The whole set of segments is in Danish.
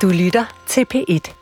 Du lytter til P1.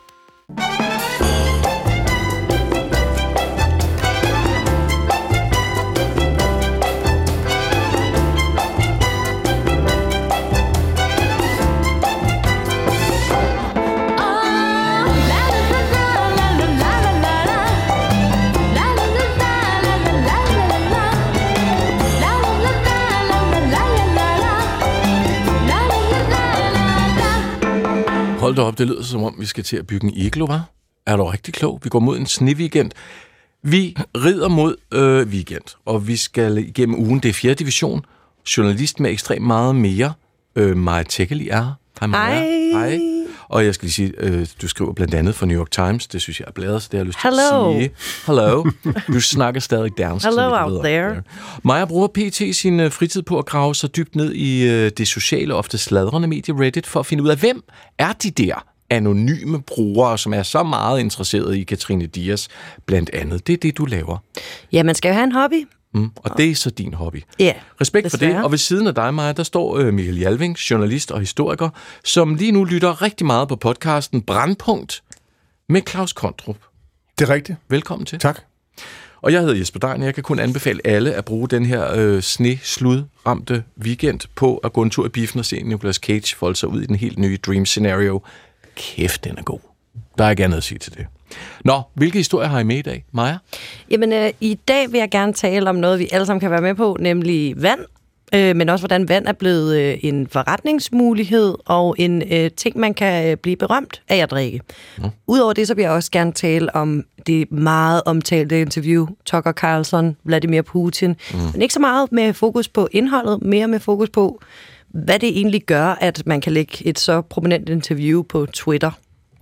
Hold da op, det lyder som om, vi skal til at bygge en iglo, hva'? Er du rigtig klog? Vi går mod en sneweekend. Vi rider mod weekend, og vi skal igennem ugen. Det er 4. division. Journalist med ekstremt meget mere. Maja Teckeli er her. Hej, Maja. Hej. Og jeg skal lige sige, du skriver blandt andet for New York Times. Det synes jeg er bladret, så det har jeg lyst til at sige. Hello. Du snakker stadig dansk. Hello out there. Maja bruger pt. sin fritid på at grave sig dybt ned i det sociale, ofte sladrende medie Reddit, for at finde ud af, hvem er de der anonyme brugere, som er så meget interesserede i Katrine Dias, blandt andet. Det er det, du laver. Ja, man skal jo have en hobby. Og det er så din hobby. Ja, respekt desværre. for det. Og ved siden af dig, Maja, der står Michael Jalving, journalist og historiker, som lige nu lytter rigtig meget på podcasten Brandpunkt med Claus Kondrup. Det er rigtigt. Velkommen til. Tak. Og jeg hedder Jesper Dein, og jeg kan kun anbefale alle at bruge den her sne-slud-ramte weekend på at gå en tur i biffen og se Nicolas Cage folde sig ud i den helt nye Dream Scenario. Kæft, den er god. Der er ikke andet at sige til det. Nå, hvilke historier har I med i dag, Maja? Jamen, i dag vil jeg gerne tale om noget, vi alle sammen kan være med på, nemlig vand. Men også, hvordan vand er blevet en forretningsmulighed og en ting, man kan blive berømt af at drikke. Udover det, så vil jeg også gerne tale om det meget omtalte interview, Tucker Carlson, Vladimir Putin. Men ikke så meget med fokus på indholdet, mere med fokus på, hvad det egentlig gør, at man kan lægge et så prominent interview på Twitter.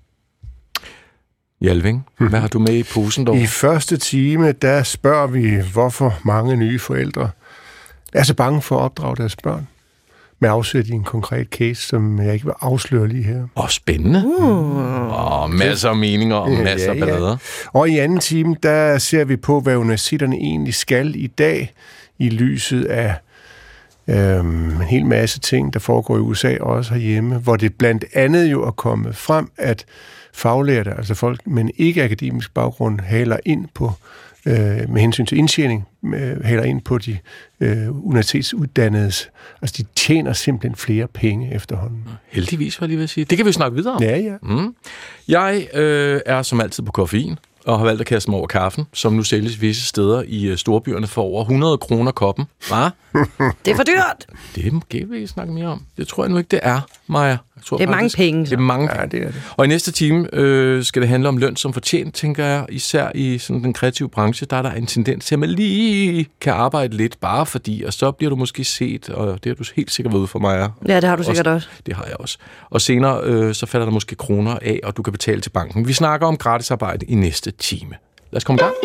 Jalving, hvad har du med i posen dog? I første time, der spørger vi, hvorfor mange nye forældre er så bange for at opdrage deres børn. Med afsæt i en konkret case, som jeg ikke vil afsløre lige her. Spændende. Masser af meninger og masser af ballader. Ja. Og i anden time, der ser vi på, hvad universiteterne egentlig skal i dag, i lyset af en hel masse ting, der foregår i USA og også herhjemme, hvor det blandt andet jo er kommet frem, at faglærte, altså folk med en ikke-akademisk baggrund, haler ind på, med hensyn til indtjening, haler ind på de universitetsuddannedes. Altså, de tjener simpelthen flere penge efterhånden. Heldigvis, var jeg lige ved at sige. Det kan vi jo snakke videre om. Ja. Jeg er som altid på koffein, og har valgt at kaste mig over kaffen, som nu sælges visse steder i storbyerne for over 100 kroner koppen. Hva? Det er for dyrt! Det kan vi snakke mere om. Det tror jeg nu ikke, det er, Maja. Det er mange penge. Det er mange penge. Ja, det er det. Og i næste time skal det handle om løn som fortjent, tænker jeg. Især i sådan den kreative branche, der er der en tendens til, at man lige kan arbejde lidt, bare fordi, og så bliver du måske set, og det har du helt sikkert været ude for mig. Ja, det har du sikkert også. Det har jeg også. Og senere, så falder der måske kroner af, og du kan betale til banken. Vi snakker om gratis arbejde i næste time. Lad os komme i gang.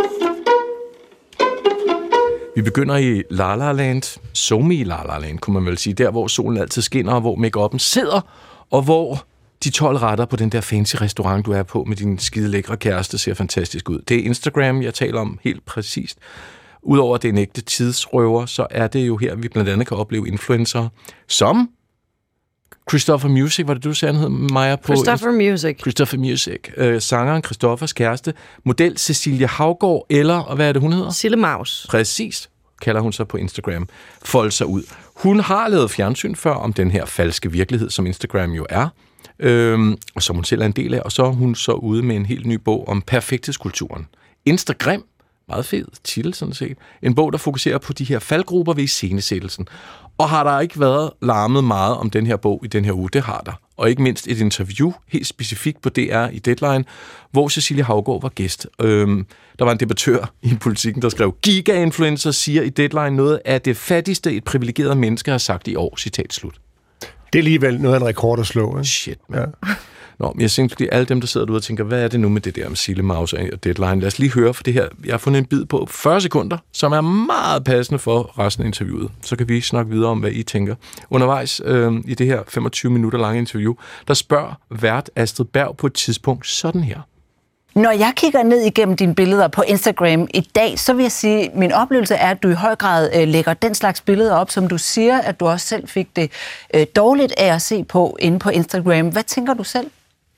Vi begynder i La La Land, Somi La La Land, kunne man vel sige, der hvor solen altid skinner, og hvor make-up'en sidder, og hvor de 12 retter på den der fancy restaurant, du er på med din skide lækre kæreste, ser fantastisk ud. Det er Instagram, jeg taler om helt præcist. Udover at det er en ægte tidsrøver, så er det jo her, vi blandt andet kan opleve influencer som Christopher Music, var det du sagde, han hed, Maja? Christopher Music. Sangeren Christophers kæreste, model Cecilia Havgård, eller hvad er det, hun hedder? Sille Maus. Præcis, kalder hun sig på Instagram. Folde sig ud. Hun har lavet fjernsyn før om den her falske virkelighed, som Instagram jo er, og som hun selv er en del af, og så er hun så ude med en helt ny bog om perfekthedskulturen. Instagram, meget fed titel sådan set. En bog, der fokuserer på de her faldgrupper ved iscenesættelsen. Og har der ikke været larmet meget om den her bog i den her uge? Det har der. Og ikke mindst et interview, helt specifikt på DR i Deadline, hvor Cecilia Havgård var gæst. Der var en debattør i Politikken, der skrev, Giga-influencer siger i Deadline noget af det fattigste, et privilegeret menneske har sagt i år. Citat slut. Det er alligevel noget af en rekord at slå, ikke? Shit, man. Ja. Nå, men jeg tænker, fordi alle dem, der sidder derude og tænker, hvad er det nu med det der med Sille Maus og Deadline? Lad os lige høre, for det her, jeg har fundet en bid på 40 sekunder, som er meget passende for resten af interviewet. Så kan vi snakke videre om, hvad I tænker. Undervejs i det her 25 minutter lange interview, der spørger vært Astrid Berg på et tidspunkt sådan her. Når jeg kigger ned igennem dine billeder på Instagram i dag, så vil jeg sige, at min oplevelse er, at du i høj grad lægger den slags billeder op, som du siger, at du også selv fik det dårligt af at se på inde på Instagram. Hvad tænker du selv?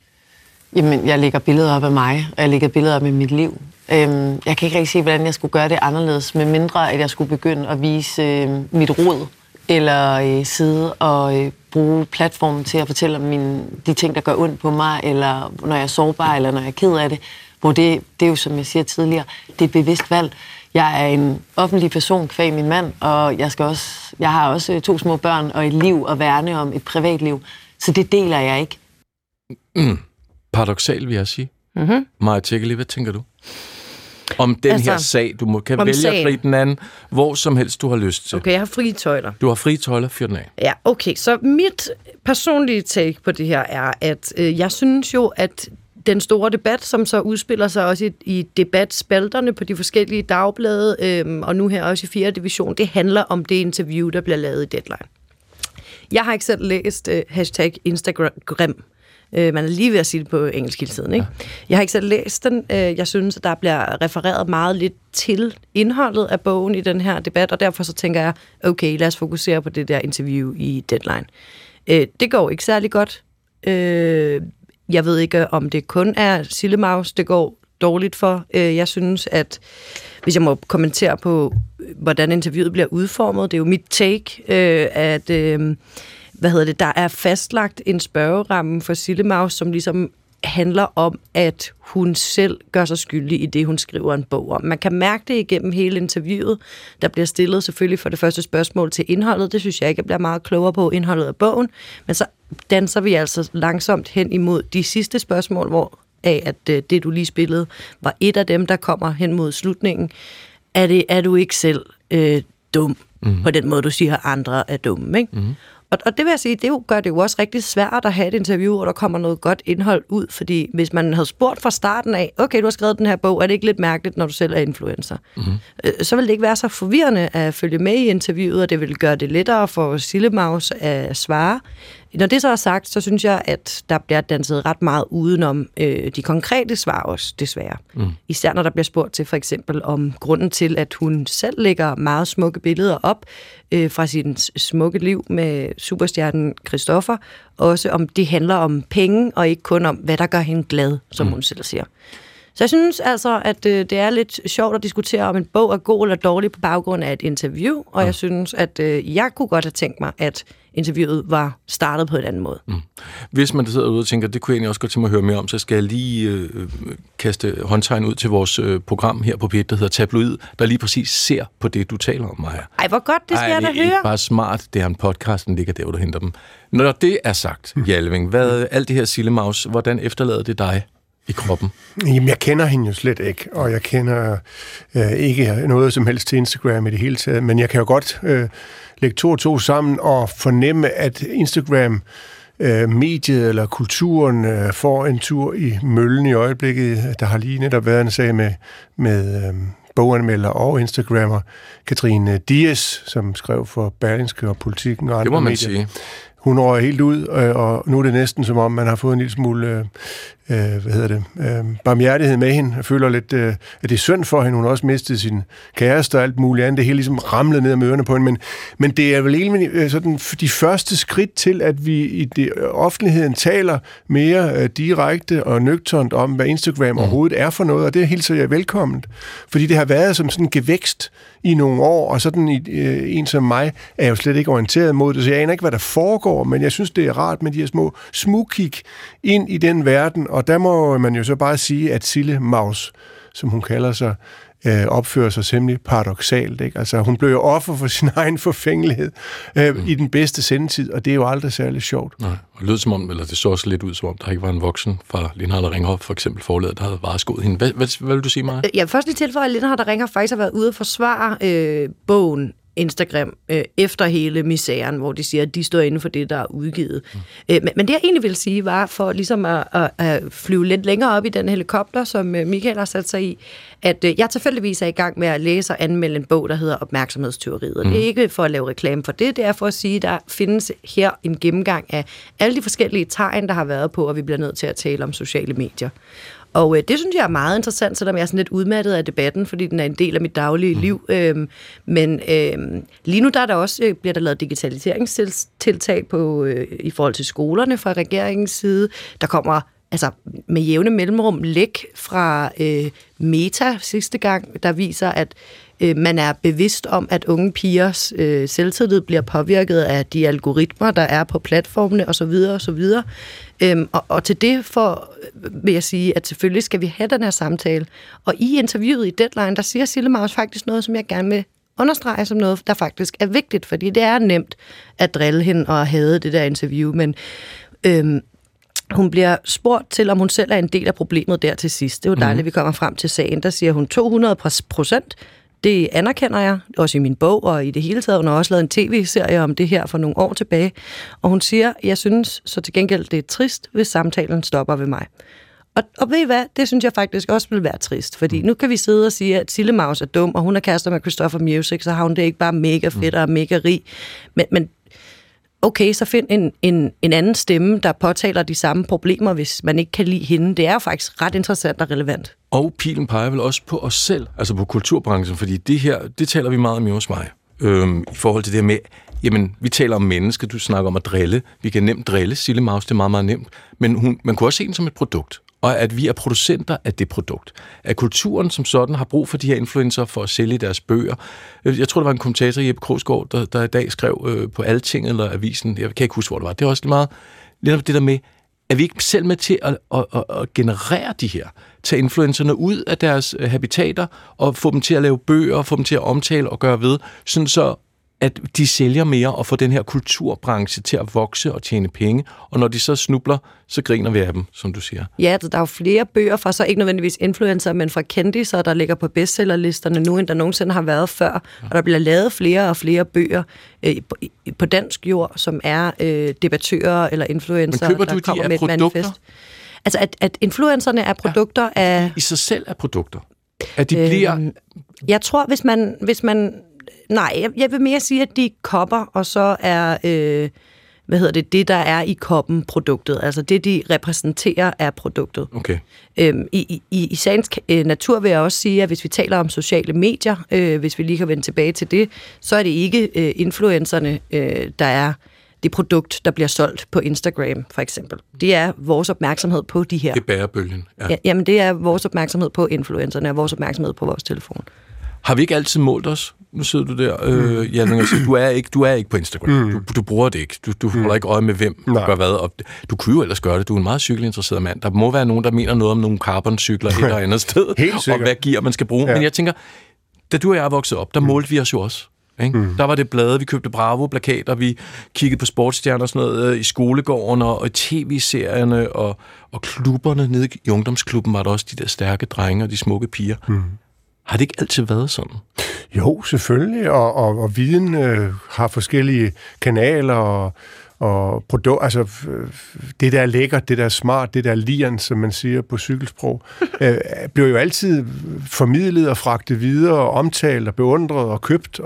Jamen, jeg lægger billeder op af mig, og jeg lægger billeder op af mit liv. Jeg kan ikke rigtig se, hvordan jeg skulle gøre det anderledes, med mindre at jeg skulle begynde at vise mit rod, eller sidde og bruge platformen til at fortælle om de ting, der gør ondt på mig, eller når jeg er sårbar, eller når jeg er ked af det. Hvor det er jo, som jeg siger tidligere, det er et bevidst valg. Jeg er en offentlig person kvæg min mand, og jeg har også 2 små børn og et liv at værne om, et privatliv. Så det deler jeg ikke. Paradoksalt, vil jeg sige. Mm-hmm. Maja Tjekkeli, hvad tænker du? Om den her sag, du kan vælge at fri den anden, hvor som helst du har lyst til. Okay, jeg har frie tøjler. Du har frie tøjler, fyr den af. Ja, okay. Så mit personlige take på det her er, at jeg synes jo, at den store debat, som så udspiller sig også i debatspalterne på de forskellige dagblade, og nu her også i 4. division, det handler om det interview, der bliver lavet i Deadline. Jeg har ikke selv læst #Instagram. Man er lige ved at sige det på engelsk hele tiden, ikke? Ja. Jeg har ikke selv læst den. Jeg synes, at der bliver refereret meget lidt til indholdet af bogen i den her debat, og derfor så tænker jeg, okay, lad os fokusere på det der interview i Deadline. Det går ikke særlig godt. Jeg ved ikke, om det kun er Sillemaus, det går dårligt for. Jeg synes, at hvis jeg må kommentere på, hvordan interviewet bliver udformet, det er jo mit take, at der er fastlagt en spørgeramme for Sillemaus, som ligesom handler om, at hun selv gør sig skyldig i det, hun skriver en bog om. Man kan mærke det igennem hele interviewet. Der bliver stillet selvfølgelig for det første spørgsmål til indholdet. Det synes jeg ikke, jeg bliver meget klogere på indholdet af bogen. Men så danser vi altså langsomt hen imod de sidste spørgsmål, hvor at det, du lige spillede, var et af dem, der kommer hen mod slutningen. Er du ikke selv dum på den måde, du siger, at andre er dumme, ikke? Mm. Og det vil jeg sige, gør det jo også rigtig svært at have et interview, hvor der kommer noget godt indhold ud, fordi hvis man havde spurgt fra starten af, okay, du har skrevet den her bog, er det ikke lidt mærkeligt, når du selv er influencer? Mm-hmm. Så vil det ikke være så forvirrende at følge med i interviewet, og det vil gøre det lettere for Sillemaus at svare. Når det så er sagt, så synes jeg, at der bliver danset ret meget udenom de konkrete svar også, desværre. Mm. Især når der bliver spurgt til for eksempel om grunden til, at hun selv lægger meget smukke billeder op fra sin smukke liv med superstjernen Christoffer. Også om det handler om penge, og ikke kun om, hvad der gør hende glad, som hun selv siger. Så jeg synes altså, at det er lidt sjovt at diskutere, om en bog er god eller dårlig på baggrund af et interview, og jeg synes, at jeg kunne godt have tænkt mig, at interviewet var startet på en anden måde. Mm. Hvis man sidder ude og tænker, det kunne jeg egentlig også godt tænke mig at høre mere om, så skal jeg lige kaste håndtegn ud til vores program her på P1, der hedder Tabloid, der lige præcis ser på det, du taler om, Maja. Ej, hvor godt, det skal jeg da høre. Det er ikke bare smart, det er en podcast, den ligger der, hvor du henter dem. Når det er sagt, Jalving, alt det her Sillemaus, hvordan efterlader det dig i kroppen? Jamen, jeg kender hende jo slet ikke, og jeg kender ikke noget som helst til Instagram i det hele taget, men jeg kan jo godt lægge 2 og 2 sammen og fornemme, at Instagram, mediet eller kulturen får en tur i møllen i øjeblikket. Der har lige netop været en sag med boganmelder og Instagrammer Katrine Dias, som skrev for Berlingske og Politikken og andre medier. Det må man sige. Hun røg helt ud, og nu er det næsten som om, man har fået en lille smule barmhjertighed med hende. Jeg føler lidt, at det er synd for hende. Hun har også mistet sin kæreste og alt muligt andet. Det hele ligesom ramlet ned med ørerne på hende. Men det er vel egentlig sådan de første skridt til, at vi i offentligheden taler mere direkte og nøgternt om, hvad Instagram overhovedet er for noget, og det hilser jeg velkomment. Fordi det har været som sådan en gevækst i nogle år, og sådan en som mig er jo slet ikke orienteret mod det, så jeg aner ikke, hvad der foregår, men jeg synes, det er rart med de her små smugkig ind i den verden, og der må man jo så bare sige, at Sillemaus, som hun kalder sig, opfører sig simpelthen paradoksalt. Ikke? Altså, hun blev jo offer for sin egen forfængelighed i den bedste sendetid, og det er jo aldrig særlig sjovt. Nej, og det lød som om, eller det så også lidt ud som om, der ikke var en voksen fra Lindhardt Ringhoff, for eksempel forladet, der havde vareskoet hende. Hvad vil du sige, Maja? Ja, først lige tilføje, at Lindhardt Ringhoff faktisk har været ude at forsvare bogen Instagram efter hele misæren, hvor de siger, at de står inde for det, der er udgivet. Men det, jeg egentlig ville sige, var for ligesom at flyve lidt længere op i den helikopter, som Michael har sat sig i, at jeg tilfældigvis er i gang med at læse og anmelde en bog, der hedder Opmærksomhedsteoriet. Og det er ikke for at lave reklame for det, det er for at sige, at der findes her en gennemgang af alle de forskellige tegn, der har været på, at vi bliver nødt til at tale om sociale medier. Og det synes jeg er meget interessant, selvom jeg er sådan lidt udmattet af debatten, fordi den er en del af mit daglige liv. Men lige nu bliver der lavet digitaliseringstiltag på, i forhold til skolerne fra regeringens side. Der kommer altså med jævne mellemrum læk fra Meta sidste gang, der viser, at man er bevidst om, at unge pigers selvtillid bliver påvirket af de algoritmer, der er på platformene osv. osv. Og til det vil jeg sige, at selvfølgelig skal vi have den her samtale. Og i interviewet i Deadline, der siger Sille Maus faktisk noget, som jeg gerne vil understrege som noget, der faktisk er vigtigt, fordi det er nemt at drille hende og hade det der interview, men hun bliver spurgt til, om hun selv er en del af problemet der til sidst. Det er jo dejligt, at vi kommer frem til sagen. Der siger hun 200%. Det anerkender jeg, også i min bog, og i det hele taget. Hun har også lavet en tv-serie om det her for nogle år tilbage. Og hun siger, jeg synes så til gengæld, det er trist, hvis samtalen stopper ved mig. Og ved I hvad? Det synes jeg faktisk også vil være trist, fordi nu kan vi sidde og sige, at Sille Maus er dum, og hun er kærester med Christopher Music, så har hun det ikke bare mega fedt og mega rig. Men okay, så find en anden stemme, der påtaler de samme problemer, hvis man ikke kan lide hende. Det er jo faktisk ret interessant og relevant. Og pilen peger vel også på os selv, altså på kulturbranchen, fordi det her, det taler vi meget om hos mig. I forhold til det med, jamen, vi taler om mennesker, du snakker om at drille. Vi kan nemt drille Sille Maus, det er meget, meget nemt. Men man kunne også se den som et produkt. Og at vi er producenter af det produkt. At kulturen som sådan har brug for de her influencer for at sælge deres bøger. Jeg tror, der var en kommentator, Jeppe Krogsgaard, der i dag skrev på Altinget eller Avisen, jeg kan ikke huske, hvor det var. Det er også meget lidt det der med, er vi ikke selv med til at generere de her? Tage influencerne ud af deres habitater og få dem til at lave bøger, få dem til at omtale og gøre ved, sådan så at de sælger mere og får den her kulturbranche til at vokse og tjene penge. Og når de så snubler, så griner vi af dem, som du siger. Ja, der er jo flere bøger fra, så ikke nødvendigvis influencer, men fra kendiser, der ligger på bestsellerlisterne nu, end der nogensinde har været før. Ja. Og der bliver lavet flere og flere bøger på dansk jord, som er debattører eller influencer, men køber der du kommer de med et produkter? manifest. Altså, at influencerne er produkter af... I sig selv er produkter? At de bliver... Jeg tror, hvis man nej, jeg vil mere sige, at de er kopper, og så er, det der er i koppen produktet. Altså det, de repræsenterer, er produktet. Okay. I sagens natur vil jeg også sige, at hvis vi taler om sociale medier, hvis vi lige kan vende tilbage til det, så er det ikke influencerne, der er det produkt, der bliver solgt på Instagram, for eksempel. Det er vores opmærksomhed på de her. Det bærer bølgen. Ja. Jamen, det er vores opmærksomhed på influencerne, og vores opmærksomhed på vores telefon. Har vi ikke altid målt os? Nu sidder du der, Jan, og siger, du er ikke på Instagram. Du bruger det ikke. Du holder ikke øje med, hvem gør hvad. Og du kunne jo ellers gøre det. Du er en meget cykelinteresseret mand. Der må være nogen, der mener noget om nogle carbon-cykler et eller andet sted. Og hvad gear man skal bruge. Ja. Men jeg tænker, da du og jeg er vokset op, der målte vi os jo også. Ikke? Der var det blade, vi købte Bravo-plakater, vi kiggede på sportsstjerner og sådan noget i skolegården og i tv-serierne og klubberne. Nede i ungdomsklubben var der også de der stærke drenge og de smukke piger. Har det ikke altid været sådan? Jo, selvfølgelig, og viden har forskellige kanaler og produkter. Altså, det der er lækkert, det der er smart, det der er liren, som man siger på cykelsprog, bliver jo altid formidlet og fragtet videre og omtalt og beundret og købt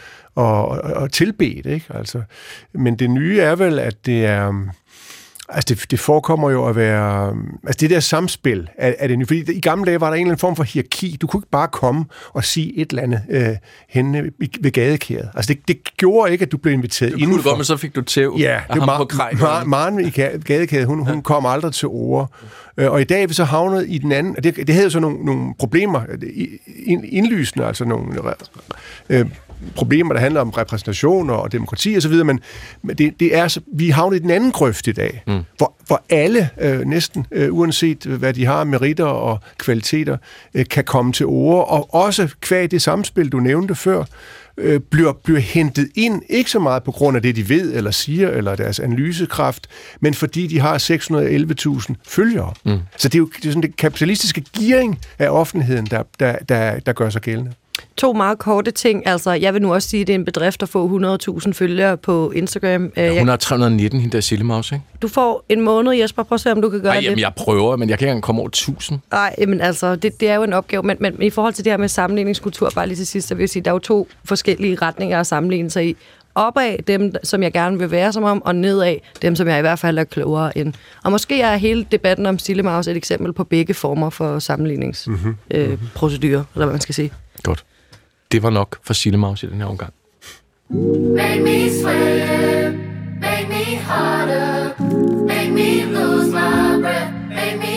og tilbedt, ikke? Altså, men det nye er vel, at det er... Altså, det forekommer jo at være... Altså, det der samspil er det nye. Fordi i gamle dage var der en eller anden form for hierarki. Du kunne ikke bare komme og sige et eller andet henne ved gadekæret. Altså, det gjorde ikke, at du blev inviteret indenfor. Du kunne godt, men så fik du tæv af ham på Maren i gadekæret, hun kom aldrig til ord. Og i dag er vi så havnet i den anden... Det havde jo så nogle problemer, indlysende, altså nogle... problemer, der handler om repræsentation og demokrati og så videre, men det er, vi er havnet i den anden grøft i dag, hvor alle, næsten uanset hvad de har, meritter og kvaliteter, kan komme til ord, og også kvad det samspil, du nævnte før, bliver hentet ind, ikke så meget på grund af det, de ved eller siger, eller deres analysekraft, men fordi de har 611.000 følgere. Så det er jo sådan det kapitalistiske gearing af offentligheden, der gør sig gældende. 2 meget korte ting. Altså, jeg vil nu også sige, at det er en bedrift at få 100.000 følgere på Instagram. Ja, hun har 319, hende der Sille Maus, ikke? Du får en måned, Jesper. Prøv at se, om du kan gøre det. Jamen, jeg prøver, men jeg kan ikke engang komme over 1000. Nej, men altså, det er jo en opgave. Men i forhold til det her med sammenligningskultur, bare lige til sidst, så vil jeg sige, der er jo 2 forskellige retninger at sammenligne sig i. Opad dem, som jeg gerne vil være som om, og nedad dem, som jeg i hvert fald er klogere end. Og måske er hele debatten om Sille Maus et eksempel på begge former for sammenligningsprocedurer, eller hvad man skal sige. Godt. Det var nok for Sille Maus i den her omgang. Make me sweat, make me harder, make me lose my breath, make me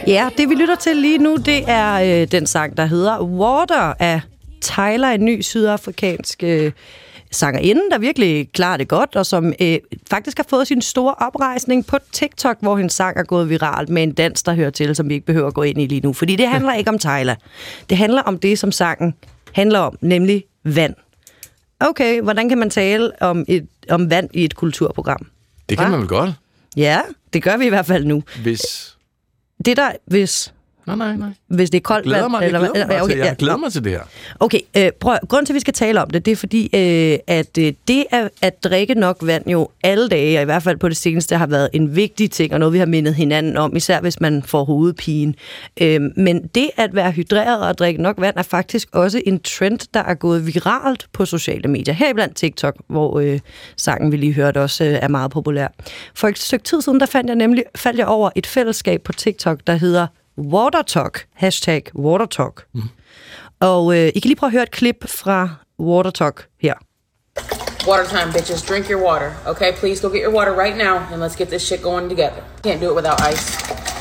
Ja, det vi lytter til lige nu, det er den sang, der hedder Water af Tyler, en ny sydafrikansk sangerinde, der virkelig klarer det godt, og som faktisk har fået sin store oprejsning på TikTok, hvor hendes sang er gået viralt med en dans, der hører til, som vi ikke behøver at gå ind i lige nu. Fordi det handler ikke om Tyler. Det handler om det, som sangen handler om, nemlig vand. Okay, hvordan kan man tale om vand i et kulturprogram? Det kan man vel godt. Ja, det gør vi i hvert fald nu. Hvis... Det der, hvis... Nej. Hvis det er koldt vand... Jeg glæder mig til det her. Okay, grunden til, at vi skal tale om det, det er fordi, at det at drikke nok vand jo alle dage, og i hvert fald på det seneste, har været en vigtig ting, og noget, vi har mindet hinanden om, især hvis man får hovedpine. Men det at være hydreret og drikke nok vand, er faktisk også en trend, der er gået viralt på sociale medier. Heriblandt TikTok, hvor sangen, vi lige hørte, også er meget populær. For et stykke tid siden, der faldt jeg over et fællesskab på TikTok, der hedder Watertalk, #Watertalk. Og I kan lige prøve at høre et klip fra Watertalk her. Water time, bitches. Drink your water. Okay, please go get your water right now and let's get this shit going together. Can't do it without ice.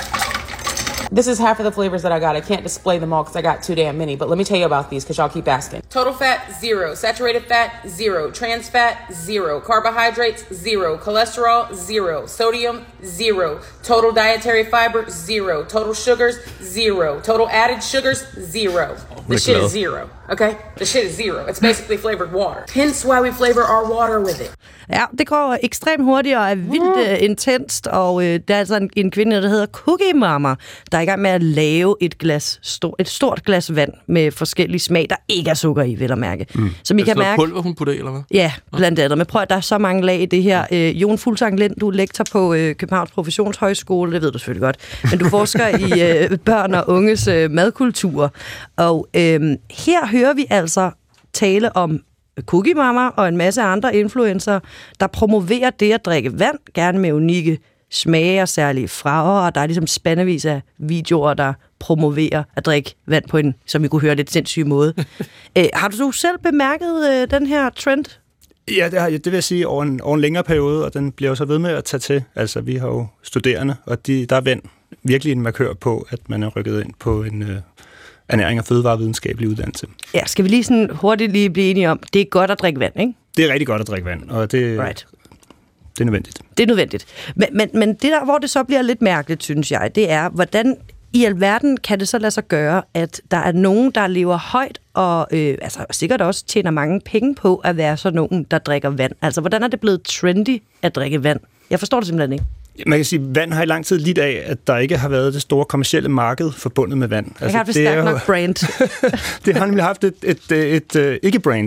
This is half of the flavors that I got. I can't display them all because I got too damn many, but let me tell you about these because y'all keep asking. Total fat, 0. Saturated fat, 0. Trans fat, 0. Carbohydrates, 0. Cholesterol, 0. Sodium, 0. Total dietary fiber, 0. Total sugars, 0. Total added sugars, 0. The shit is 0. Okay? The shit is 0. It's basically flavored water. Hence why we flavor our water with it. Ja, det går ekstremt hurtigt og er vildt intenst, og der er altså en kvinde, der hedder Cookie Mama, der er i gang med at lave et stort glas vand med forskellige smag, der ikke er sukker i, vil jeg mærke. Som I kan mærke. Pulver, hun putter i, eller hvad? Ja, blandt andet. Men prøv at der er så mange lag i det her. Jon Fuglsang Lind, du er lektor på Københavns Professionshøjskole, det ved du selvfølgelig godt, men du forsker i børn og unges madkultur. Og her hører vi altså tale om Cookie Mama og en masse andre influencer, der promoverer det at drikke vand, gerne med unikke smage og særlige farver, og der er ligesom spandevis af videoer, der promoverer at drikke vand på en, som I kunne høre, lidt sindssyg måde. Har du selv bemærket den her trend? Ja, det vil jeg sige over en længere periode, og den bliver jo så ved med at tage til. Altså, vi har jo studerende, og der er vand virkelig en markør på, at man er rykket ind på en ernæring og fødevarevidenskabelig uddannelse. Ja, skal vi lige sådan hurtigt blive enige om, det er godt at drikke vand, ikke? Det er rigtig godt at drikke vand, og det er nødvendigt. Det er nødvendigt. Men det der, hvor det så bliver lidt mærkeligt, synes jeg, det er, hvordan i alverden kan det så lade sig gøre, at der er nogen, der lever højt og sikkert også tjener mange penge på at være sådan nogen, der drikker vand. Altså, hvordan er det blevet trendy at drikke vand? Jeg forstår det simpelthen ikke. Man kan sige, at vand har i lang tid lidt af, at der ikke har været det store kommercielle marked forbundet med vand. Jeg har det er nok brand. Det har nemlig haft et ikke-brand.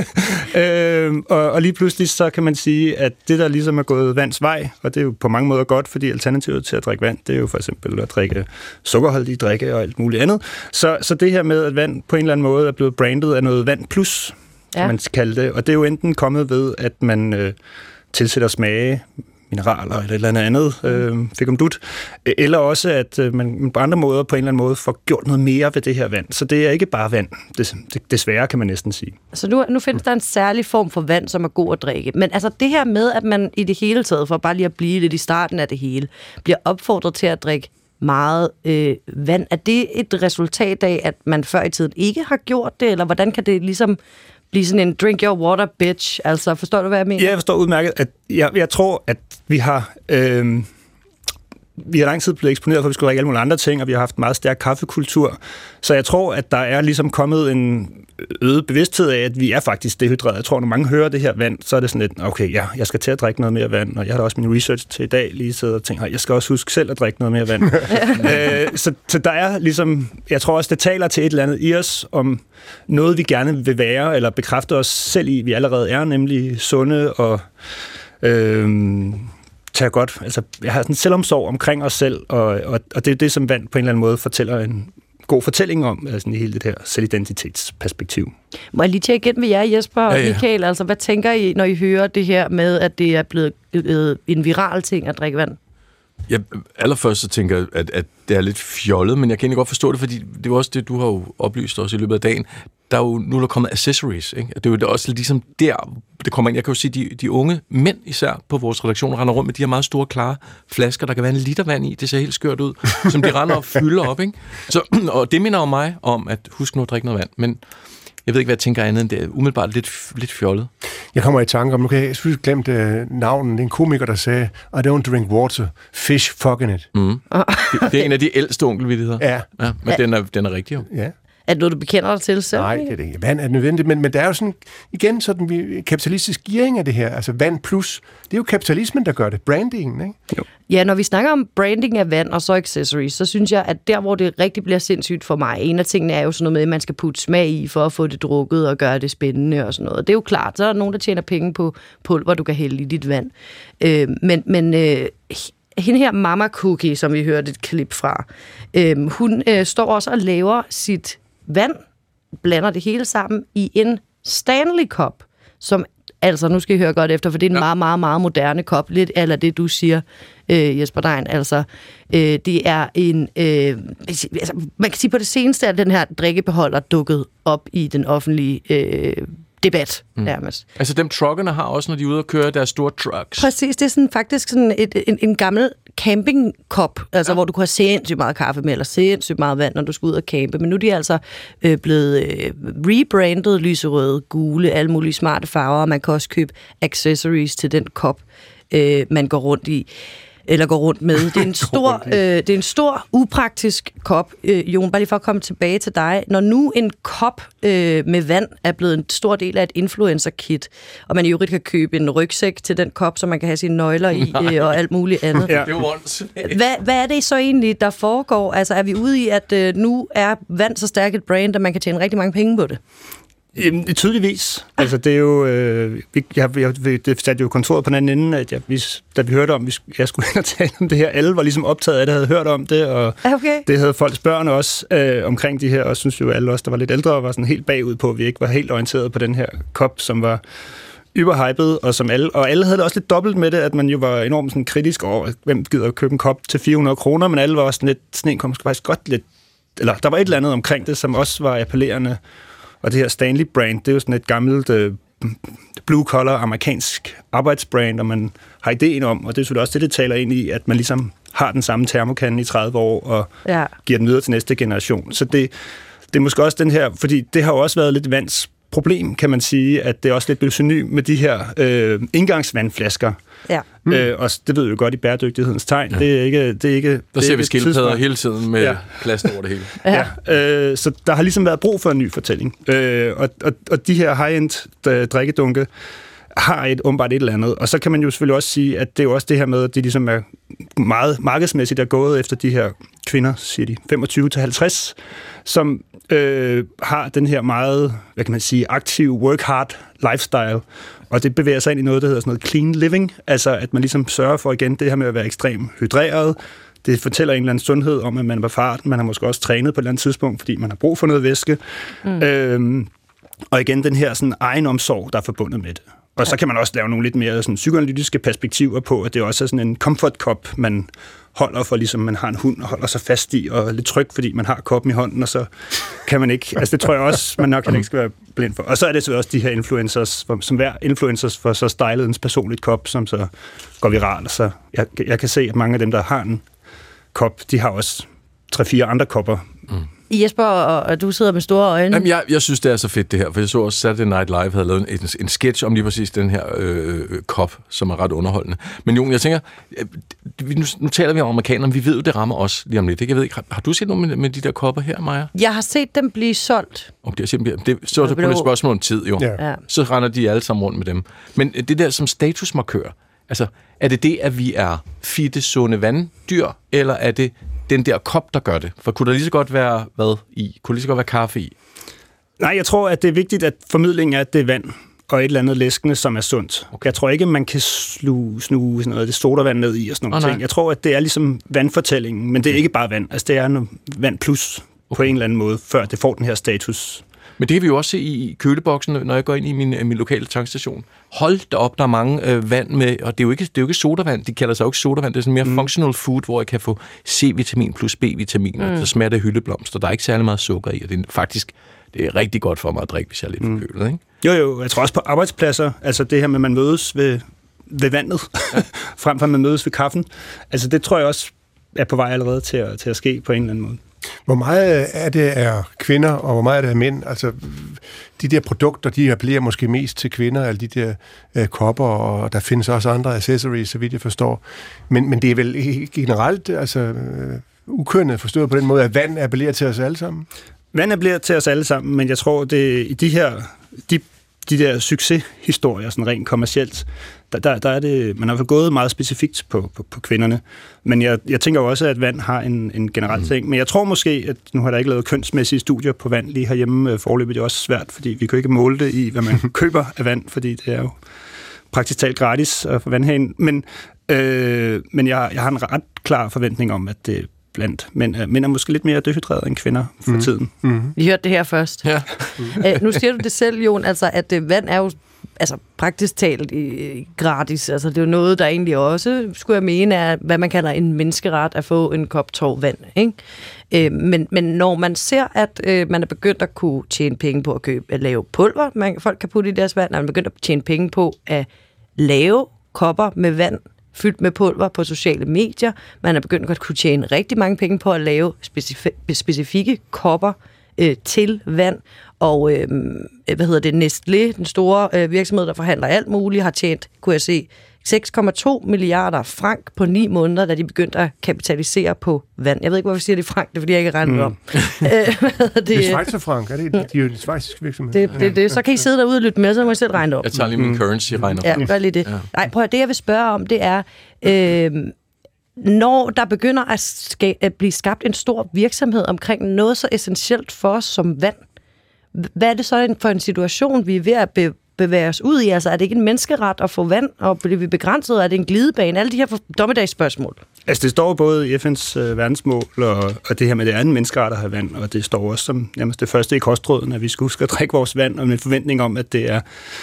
Ja. Og lige pludselig så kan man sige, at det, der ligesom er gået vands vej, og det er jo på mange måder godt, fordi alternativet til at drikke vand, det er jo for eksempel at drikke sukkerholdige drikke og alt muligt andet. Så det her med, at vand på en eller anden måde er blevet brandet af noget vand plus, kan man kalde det. Og det er jo enten kommet ved, at man tilsætter smage, mineraler eller et eller andet fikumdut, eller også, at man på andre måder på en eller anden måde får gjort noget mere ved det her vand. Så det er ikke bare vand. Desværre kan man næsten sige. Så nu findes der en særlig form for vand, som er god at drikke. Men altså det her med, at man i det hele taget, for bare lige at blive lidt i starten af det hele, bliver opfordret til at drikke meget vand. Er det et resultat af, at man før i tiden ikke har gjort det, eller hvordan kan det ligesom blive sådan en drink your water, bitch? Altså, forstår du, hvad jeg mener? Ja, jeg forstår udmærket, at jeg tror, at vi har lang tid blevet eksponeret for, at vi skulle drikke alle mulige andre ting, og vi har haft en meget stærk kaffekultur. Så jeg tror, at der er ligesom kommet en øget bevidsthed af, at vi er faktisk dehydreret. Jeg tror, når mange hører det her vand, så er det sådan lidt, okay, ja, jeg skal til at drikke noget mere vand, og jeg har da også min research til i dag lige siddet og tænkt, jeg skal også huske selv at drikke noget mere vand. Så der er ligesom, jeg tror også, det taler til et eller andet i os, om noget, vi gerne vil være, eller bekræfte os selv i, vi allerede er, nemlig sunde og tager godt. Altså, jeg har sådan en selvomsorg omkring os selv, og det er det, som vand på en eller anden måde fortæller en god fortælling om, altså i hele det her selvidentitetsperspektiv. Må jeg lige tjekke igen med jer, Jesper og Michael? Altså, hvad tænker I, når I hører det her med, at det er blevet en viral ting at drikke vand? Ja, allerførst så tænker jeg, at det er lidt fjollet, men jeg kan egentlig godt forstå det, fordi det er jo også det, du har jo oplyst også i løbet af dagen. Der er jo nu kommet accessories, ikke? Det er jo også ligesom der, det kommer ind. Jeg kan jo sige, de unge mænd især på vores redaktion render rundt med de her meget store, klare flasker, der kan være 1 liter vand i. Det ser helt skørt ud, som de render og fylder op, ikke? Så, og det minder jo mig om, at husk nu at drikke noget vand, men jeg ved ikke, hvad jeg tænker andet end det er umiddelbart lidt fjollet. Jeg kommer i tanke om, nu kan jeg selvfølgelig glemt navnet, det er en komiker, der sagde, I don't drink water, fish fucking it. Mm. Det er en af de ældste onkelvittigheder. Ja. Men den er rigtig jo. Ja. Er det noget, du bekender dig til selv? Nej, det er det ikke. Vand er nødvendigt, men der er jo sådan, igen, sådan kapitalistisk gearing af det her. Altså vand plus, det er jo kapitalismen, der gør det. Brandingen, ikke? Jo. Ja, når vi snakker om branding af vand og så accessories, så synes jeg, at der, hvor det rigtig bliver sindssygt for mig, en af tingene er jo sådan noget med, at man skal putte smag i for at få det drukket og gøre det spændende og sådan noget. Det er jo klart, så er der nogen, der tjener penge på pulver, du kan hælde i dit vand. Men hende her Mama Cookie, som vi hørte et klip fra, hun står også og laver sit vand, blander det hele sammen i en Stanley Cup, som altså, nu skal I høre godt efter, for det er en meget, meget, meget moderne kop, lidt eller det, du siger, Jesper Dein. Altså, det er en... altså, man kan sige på det seneste, at den her drikkebeholder dukket op i den offentlige debat, nærmest. Altså dem truckerne har også, når de er ude og køre deres store trucks. Præcis, det er sådan, faktisk sådan en gammel campingkop, altså hvor du kunne have sindssygt meget kaffe med, eller sindssygt meget vand, når du skal ud og campe. Men nu er de altså blevet rebrandet, lyserøde, gule, alle mulige smarte farver, og man kan også købe accessories til den kop, man går rundt i. Eller går rundt med. Det er en stor upraktisk kop. Jon, bare lige for at komme tilbage til dig. Når nu en kop med vand er blevet en stor del af et influencer-kit, og man i øvrigt kan købe en rygsæk til den kop, så man kan have sine nøgler i og alt muligt andet. Ja. Hvad er det så egentlig, der foregår? Altså er vi ude i, at nu er vand så stærkt et brand, at man kan tjene rigtig mange penge på det? Tydeligvis. Altså, det er jo... det satte jo kontoret på den anden ende, at da vi hørte om, jeg skulle ind og tale om det her, alle var ligesom optaget af det, havde hørt om det, og det havde folks børn også omkring de her, og synes jo alle os, der var lidt ældre, var sådan helt bagud på, at vi ikke var helt orienteret på den her kop, som var yberhypet, og alle havde det også lidt dobbelt med det, at man jo var enormt sådan kritisk over, hvem gider at købe en kop til 400 kroner, men alle var også lidt, sådan en kom faktisk godt lidt, eller der var et eller andet omkring det, som også var appellerende. Og det her Stanley-brand, det er jo sådan et gammelt blue-collar amerikansk arbejdsbrand, og man har ideen om, og det er selvfølgelig også det taler ind i, at man ligesom har den samme termokande i 30 år, og giver den videre til næste generation. Så det er måske også den her, fordi det har jo også været lidt vands problem, kan man sige, at det er også lidt blevet synonym med de her indgangsvandflasker. Ja. Og det ved vi jo godt i bæredygtighedens tegn. Ja. Det er ikke der ser vi skildpadder hele tiden med plast over det hele. Ja. Så der har ligesom været brug for en ny fortælling. Og de her high-end drikkedunke har åbenbart et eller andet. Og så kan man jo selvfølgelig også sige, at det er jo også det her med, at de ligesom er meget markedsmæssigt er gået efter de her kvinder, siger de, 25-50, som har den her meget, hvad kan man sige, aktiv, work hard lifestyle. Og det bevæger sig ind i noget, der hedder sådan noget clean living. Altså, at man ligesom sørger for igen det her med at være ekstremt hydreret. Det fortæller en eller anden sundhed om, at man var fart. Man har måske også trænet på et eller andet tidspunkt, fordi man har brug for noget væske. Og igen, den her sådan egenomsorg, der er forbundet med det. Og så kan man også lave nogle lidt mere sådan psykoanalytiske perspektiver på, at det også er sådan en comfort cup, man holder for, ligesom man har en hund og holder sig fast i, og er lidt tryg, fordi man har koppen i hånden, og så kan man ikke... Altså det tror jeg også, man nok ikke skal være blind for. Og så er det så også de her influencers, som hver influencers får så stylet en personligt kop, som så går viralt. Så jeg kan se, at mange af dem, der har en kop, de har også 3-4 andre kopper. Jesper, og du sidder med store øjne. Jamen, jeg synes, det er så fedt det her, for jeg så også Saturday Night Live havde lavet en sketch om lige præcis den her kop, som er ret underholdende. Men Jon, jeg tænker, nu taler vi om amerikanerne, vi ved jo, det rammer os lige om lidt. Jeg ved ikke, har du set noget med de der kopper her, Maja? Jeg har set dem blive solgt. Okay, så er det på et spørgsmål om tid, jo. Ja. Så render de alle sammen rundt med dem. Men det der som statusmarkør, altså, er det, at vi er fitte, sunde vanddyr, eller er det den der kop, der gør det? For kunne der lige så godt være hvad i? Kunne der lige så godt være kaffe i? Nej, jeg tror, at det er vigtigt, at formidlingen er, at det er vand og et eller andet læskende, som er sundt. Okay. Jeg tror ikke, man kan snue sådan noget, det sodavand ned i og sådan nogle ting. Jeg tror, at det er ligesom vandfortællingen, men det er ikke bare vand. Altså, det er noget vand plus på en eller anden måde, før det får den her status. Men det kan vi jo også se i køleboksen, når jeg går ind i min lokale tankstation. Hold da op, der er mange vand med, og det er jo ikke sodavand, de kalder sig jo ikke sodavand, det er sådan mere functional food, hvor jeg kan få C-vitamin plus B-vitamin, og så smager det hyldeblomster. Der er ikke særlig meget sukker i, og det er rigtig godt for mig at drikke, hvis jeg er lidt forkølet, ikke? Jo, jeg tror også på arbejdspladser, altså det her med, at man mødes ved vandet, frem for at man mødes ved kaffen. Altså det tror jeg også er på vej allerede til at ske på en eller anden måde. Hvor meget af det er kvinder, og hvor meget af det er mænd? Altså, de der produkter, de appellerer måske mest til kvinder, alle de der kopper, og der findes også andre accessories, så vidt jeg forstår. Men det er vel generelt ukønnet forstået på den måde, at vand appellerer til os alle sammen? Vand appellerer til os alle sammen, men jeg tror, det i de der succeshistorier, sådan rent kommercielt, der er det, man har gået meget specifikt på kvinderne. Men jeg tænker også, at vand har en generel ting. Men jeg tror måske, at nu har der ikke lavet kønsmæssige studier på vand lige herhjemme. Foreløbet er det også svært, fordi vi kan ikke måle det i, hvad man køber af vand, fordi det er jo praktisk talt gratis at få vandhanen. Men jeg har en ret klar forventning om, at det blandt mænd er måske lidt mere dehydreret end kvinder for tiden. Vi hørte det her først. Ja. Nu siger du det selv, Jon, altså at vand er jo praktisk talt gratis. Altså det er jo noget, der egentlig også, skulle jeg mene, er, hvad man kalder en menneskeret at få en kop tår vand. Ikke? Men når man ser, at man er begyndt at kunne tjene penge på at lave pulver, folk kan putte i deres vand, og man er begyndt at tjene penge på at lave kopper med vand, fyldt med pulver på sociale medier. Man er begyndt at kunne tjene rigtig mange penge på at lave specifikke kopper til vand. Og Nestlé, den store virksomhed, der forhandler alt muligt, har tjent, kunne jeg se, 6,2 milliarder frank på 9 måneder, da de begyndte at kapitalisere på vand. Jeg ved ikke, hvorfor jeg siger det frank, det er, fordi jeg ikke regner om. Det er schweizerfrank, er det? De er jo de schweiziske virksomheder. Det. Så kan I sidde derude og lytte med, så må I selv regne op. Jeg tager lige min currency-regner. Ja, gør lige det. Ja. Nej, prøv at det, jeg vil spørge om, det er, når der begynder at blive skabt en stor virksomhed omkring noget så essentielt for os som vand, hvad er det så for en situation, vi er ved at bevæge os ud i? Altså, er det ikke en menneskeret at få vand, og bliver vi begrænset? Er det en glidebane? Alle de her dommedagsspørgsmål. Altså, det står både i FN's verdensmål, og det her med, det er en menneskeret at have vand, og det står også som nærmest det første i kostråden, at vi skal huske at drikke vores vand, og med en forventning om, at det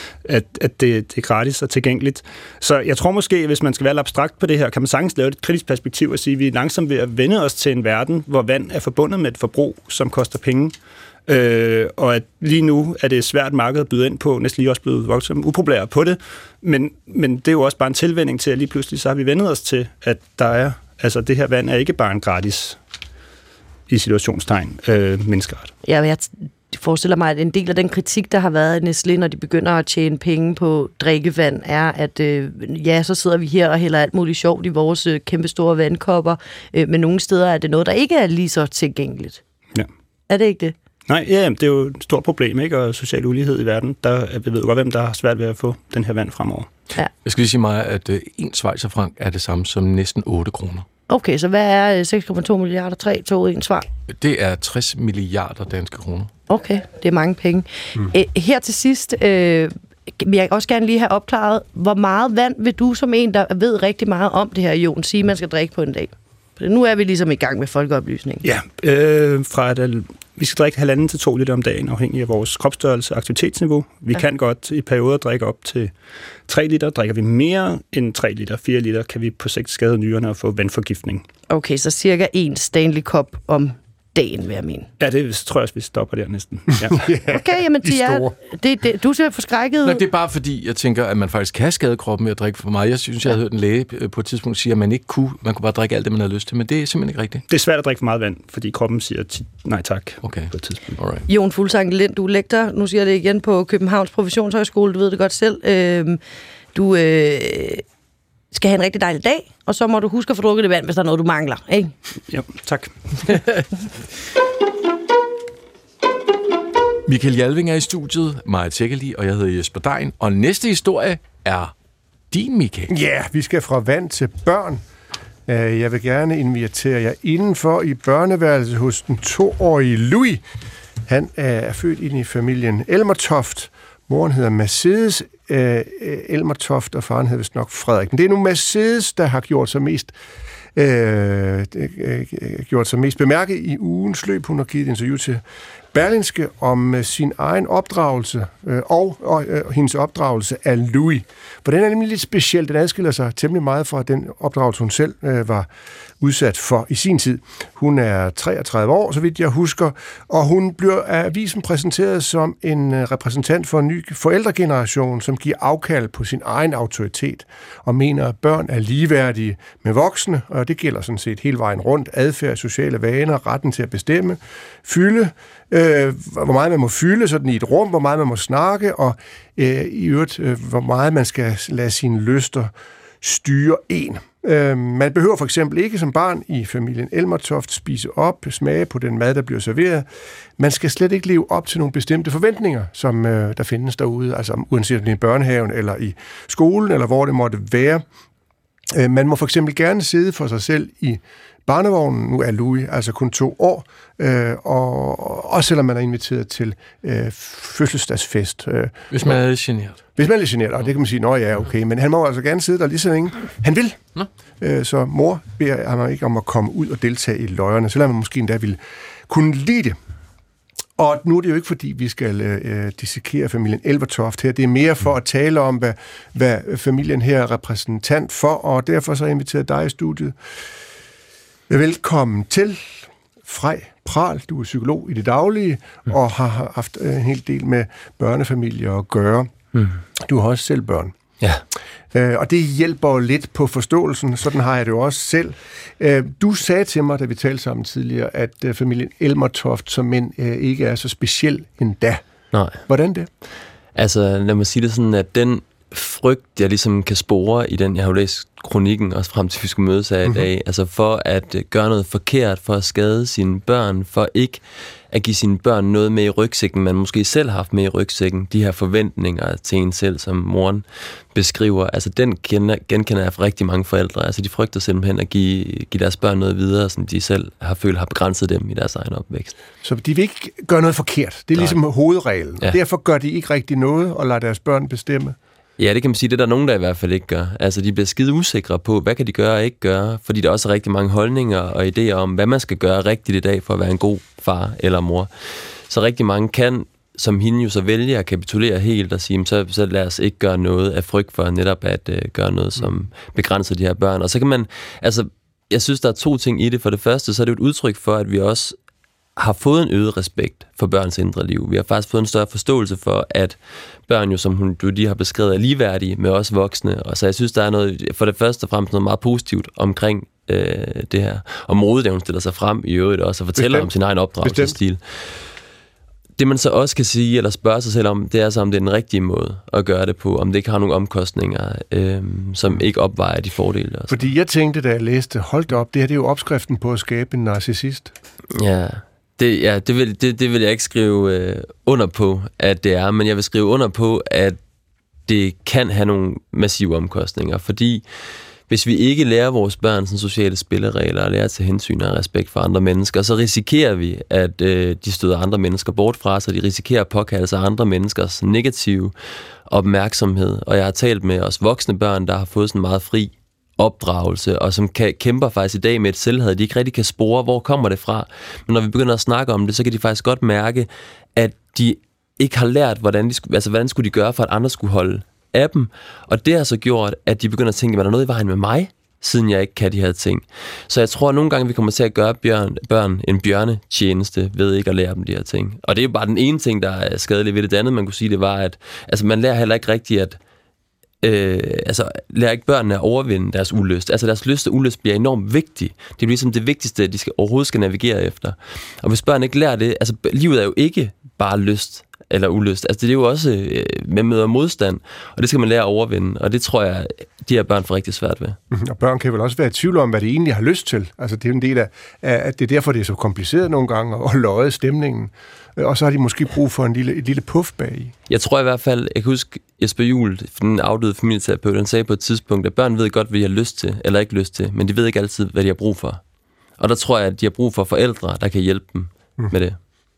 er gratis og tilgængeligt. Så jeg tror måske, hvis man skal være abstrakt på det her, kan man sagtens lave et kritisk perspektiv og sige, at vi er langsomt ved at vende os til en verden, hvor vand er forbundet med et forbrug, som koster penge. Og at lige nu er det et svært marked at byde ind på, næsten lige også blevet voldsomt upopulær på det, men det er jo også bare en tilvænning til, at lige pludselig så har vi vendet os til, at der er, altså det her vand er ikke bare en gratis, i situationstegn, menneskeret. Ja, jeg forestiller mig, at en del af den kritik, der har været i Nestlé, når de begynder at tjene penge på drikkevand, er, at så sidder vi her og hælder alt muligt sjovt i vores kæmpestore vandkopper, men nogle steder er det noget, der ikke er lige så tilgængeligt. Ja. Er det ikke det? Nej, ja, det er jo et stort problem, ikke? Og social ulighed i verden. Jeg ved godt, hvem der har svært ved at få den her vand fremover. Ja. Jeg skal lige sige mig, at en schweizerfrank er det samme som næsten 8 kroner. Okay, så hvad er 6,2 milliarder? 3, 2, 1 svar? Det er 60 milliarder danske kroner. Okay, det er mange penge. Her til sidst vil jeg også gerne lige have opklaret, hvor meget vand vil du som en, der ved rigtig meget om det her, Jon, sige, man skal drikke på en dag? For nu er vi ligesom i gang med folkeoplysning. Ja, vi skal drikke 1,5 til 2 liter om dagen, afhængig af vores kropsstørrelse og aktivitetsniveau. Vi kan godt i perioder drikke op til 3 liter. Drikker vi mere end 3 liter, 4 liter, kan vi på sigt skade nyrerne og få vandforgiftning. Okay, så cirka 1 Stanley Cup om dagen, vil jeg mene. Ja, det tror jeg, vi stopper der næsten. Ja. Okay, jamen du ser forskrækket. Nå, det er bare fordi, jeg tænker, at man faktisk kan skade kroppen med at drikke for meget. Jeg synes, jeg havde hørt en læge på et tidspunkt sige, at man kunne bare drikke alt det, man havde lyst til, men det er simpelthen ikke rigtigt. Det er svært at drikke for meget vand, fordi kroppen siger nej tak på et tidspunkt. Alright. Jon Fuglsang Lind, du er lektor, nu siger jeg det igen, på Københavns Professionshøjskole, du ved det godt selv. Du skal have en rigtig dejlig dag, og så må du huske at få drukket det vand, hvis der er noget, du mangler, ikke? Ja, tak. Michael Jalving er i studiet, Maja Tjekkeli, og jeg hedder Jesper Dein, og næste historie er din, Michael. Ja, vi skal fra vand til børn. Jeg vil gerne invitere jer indenfor i børneværelset hos den 2-årige Louis. Han er født ind i familien Elmertoft. Moren hedder Mercedes Elmertoft, og faren hedder vist nok Frederik. Men det er nu Mercedes, der har gjort sig mest bemærket i ugens løb. Hun har givet et interview til Berlingske om sin egen opdragelse og hendes opdragelse af Louis. For den er nemlig lidt speciel. Den adskiller sig temmelig meget fra den opdragelse, hun selv var udsat for i sin tid. Hun er 33 år, så vidt jeg husker, og hun bliver af avisen præsenteret som en repræsentant for en ny forældregeneration, som giver afkald på sin egen autoritet og mener, at børn er ligeværdige med voksne, og det gælder sådan set hele vejen rundt. Adfærd, sociale vaner, retten til at bestemme, fylde, hvor meget man må fylde sådan i et rum, hvor meget man må snakke, og i øvrigt, hvor meget man skal lade sine lyster styre en. Man behøver for eksempel ikke som barn i familien Elmertoft spise op, smage på den mad, der bliver serveret. Man skal slet ikke leve op til nogle bestemte forventninger, som der findes derude, altså uanset om det er i børnehaven eller i skolen, eller hvor det måtte være. Man må for eksempel gerne sidde for sig selv i barnevognen. Nu er Louis altså kun 2 år, og også selvom man er inviteret til fødselsdagsfest. Hvis man er lidt generet. Hvis man er lidt generet, og det kan man sige, nå ja, okay, men han må altså gerne sidde der lige så længe han vil. Så mor beder ham ikke om at komme ud og deltage i løjerne, selvom man måske endda ville kunne lide det. Og nu er det jo ikke, fordi vi skal dissekere familien Elvertoft her. Det er mere for at tale om, hvad familien her er repræsentant for, og derfor så har jeg inviteret dig i studiet. Velkommen til Frej Prahl. Du er psykolog i det daglige, og har haft en hel del med børnefamilier at gøre. Du har også selv børn. Ja. Og det hjælper lidt på forståelsen. Sådan har jeg det jo også selv. Du sagde til mig, da vi talte sammen tidligere, at familien Elmertoft som mænd ikke er så speciel endda. Nej. Hvordan det? Altså, lad mig sige det sådan, at den frygt, jeg ligesom kan spore i den, jeg har jo læst kronikken, også frem til vi skulle mødes af i dag, altså for at gøre noget forkert, for at skade sine børn, for ikke at give sine børn noget med i rygsækken, man måske selv har haft med i rygsækken, de her forventninger til en selv, som moren beskriver, altså den genkender jeg fra rigtig mange forældre, altså de frygter simpelthen at give deres børn noget videre, som de selv har følt har begrænset dem i deres egen opvækst. Så de vil ikke gøre noget forkert, det er ligesom hovedreglen, ja. Derfor gør de ikke rigtig noget og lader deres børn bestemme. Ja, det kan man sige, det er der nogen, der i hvert fald ikke gør. Altså, de bliver skide usikre på, hvad kan de gøre og ikke gøre, fordi der også er rigtig mange holdninger og idéer om, hvad man skal gøre rigtigt i dag for at være en god far eller mor. Så rigtig mange kan, som hende jo så vælge at kapitulere helt og sige, så lad os ikke gøre noget af frygt for netop at gøre noget, som begrænser de her børn. Og så kan man, altså, jeg synes, der er 2 ting i det. For det første, så er det jo et udtryk for, at vi også har fået en øget respekt for børns indre liv. Vi har faktisk fået en større forståelse for, at børn jo, som du lige har beskrevet, er ligeværdige med os voksne. Og så jeg synes, der er noget, for det første og fremmest noget meget positivt omkring det her. Og modet, hun stiller sig frem i øvrigt også og fortæller om sin egen opdragelsesstil. Det man så også kan sige, eller spørge sig selv om, det er så, om det er den rigtige måde at gøre det på, om det ikke har nogle omkostninger, som ikke opvejer de fordele. Også. Fordi jeg tænkte, da jeg læste, hold op, det her det er jo opskriften på at skabe en narcissist. Ja. Det vil jeg ikke skrive under på, at det er, men jeg vil skrive under på, at det kan have nogle massive omkostninger, fordi hvis vi ikke lærer vores børn sådan sociale spilleregler og lærer til hensyn og respekt for andre mennesker, så risikerer vi, at de støder andre mennesker bort fra sig, de risikerer at påkalde sig andre menneskers negative opmærksomhed. Og jeg har talt med os voksne børn, der har fået sådan meget fri opdragelse, og som kæmper faktisk i dag med et selvhed, de ikke rigtig kan spore, hvor kommer det fra. Men når vi begynder at snakke om det, så kan de faktisk godt mærke, at de ikke har lært, hvordan skulle de gøre, for at andre skulle holde af dem. Og det har så gjort, at de begynder at tænke, er der noget i vejen med mig, siden jeg ikke kan de her ting. Så jeg tror, at nogle gange vi kommer til at gøre børn en bjørnetjeneste ved ikke at lære dem de her ting. Og det er jo bare den ene ting, der er skadelig ved det. Det andet, man kunne sige, det var, at altså, man lærer heller ikke rigtigt, at lærer ikke børnene at overvinde deres ulyst. Altså deres lyst og ulyst bliver enormt vigtigt. Det bliver ligesom det vigtigste, de overhovedet skal navigere efter. Og hvis børn ikke lærer det, altså livet er jo ikke bare lyst eller ulyst. Altså det er jo også med møder modstand, og det skal man lære at overvinde. Og det tror jeg, de her børn får rigtig svært ved. Og børn kan vel også være i tvivl om, hvad de egentlig har lyst til. Altså det er jo en del af, at det er derfor, det er så kompliceret nogle gange at løje stemningen. Og så har de måske brug for et lille puff bag. Jeg tror i hvert fald, jeg kan huske Jesper Juhl, den afdøde familieterapeut, han sagde på et tidspunkt, at børn ved godt, hvad de har lyst til eller ikke lyst til, men de ved ikke altid, hvad de har brug for. Og der tror jeg, at de har brug for forældre, der kan hjælpe dem med det.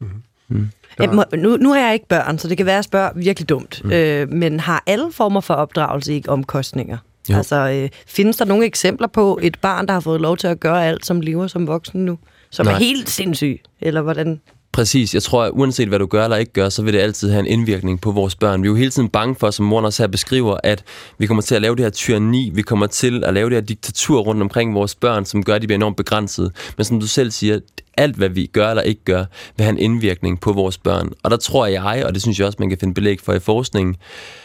Nu har jeg ikke børn, så det kan være, at jeg spørger virkelig dumt. Men har alle former for opdragelse ikke omkostninger? Jo. Altså, findes der nogle eksempler på et barn, der har fået lov til at gøre alt, som lever som voksen nu? Som er helt sindssyg? Eller hvordan? Præcis. Jeg tror, at uanset hvad du gør eller ikke gør, så vil det altid have en indvirkning på vores børn. Vi er jo hele tiden bange for, som moren også her beskriver, at vi kommer til at lave det her tyranni, vi kommer til at lave det her diktatur rundt omkring vores børn, som gør, at de bliver enormt begrænset. Men som du selv siger, alt hvad vi gør eller ikke gør, vil have en indvirkning på vores børn. Og der tror jeg, og det synes jeg også, man kan finde belæg for i forskningen,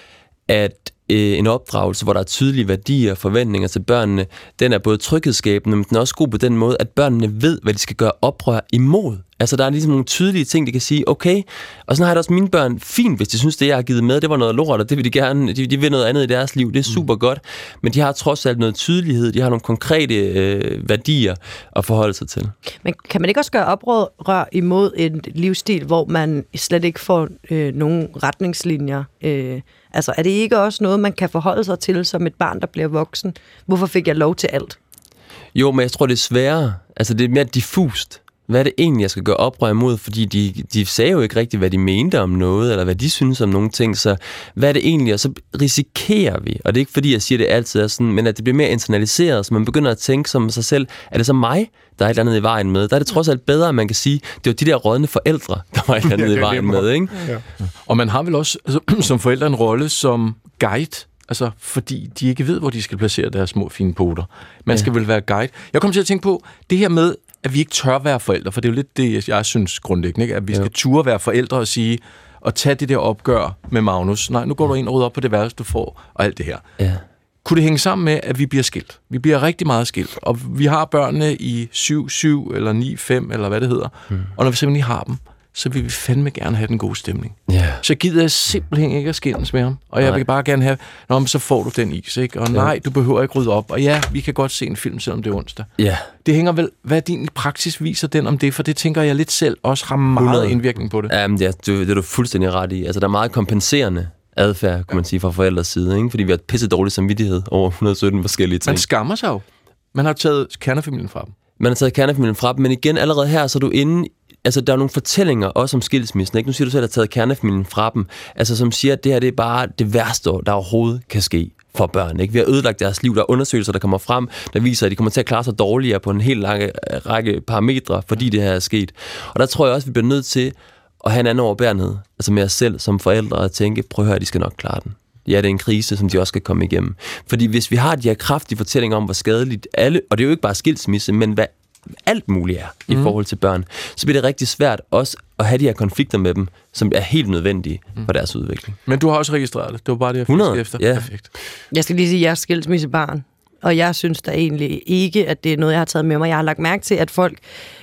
at en opdragelse, hvor der er tydelige værdier og forventninger til børnene, den er både tryghedsskabende, men den er også god på den måde, at børnene ved, hvad de skal gøre oprør imod. Altså, der er ligesom nogle tydelige ting, de kan sige, okay, og sådan har jeg også mine børn fint, hvis de synes, det jeg har givet med, det var noget lort, og det vil de gerne, de vil noget andet i deres liv, det er super godt, men de har trods alt noget tydelighed, de har nogle konkrete værdier at forholde sig til. Men kan man ikke også gøre oprør imod en livsstil, hvor man slet ikke får nogen retningslinjer? Altså, er det ikke også noget, man kan forholde sig til som et barn, der bliver voksen? Hvorfor fik jeg lov til alt? Jo, men jeg tror, det er sværere. Altså, det er mere diffust. Hvad er det egentlig, jeg skal gøre oprør imod? Fordi de sagde jo ikke rigtigt, hvad de mente om noget, eller hvad de synes om nogle ting. Så hvad er det egentlig? Og så risikerer vi, og det er ikke fordi, jeg siger, det altid er sådan, men at det bliver mere internaliseret, så man begynder at tænke som sig selv, er det så mig, der er et eller andet i vejen med? Der er det trods alt bedre, at man kan sige, det var de der rådne forældre, der var et eller andet i vejen med, ikke? Ja. Og man har vel også som forældre en rolle som guide, altså fordi de ikke ved, hvor de skal placere deres små fine poter. Man skal vel være guide. Jeg kom til at tænke på det her med, at vi ikke tør være forældre, for det er jo lidt det, jeg synes grundlæggende, ikke? At vi skal turde være forældre og sige, og tage det der opgør med Magnus. Nej, nu går du ind og rydder op på det værste, du får, og alt det her. Ja. Kunne det hænge sammen med, at vi bliver skilt? Vi bliver rigtig meget skilt, og vi har børnene i 7 eller 9-5, eller hvad det hedder. Og når vi simpelthen har dem, så vil vi fandme gerne have den gode stemning. Yeah. Så gider jeg simpelthen ikke at skændes med ham. Og jeg vil bare gerne have, nå, så får du den is, ikke? Og nej, du behøver ikke rydde op. Og ja, vi kan godt se en film, selvom det er onsdag. Yeah. Det hænger vel, hvad din praksis viser den om det? For det tænker jeg lidt selv også har meget indvirkning på det. Jamen, det er du fuldstændig ret i. Altså, der er meget kompenserende adfærd, kan man sige, fra forældres side, ikke? Fordi vi har pisse dårlig samvittighed over 117 forskellige ting. Man skammer sig jo. Man har taget kernefamilien fra dem. Man har taget kernefamilien fra dem, men igen, allerede her, så er du inde. Altså, der er nogle fortællinger også om skilsmissen, ikke? Nu siger du selv, at der har taget kernefamilien fra dem, altså som siger, at det her det er bare det værste, der overhovedet kan ske for børn, ikke? Vi har ødelagt deres liv, der er undersøgelser, der kommer frem, der viser, at de kommer til at klare sig dårligere på en helt lang række parametre, fordi det her er sket. Og der tror jeg også, at vi bliver nødt til at have en anden overbærenhed, altså med os selv som forældre, at tænke, prøv at høre, de skal nok klare den. Ja, det er en krise, som de også skal komme igennem. Fordi hvis vi har de her kraftige fortællinger om, hvor skadeligt alle, og det er jo ikke bare skilsmisse, men hvad alt muligt er i forhold til børn, så bliver det rigtig svært også at have de her konflikter med dem, som er helt nødvendige for deres udvikling. Men du har også registreret det. Det var bare det, jeg fiskede efter. Ja. Perfekt. Jeg skal lige sige, at jeg er skilsmissebarn, og jeg synes da egentlig ikke, at det er noget, jeg har taget med mig. Jeg har lagt mærke til, at folk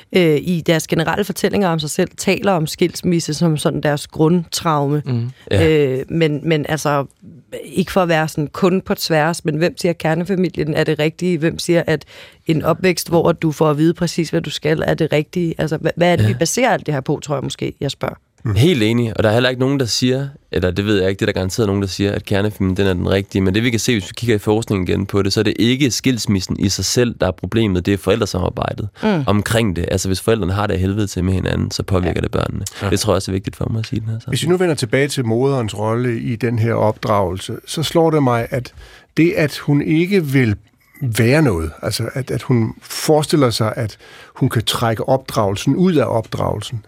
i deres generelle fortællinger om sig selv taler om skilsmisse som sådan deres grundtraume. Men altså, ikke for at være sådan kun på tværs, men hvem siger, at kernefamilien er det rigtige? Hvem siger, at en opvækst, hvor du får at vide præcis, hvad du skal, er det rigtige? Altså, hvad er det, vi baserer alt det her på, tror jeg måske, jeg spørger. Helt enig, og der er heller ikke nogen, der siger, eller det ved jeg ikke, det er der garanteret nogen, der siger, at kernefamilien den er den rigtige, men det vi kan se, hvis vi kigger i forskningen igen på det, så er det ikke skilsmissen i sig selv, der er problemet, det er forældresamarbejdet omkring det. Altså hvis forældrene har det af helvede til med hinanden, så påvirker det børnene. Det tror jeg også er vigtigt for mig at sige den her sammen. Hvis vi nu vender tilbage til moderens rolle i den her opdragelse, så slår det mig, at det, at hun ikke vil være noget, altså at hun forestiller sig, at hun kan trække opdragelsen ud af opdragelsen,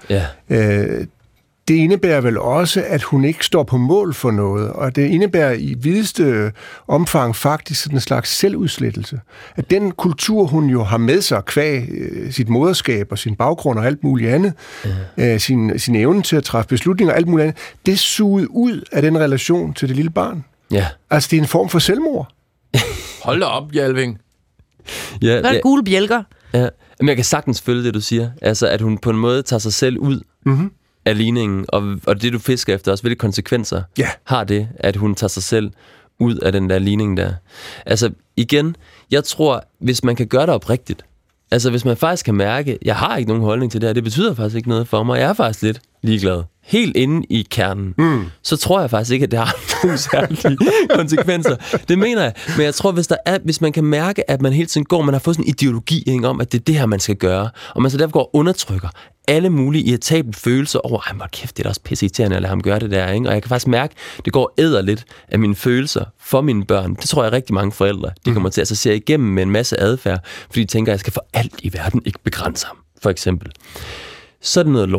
det indebærer vel også, at hun ikke står på mål for noget, og det indebærer i videste omfang faktisk sådan en slags selvudslettelse. At den kultur, hun jo har med sig, kvæg sit moderskab og sin baggrund og alt muligt andet, sin evne til at træffe beslutninger og alt muligt andet, det er suget ud af den relation til det lille barn. Ja. Altså, det er en form for selvmord. Hold da op, Hjalving. Hvad er gule bjælker? Ja. Men jeg kan sagtens følge det, du siger. Altså, at hun på en måde tager sig selv ud af ligningen, og det du fisker efter også, hvilke konsekvenser har det, at hun tager sig selv ud af den der ligning der. Altså igen, jeg tror, hvis man kan gøre det oprigtigt, altså hvis man faktisk kan mærke, jeg har ikke nogen holdning til det her, det betyder faktisk ikke noget for mig, jeg er faktisk lidt ligeglad, helt inde i kernen, så tror jeg faktisk ikke, at det har nogle særlige konsekvenser. Det mener jeg. Men jeg tror, hvis man kan mærke, at man hele tiden går, man har fået sådan en ideologi ikke, om, at det er det her, man skal gøre, og man så derfor går og undertrykker alle mulige irritable følelser over, hvor kæft, det er da også pisseirriterende at lade ham gøre det der, ikke? Og jeg kan faktisk mærke, det går æder lidt af mine følelser for mine børn. Det tror jeg rigtig mange forældre, de kommer til at se igennem med en masse adfærd, fordi de tænker, at jeg skal for alt i verden ikke begrænse ham, for eksempel. Så er det noget lort.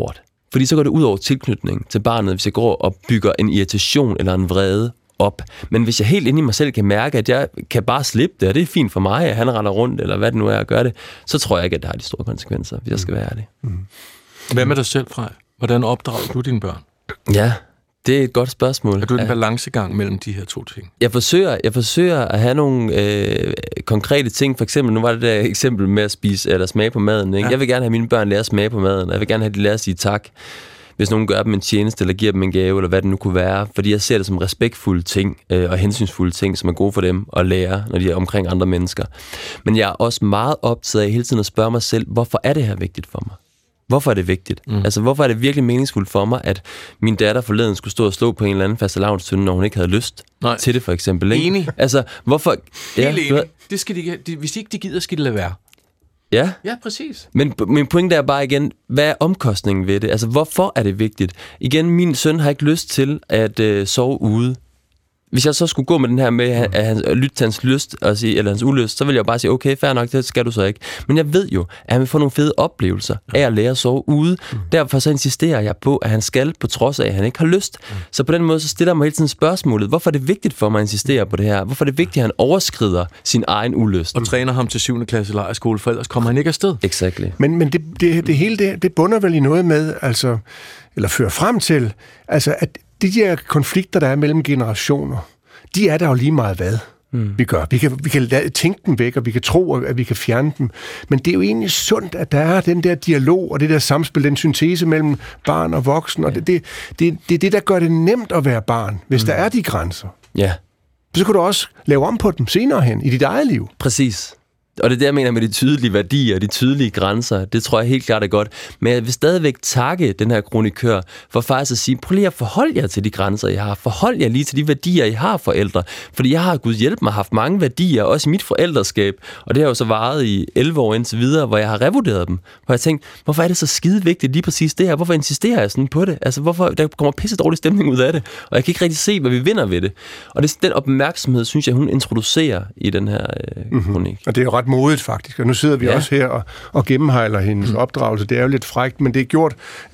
Fordi så går det ud over tilknytning til barnet, hvis jeg går og bygger en irritation eller en vrede op. Men hvis jeg helt inde i mig selv kan mærke, at jeg kan bare slippe det, og det er fint for mig, at han render rundt, eller hvad det nu er at gøre det, så tror jeg ikke, at det har de store konsekvenser, hvis jeg skal være ærlig. Hvad med dig selv, Frej? Hvordan opdrager du dine børn? Ja, det er et godt spørgsmål. Er du en balancegang mellem de her to ting? Jeg forsøger at have nogle konkrete ting. For eksempel, nu var det der eksempel med at spise eller smage på maden. Ikke? Ja. Jeg vil gerne have mine børn lære at smage på maden, og jeg vil gerne have, at de lærer at sige tak, hvis nogen gør dem en tjeneste, eller giver dem en gave, eller hvad det nu kunne være. Fordi jeg ser det som respektfulde ting, og hensynsfulde ting, som er gode for dem at lære, når de er omkring andre mennesker. Men jeg er også meget optaget af hele tiden at spørge mig selv, hvorfor er det her vigtigt for mig? Hvorfor er det vigtigt? Altså, hvorfor er det virkelig meningsfuldt for mig, at min datter forleden skulle stå og slå på en eller anden fastelavnstønde, når hun ikke havde lyst til det, for eksempel? Ikke? Enig. Altså, hvorfor... Helt enig. Det skal hvis ikke de gider, skal de lade være. Ja. Ja, præcis. Men min pointe er bare igen, hvad er omkostningen ved det? Altså, hvorfor er det vigtigt? Igen, min søn har ikke lyst til at sove ude. Hvis jeg så skulle gå med den her med at lytte til hans lyst og sige, eller hans ulyst, så vil jeg bare sige, okay, fair nok, det skal du så ikke. Men jeg ved jo, at han vil få nogle fede oplevelser af at lære at sove ude. Derfor så insisterer jeg på, at han skal, på trods af, at han ikke har lyst. Så på den måde, så stiller jeg mig hele tiden spørgsmålet, hvorfor er det vigtigt for mig at insistere på det her? Hvorfor er det vigtigt, at han overskrider sin egen ulyst? Og træner ham til 7. klasse lejrskole, for ellers kommer han ikke afsted. Exactly. Men det hele det bunder vel i noget med, altså, eller fører frem til, altså, at de her konflikter, der er mellem generationer, de er der jo lige meget hvad vi gør. Vi kan tænke dem væk, og vi kan tro, at vi kan fjerne dem. Men det er jo egentlig sundt, at der er den der dialog, og det der samspil, den syntese mellem barn og voksen. Og det er det, der gør det nemt at være barn, hvis der er de grænser. Ja. Så kan du også lave om på dem senere hen, i dit eget liv. Præcis. Og det er det, jeg mener med de tydelige værdier, de tydelige grænser. Det tror jeg helt klart er godt. Men jeg vil stadigvæk takke den her kronikør for faktisk at sige, prøv lige at forholde jer til de grænser, jeg har. Forhold jer lige til de værdier, I har, forældre. Fordi jeg har, Gud hjælp mig, haft mange værdier, også i mit forældreskab. Og det har jo så varet i 11 år indtil videre, hvor jeg har revurderet dem. Hvor jeg tænkte, hvorfor er det så skide vigtigt lige præcis det her? Hvorfor insisterer jeg sådan på det? Altså, hvorfor der kommer pisse dårlig stemning ud af det? Og jeg kan ikke rigtig se, hvad vi vinder ved det. Og det, den opmærksomhed, synes jeg, hun introducerer i den her kronik. Og det er jo ret modigt, faktisk. Og nu sidder vi også her og gennemhejler hendes opdragelse. Det er jo lidt frækt, men det er gjort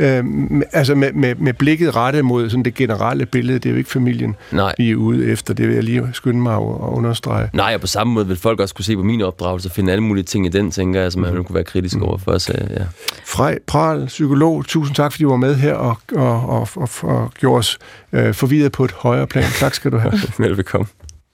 med blikket rettet mod sådan det generelle billede. Det er jo ikke familien, vi er ude efter. Det vil jeg lige skynde mig at understrege. Nej, og på samme måde vil folk også kunne se på min opdragelse og finde alle mulige ting i den, tænker jeg, som man kunne være kritisk over for. Så, ja. Frej Prahl, psykolog, tusind tak, fordi du var med her og gjorde os forvirret på et højere plan. Tak skal du have. Velbekomme.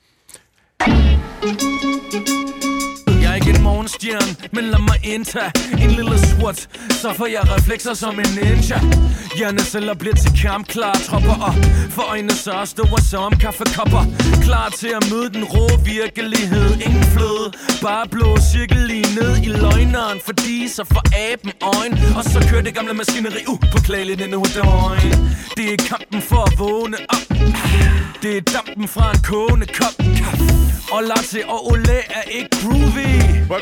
En morgenstjerne, men lad mig indtage en lille swat, så får jeg reflekser som en ninja. Hjerneceller bliver til kampklare tropper, og for øjnene så store som kaffekopper. Klar til at møde den rå virkelighed. Ingen fløde, bare blå cirkel lige ned i løgneren, fordi så får aben øjen. Og så kører det gamle maskineri upåklageligt endnu et døgn. Det er kampen for at vågne op. Det er dampen fra en kogende kop. Og latte og olé er ikke groovy.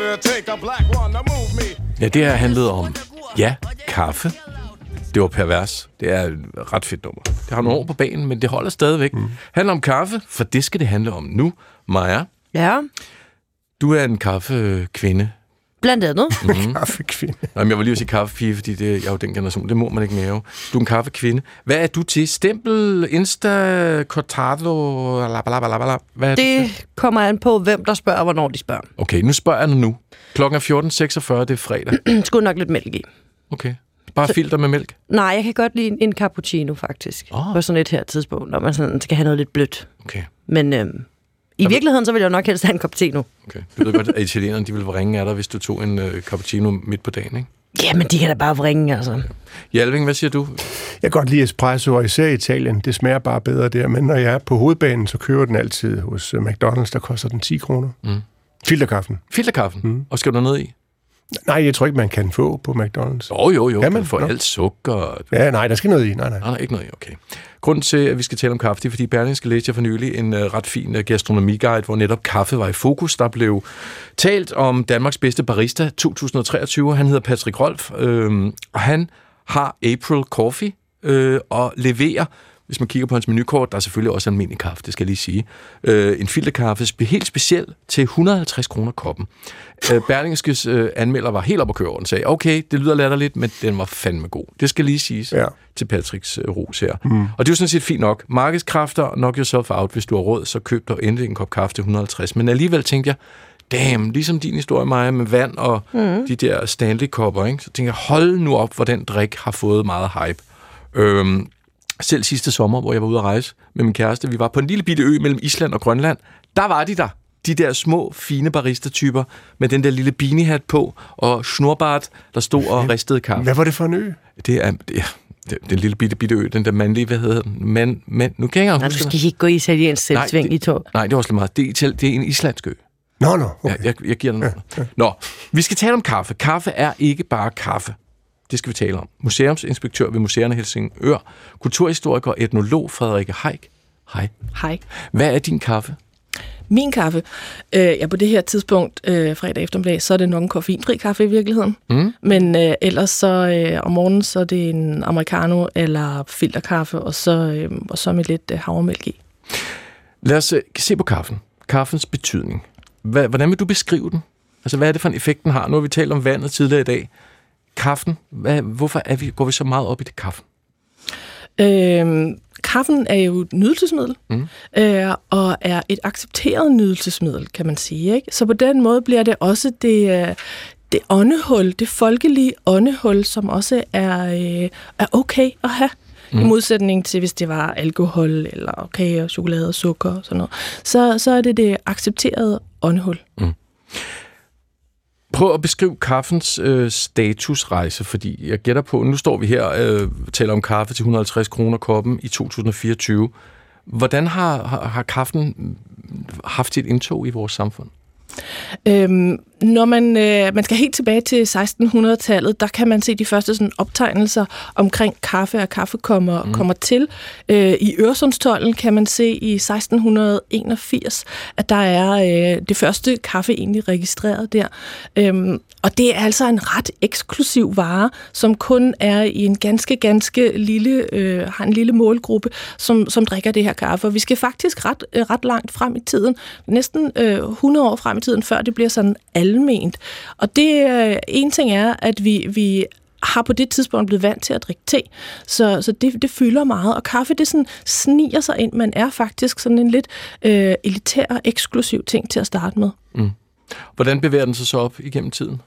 Ja, det her handlede om, kaffe. Det var pervers. Det er et ret fedt nummer. Det har nogle år på banen, men det holder stadigvæk. Handler om kaffe, for det skal det handle om nu. Maja. Ja? Du er en kaffekvinde. Blandt andet. Kaffekvinde. Jamen, jeg vil lige sige kaffepige, fordi jeg er jo den generation. Det må man ikke mere jo. Du er en kaffekvinde. Hvad er du til? Stempel, Insta, Cortado, hvad er det kommer an på, hvem der spørger, hvornår de spørger. Okay, nu spørger jeg nu. Klokken er 14.46, det er fredag. Skulle nok lidt mælk i. Okay. Bare filter med mælk? Nej, jeg kan godt lide en cappuccino, faktisk. På sådan et her tidspunkt, når man sådan skal have noget lidt blødt. Okay. Men i virkeligheden, så vil jeg nok helst have en cappuccino. Okay. Du ved godt, at italienerne, de ville vrænge af dig, hvis du tog en cappuccino midt på dagen, ikke? Jamen, de kan da bare vrænge, altså. Okay. Hjalving, hvad siger du? Jeg kan godt lide espresso, og især i Italien. Det smager bare bedre der, men når jeg er på hovedbanen, så kører den altid hos McDonald's, der koster den 10 kroner. Filterkaffen. Filterkaffen? Og skal du noget i? Nej, jeg tror ikke, man kan få på McDonald's. Jo. Kan man få alt sukker? Ja, nej, der skal noget i. Nej, ikke noget i, okay. Grunden til, at vi skal tale om kaffe, det er, fordi Berlingske læste jeg for nylig en ret fin gastronomiguide, hvor netop kaffe var i fokus. Der blev talt om Danmarks bedste barista 2023. Han hedder Patrick Rolf, og han har April Coffee og leverer hvis man kigger på hans menukort, der er selvfølgelig også almindelig kaffe, det skal jeg lige sige. En filterkaffe, helt speciel til 150 kroner koppen. Berlingskes anmelder var helt op at køre over og sagde, okay, det lyder latterligt, men den var fandme god. Det skal lige siges til Patricks ros her. Og det er jo sådan set fint nok. Markedskræfter, knock yourself out, hvis du har råd, så køb dig endelig en kop kaffe til 150. Men alligevel tænkte jeg, damn, ligesom din historie, Maja, med vand og de der Stanley-kopper, ikke? Så tænker jeg, hold nu op, hvor den drik har fået meget hype. Selv sidste sommer, hvor jeg var ude at rejse med min kæreste, vi var på en lille bitte ø mellem Island og Grønland, der var de der. De der små, fine barista-typer med den der lille beanie-hat på og snorbart, der stod og ristede kaffe. Hvad var det for en ø? Det er den lille bitte ø, den der mandlige, hvad hedder den? Nu kan jeg ikke huske. Du skal ikke gå i italiensk selvsving i tog. Nej, det er også lidt meget. Det er en islandsk ø. Nå, okay. Jeg giver den noget. Nå, vi skal tale om kaffe. Kaffe er ikke bare kaffe. Det skal vi tale om. Museumsinspektør ved Museerne Helsingør, kulturhistoriker og etnolog Frederikke Haik. Hej. Hej. Hvad er din kaffe? Min kaffe? På det her tidspunkt, fredag eftermiddag, så er det nok en koffeinfri kaffe i virkeligheden. Men ellers så om morgenen, så er det en americano eller filterkaffe, og så med lidt havremælk i. Lad os se på kaffen. Kaffens betydning. Hvordan vil du beskrive den? Altså, hvad er det for en effekt, den har? Nu har vi talt om vandet tidligere i dag. Kaffen, hvorfor går vi så meget op i det kaffen? Kaffen er jo et nydelsesmiddel, og er et accepteret nydelsesmiddel, kan man sige. Ikke? Så på den måde bliver det også det åndehul, det folkelige åndehul, som også er okay at have. I modsætning til, hvis det var alkohol, eller kage og chokolade og sukker og sådan noget. Så er det accepterede åndehul. Prøv at beskrive kaffens statusrejse, fordi jeg gætter på, nu står vi her og taler om kaffe til 150 kroner koppen i 2024. Hvordan har kaffen haft et indtog i vores samfund? Når man skal helt tilbage til 1600-tallet, der kan man se de første sådan optegnelser omkring kaffe og kaffe kommer til. I Øresundstolden kan man se i 1681, at der er det første kaffe egentlig registreret der. Og det er altså en ret eksklusiv vare, som kun er i en ganske lille, har en lille målgruppe, som drikker det her kaffe. Og vi skal faktisk ret langt frem i tiden, næsten 100 år frem i tiden, før det bliver sådan alment. Og det en ting er, at vi har på det tidspunkt blevet vant til at drikke te, så det fylder meget. Og kaffe, det sådan sniger sig ind, men er faktisk sådan en lidt elitær og eksklusiv ting til at starte med. Hvordan bevæger den sig så op igennem tiden?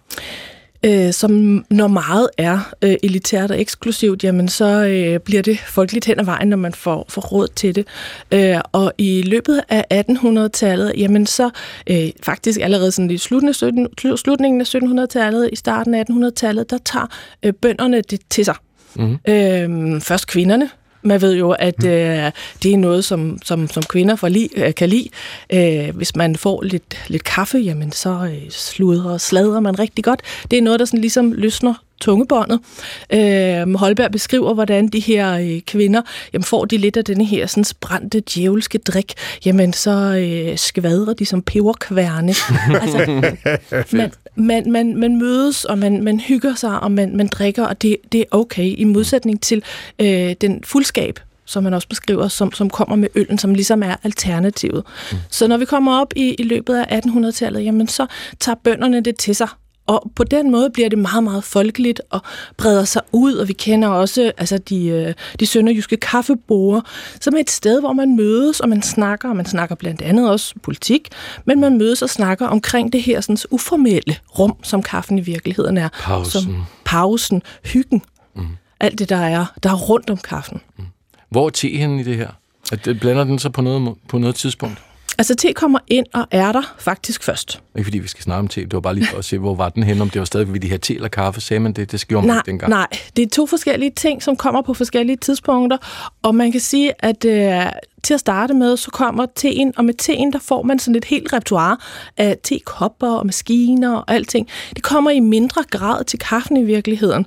Som når meget er elitært og eksklusivt, jamen så bliver det folkeligt hen ad vejen, når man får råd til det. Og i løbet af 1800-tallet, jamen så faktisk allerede sådan i slutningen af 1700-tallet, i starten af 1800-tallet, der tager bønderne det til sig. Først kvinderne. Man ved jo, at det er noget, som kvinder kan lide. Hvis man får lidt kaffe, jamen så sladrer man rigtig godt. Det er noget, der sådan ligesom løsner tungebåndet. Holberg beskriver, hvordan de her kvinder, jamen får de lidt af denne her sådan brændte djævelske drik, jamen så skvadrer de som peberkværne. Altså, man mødes, og man hygger sig, og man drikker, og det er okay, i modsætning til den fuldskab, som man også beskriver, som kommer med øllen, som ligesom er alternativet. Så når vi kommer op i løbet af 1800-tallet, jamen så tager bønderne det til sig. Og på den måde bliver det meget, meget folkeligt og breder sig ud, og vi kender også altså de sønderjyske kaffeborde, som er et sted, hvor man mødes, og man snakker blandt andet også politik, men man mødes og snakker omkring det her sådan uformelle rum, som kaffen i virkeligheden er. Pausen, hyggen, alt det, der er rundt om kaffen. Hvor er te henne i det her? Blander den så på noget tidspunkt? Altså, te kommer ind og er der faktisk først. Ikke fordi vi skal snakke om te, det var bare lige for at se, hvor var den henne, om det var stadig ved de her te eller kaffe, sagde man det gjorde man ikke dengang. Nej, det er to forskellige ting, som kommer på forskellige tidspunkter, og man kan sige, at til at starte med, så kommer teen, og med teen, der får man sådan et helt repertoire af tekopper og maskiner og alting. Det kommer i mindre grad til kaffen i virkeligheden.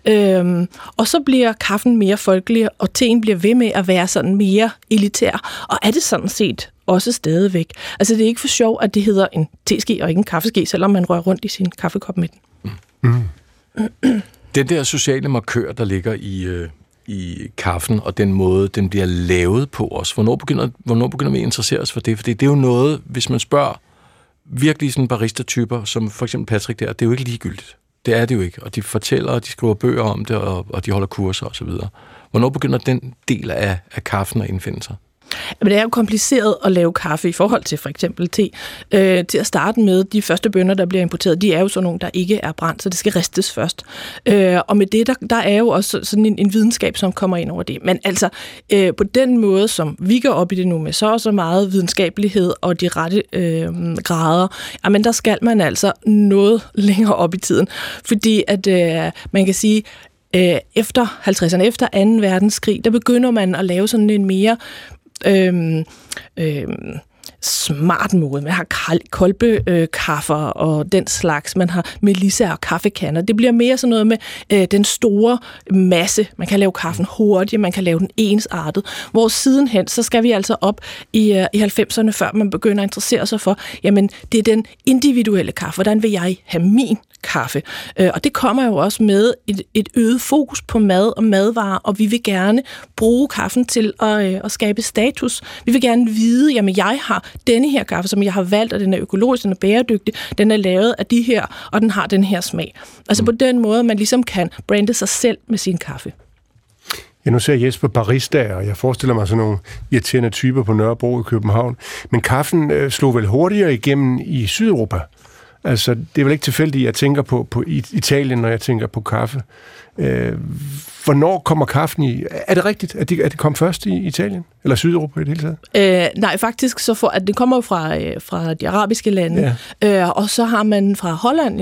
Og så bliver kaffen mere folkelig, og teen bliver ved med at være sådan mere elitær, og er det sådan set også stadigvæk. Altså, det er ikke for sjov, at det hedder en teske og ikke en kaffeske, selvom man rører rundt i sin kaffekop med den. Den der sociale markør, der ligger i kaffen, og den måde, den bliver lavet på os. Hvornår begynder vi at interessere os for det? For det er jo noget, hvis man spørger virkelig sådan barista-typer, som for eksempel Patrick der, det er jo ikke ligegyldigt. Det er det jo ikke. Og de fortæller, og de skriver bøger om det, og de holder kurser osv. Hvornår begynder den del af kaffen at indfinde sig? Men det er jo kompliceret at lave kaffe i forhold til for eksempel te. Til at starte med, de første bønner, der bliver importeret, de er jo sådan nogle, der ikke er brændt, så det skal ristes først. Og med det, der er jo også sådan en videnskab, som kommer ind over det. Men altså, på den måde, som vi går op i det nu med så meget videnskabelighed og de rette grader, jamen der skal man altså noget længere op i tiden. Fordi at man kan sige, efter 50'erne, efter 2. verdenskrig, der begynder man at lave sådan en mere smart måde. Man har kolbekaffer og den slags. Man har melissa og kaffekander. Det bliver mere sådan noget med den store masse. Man kan lave kaffen hurtigt, man kan lave den ensartet. Hvor sidenhen, så skal vi altså op i 90'erne, før man begynder at interessere sig for, jamen, det er den individuelle kaffe. Hvordan vil jeg have min kaffe? Og det kommer jo også med et øget fokus på mad og madvarer, og vi vil gerne bruge kaffen til at skabe status. Vi vil gerne vide, jamen jeg har denne her kaffe, som jeg har valgt, og den er økologisk, den er bæredygtig, den er lavet af de her, og den har den her smag. Altså på den måde, man ligesom kan brande sig selv med sin kaffe. Ja, nu ser Jesper barista, og jeg forestiller mig sådan nogle irriterende typer på Nørrebro i København. Men kaffen slog vel hurtigere igennem i Sydeuropa? Altså, det er vel ikke tilfældigt, at jeg tænker på Italien, når jeg tænker på kaffe. Hvornår kommer kaffen i? Er det rigtigt, at det kom først i Italien? Eller Sydeuropa i det hele taget? Nej, faktisk så at det kommer fra de arabiske lande, og så har man fra Holland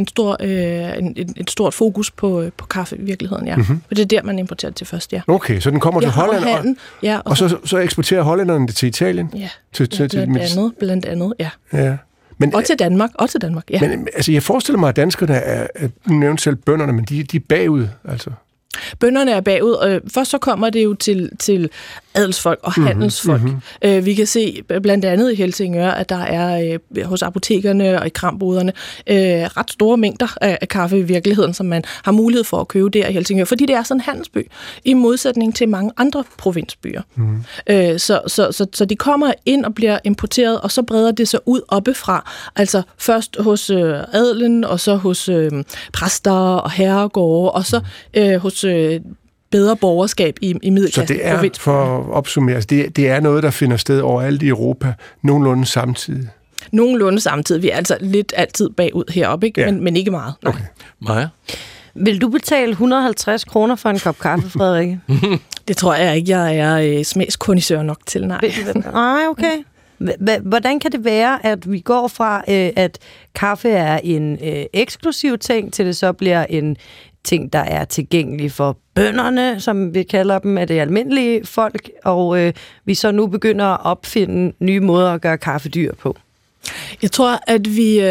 et stort fokus på kaffe i virkeligheden, ja. Mm-hmm. For det er der, man importerer det til først, ja. Okay, så den kommer til Holland, og så eksporterer hollænderne det til Italien? Ja, blandt andet, ja. Ja. Men, og til Danmark, ja. Men altså, jeg forestiller mig, at danskerne nu nævnte selv bønderne, men de er bagud, altså. Bønderne er bagud. Først så kommer det jo til adelsfolk og handelsfolk. Mm-hmm. Vi kan se blandt andet i Helsingør, at der er hos apotekerne og i kramboderne ret store mængder af kaffe i virkeligheden, som man har mulighed for at købe der i Helsingør, fordi det er sådan en handelsby, i modsætning til mange andre provinsbyer. Mm-hmm. Så de kommer ind og bliver importeret, og så breder det sig ud oppefra. Altså først hos adelen, og så hos præster og herregårde, og så hos bedre borgerskab i middelklassen. Så det er, for at opsummere, det er noget, der finder sted overalt i Europa, nogenlunde samtidig? Nogenlunde samtidig. Vi er altså lidt altid bagud heroppe, ikke? Ja. Men ikke meget. Nej. Okay. Maja? Vil du betale 150 kroner for en kop kaffe, Frederik? Det tror jeg ikke. Jeg er smagskondisør nok til, nej. Nej, okay. Hvordan kan det være, at vi går fra, at kaffe er en eksklusiv ting, til det så bliver en ting, der er tilgængelige for bønderne, som vi kalder dem, af det almindelige folk, og vi så nu begynder at opfinde nye måder at gøre kaffedyr på? Jeg tror, at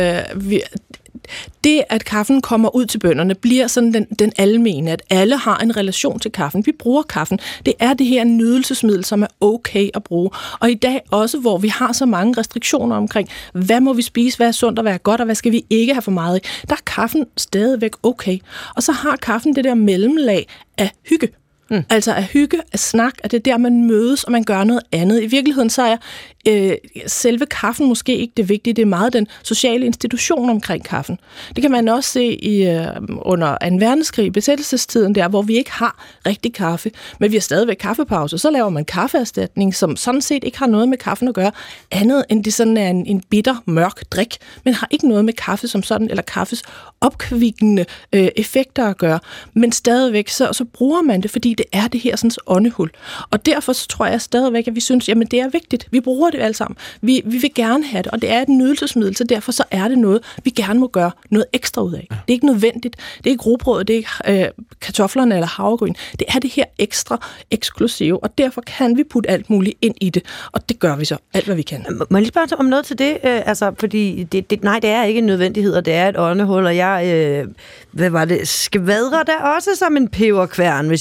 det, at kaffen kommer ud til bønderne, bliver sådan den almene, at alle har en relation til kaffen. Vi bruger kaffen. Det er det her nydelsesmiddel, som er okay at bruge. Og i dag også, hvor vi har så mange restriktioner omkring, hvad må vi spise, hvad er sundt og hvad er godt, og hvad skal vi ikke have for meget af, der er kaffen stadigvæk okay. Og så har kaffen det der mellemlag af hygge. Altså af hygge, af snak, at det er der, man mødes, og man gør noget andet. I virkeligheden så er selve kaffen måske ikke det vigtige, det er meget den sociale institution omkring kaffen. Det kan man også se under 2. verdenskrig, besættelsestiden der, hvor vi ikke har rigtig kaffe, men vi har stadigvæk kaffepause. Så laver man kaffeerstatning, som sådan set ikke har noget med kaffen at gøre, andet end det sådan er en bitter, mørk drik, men har ikke noget med kaffe som sådan, eller kaffes opkvikkende effekter at gøre. Men stadigvæk så bruger man det, fordi det er det her sådan åndehul. Og derfor så tror jeg stadigvæk, at vi synes, jamen det er vigtigt. Vi bruger det alt sammen. Vi vil gerne have det, og det er et nydelsesmiddel, så derfor så er det noget, vi gerne må gøre noget ekstra ud af. Det er ikke nødvendigt. Det er ikke rugbrød, det er ikke kartoflerne eller havregryn. Det er det her ekstra eksklusive, og derfor kan vi putte alt muligt ind i det, og det gør vi så alt, hvad vi kan. Må jeg lige spørge om noget til det? Fordi nej, det er ikke en nødvendighed, og det er et åndehul, og jeg skvadrer der også som en peberkværn, hvis jeg får en kop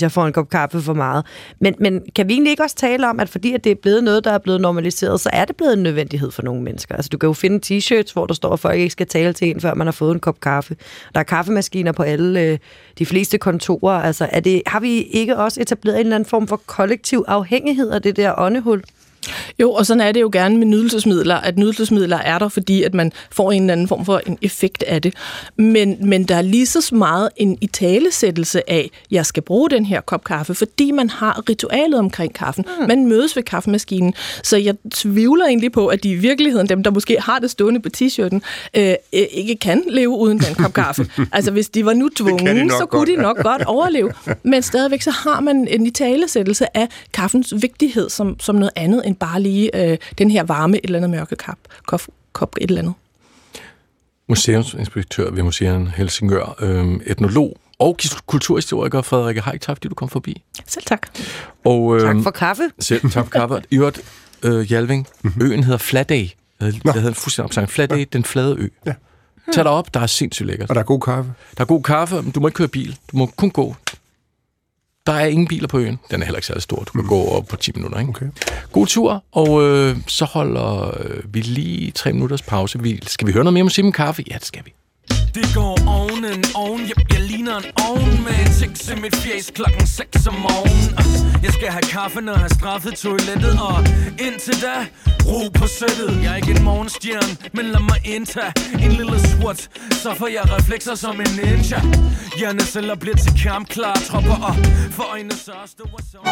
kaffe for meget. Men kan vi egentlig ikke også tale om, at fordi at det er blevet noget, der er blevet normaliseret, så er det blevet en nødvendighed for nogle mennesker? Altså, du kan jo finde t-shirts, hvor der står, at folk ikke skal tale til en, før man har fået en kop kaffe. Der er kaffemaskiner på alle de fleste kontorer. Altså, har vi ikke også etableret en eller anden form for kollektiv afhængighed af det der åndehul? Jo, og sådan er det jo gerne med nydelsesmidler, at nydelsesmidler er der, fordi at man får en eller anden form for en effekt af det. Men der er lige så meget en italesættelse af, jeg skal bruge den her kop kaffe, fordi man har ritualet omkring kaffen. Man mødes ved kaffemaskinen. Så jeg tvivler egentlig på, at de i virkeligheden, dem der måske har det stående på t-shirten, ikke kan leve uden den kop kaffe. Altså hvis de var nu tvunget, så kunne de nok godt overleve. Men stadigvæk så har man en italesættelse af kaffens vigtighed som noget andet end bare lige den her varme, et eller andet mørke kop et eller andet. Museumsinspektør ved Museum Helsingør, etnolog og kulturhistoriker Frederikke Height, fordi du kom forbi. Selv tak. Og, tak for kaffe. Selv tak for kaffe. I øvrigt, Hjalving, øen hedder Fladay. Jeg havde en fuldstændig opsang. Fladay, den flade ø. Ja. Tag dig op, der er sindssygt lækkert. Og der er god kaffe. Der er god kaffe, men du må ikke køre bil. Du må kun gå. Der er ingen biler på øen. Den er heller ikke særlig stor. Du kan gå op på 10 minutter. Ikke? Okay. God tur, og så holder vi lige 3 minutters pause. Skal vi høre noget mere musik med kaffe? Ja, det skal vi. Det går oven en oven, jeg ligner en ovn med en tiks i mit fjes klokken 6 om morgenen. Jeg skal have kaffe, når jeg har straffet toilettet, og indtil da, ro på sættet. Jeg er ikke en morgenstjerne, men lad mig indtage en lille swat, så får jeg reflekser som en ninja. Hjerneceller bliver til kampklare tropper, og for øjnene så store som...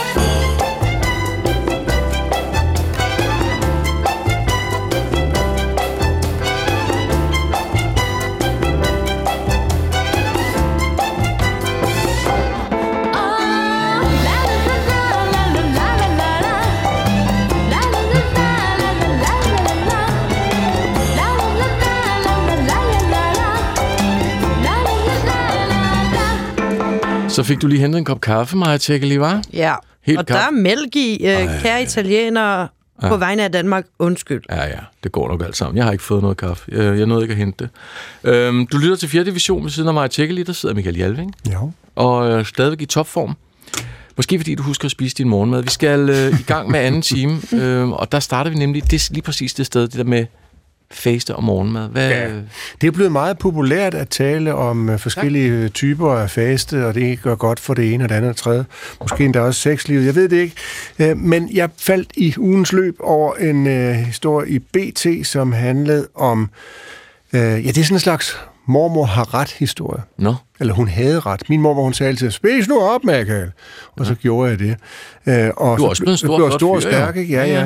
Så fik du lige hentet en kop kaffe, Maja Tjekkeli, var? Ja, helt og kaffe. Der er mælk i, kære italienere, på vegne af Danmark. Undskyld. Ja, det går nok alt sammen. Jeg har ikke fået noget kaffe. Jeg nåede ikke at hente det. Du lytter til 4. division ved siden af Maja Tjekkeli, der sidder Michael Hjalving. Ja. Og stadigvæk i topform. Måske fordi du husker at spise din morgenmad. Vi skal i gang med anden time, og der starter vi nemlig lige præcis det sted, det der med faste og morgenmad. Det er blevet meget populært at tale om forskellige typer af faste, og det gør godt for det ene og det andet og tredje. Måske endda også sexlivet, jeg ved det ikke. Men jeg faldt i ugens løb over en historie i BT, som handlede om, det er sådan en slags mormor har ret historie. No. Eller hun havde ret. Min mormor, hun sagde altid, spis nu op, Michael. Og så gjorde jeg det. Og du er også blevet stor og stærk, ikke? Ja.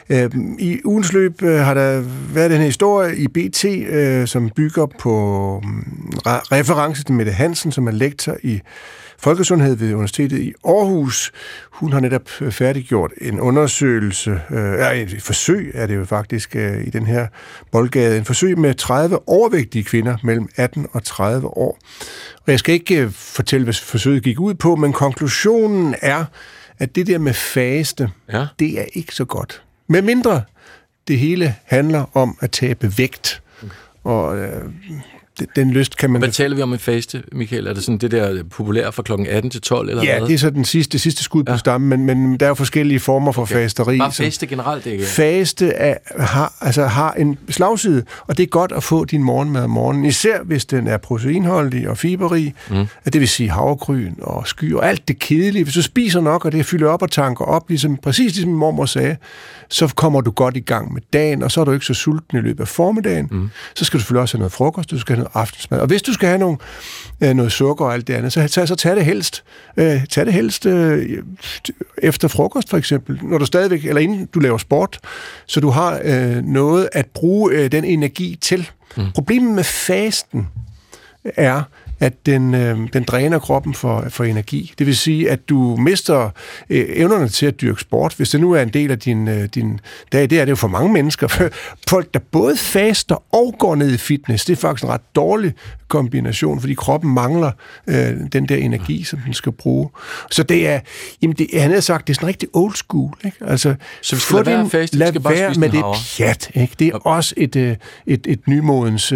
I ugens løb har der været den her historie i BT, som bygger på reference til Mette Hansen, som er lektor i folkesundhed ved Universitetet i Aarhus. Hun har netop færdiggjort en undersøgelse, et forsøg er det jo faktisk i den her boldgade, en forsøg med 30 overvægtige kvinder mellem 18 og 30 år. Og jeg skal ikke fortælle, hvad forsøget gik ud på, men konklusionen er, at det der med faste, det er ikke så godt. Med mindre det hele handler om at tabe vægt. Og den lyst kan man... Hvad taler vi om en faste, Michael? Er det sådan det der populære fra klokken 18 til 12? Eller ja, hvad? Det er så den sidste skud på stammen, men der er jo forskellige former for fasteri. Bare faste generelt, ikke? Faste har en slagside, og det er godt at få din morgenmad om morgenen, især hvis den er proteinholdig og fiberrig, det vil sige havregryn og sky og alt det kedelige. Hvis du spiser nok, og det fylder op og tanker op, præcis ligesom min mormor sagde, så kommer du godt i gang med dagen, og så er du ikke så sulten i løbet af formiddagen. Så skal du selvfølgelig også have noget frokost, du skal have noget aftensmad. Og hvis du skal have noget sukker og alt det andet, så tag det helst efter frokost for eksempel, når du stadigvæk, eller inden du laver sport, så du har noget at bruge den energi til. Problemet med fasten er, at den dræner kroppen for energi. Det vil sige, at du mister evnerne til at dyrke sport. Hvis det nu er en del af din dag, det er det jo for mange mennesker. Folk, der både faster og går ned i fitness, det er faktisk en ret dårlig kombination, fordi kroppen mangler den der energi, som den skal bruge. Så det er, han havde sagt, det er sådan rigtig old school, ikke? Altså, så vi skal lade være fast, lad være med det pjat, ikke? Det er også et nymodens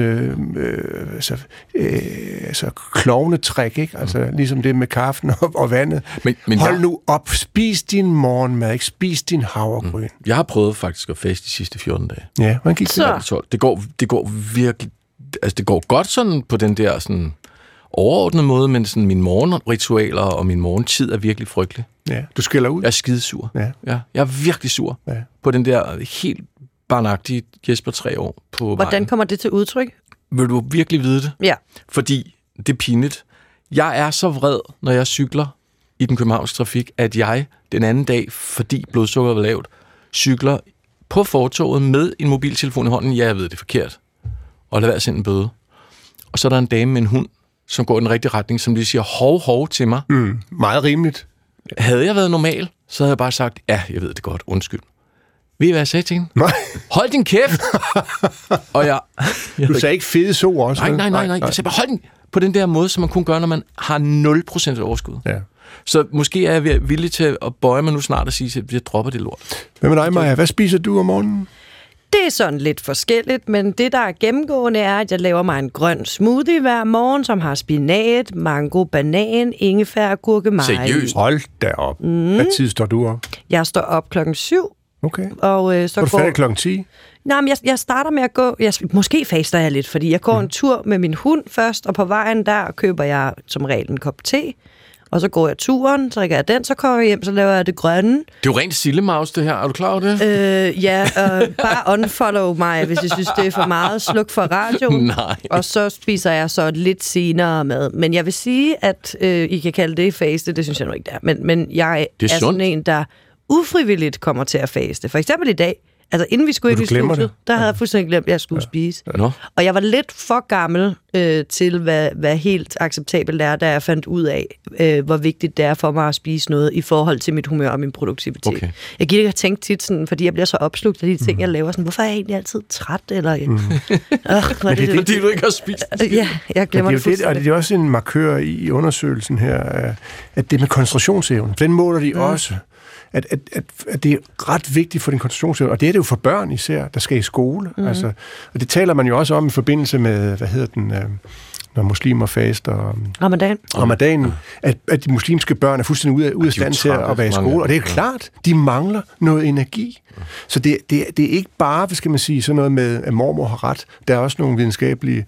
klovnetræk, ikke? Altså, ligesom det med kaffen og vandet. Men hold nu op, spis din morgenmad, ikke? Spis din havregryn. Jeg har prøvet faktisk at faste de sidste 14 dage. Ja, man gik til det går virkelig, altså det går godt sådan på den der sådan overordnede måde, men sådan mine morgenritualer og min morgentid er virkelig frygtelig. Ja, du skælder ud. Jeg er skidesur. Ja. Jeg er virkelig sur på den der helt barnagtige Jesper 3 år på Hvordan vejen. kommer det til udtryk? Vil du virkelig vide det? Ja. Fordi det er pinligt. Jeg er så vred, når jeg cykler i den københavnske trafik, at jeg den anden dag, fordi blodsukkeret var lavt, cykler på fortovet med en mobiltelefon i hånden. Ja, jeg ved, det er forkert. Og lad være at sende en bøde. Og så er der en dame med en hund, som går i den rigtige retning, som lige siger hov til mig. Meget rimeligt. Havde jeg været normal, så havde jeg bare sagt, ja, jeg ved det godt, undskyld. Ved I, hvad jeg sagde til hende? Nej. Hold din kæft! Og du sagde ikke fede så også? Nej. Jeg sagde bare, hold den på den der måde, som man kun gør, når man har 0% overskud. Ja. Så måske er jeg villig til at bøje mig nu snart og sige, at jeg dropper det lort. Hvad med dig, Maja? Hvad spiser du om morgenen? Det er sådan lidt forskelligt, men det, der er gennemgående, er, at jeg laver mig en grøn smoothie hver morgen, som har spinat, mango, banan, ingefær, gurkemeje. Seriøst? Hold da op. Hvad tid står du op? Jeg står op 7:00. Okay. Og så går du færdig klokken 10? Nej, men jeg starter med at gå... Måske faster jeg lidt, fordi jeg går en tur med min hund først, og på vejen der køber jeg som regel en kop te, og så går jeg turen, så drikker jeg den, så kommer jeg hjem, så laver jeg det grønne. Det er jo rent sillemaus, det her. Er du klar over det? Bare unfollow mig, hvis jeg synes, det er for meget. Sluk for radioen. Nej. Og så spiser jeg så lidt senere mad. Men jeg vil sige, at I kan kalde det faste, det synes jeg nu ikke, det er. Men jeg er sådan en, der ufrivilligt kommer til at faste. For eksempel i dag, altså inden vi skulle ind i studiet, der havde jeg fuldstændig glemt, at jeg skulle spise. Ja. Og jeg var lidt for gammel til, hvad helt acceptabelt er, da jeg fandt ud af, hvor vigtigt det er for mig at spise noget i forhold til mit humør og min produktivitet. Okay. Jeg giver ikke at tænke tit sådan, fordi jeg bliver så opslugt af de ting, jeg laver. Sådan, hvorfor er jeg egentlig altid træt? Eller, det er fordi, du ikke har spist. Ja, jeg glemmer det fuldstændig. Og det er også en markør i undersøgelsen her, at det med koncentrationsevne, den måler de også. At det er ret vigtigt for din koncentrationsevne, og det er det jo for børn især, der skal i skole. Altså, og det taler man jo også om i forbindelse med, når muslimer faster. Ramadanen. At de muslimske børn er fuldstændig ude af stand til at være i skole, og det er klart, de mangler noget energi. Så det er ikke bare, hvad skal man sige, sådan noget med, at mormor har ret. Der er også nogle videnskabelige,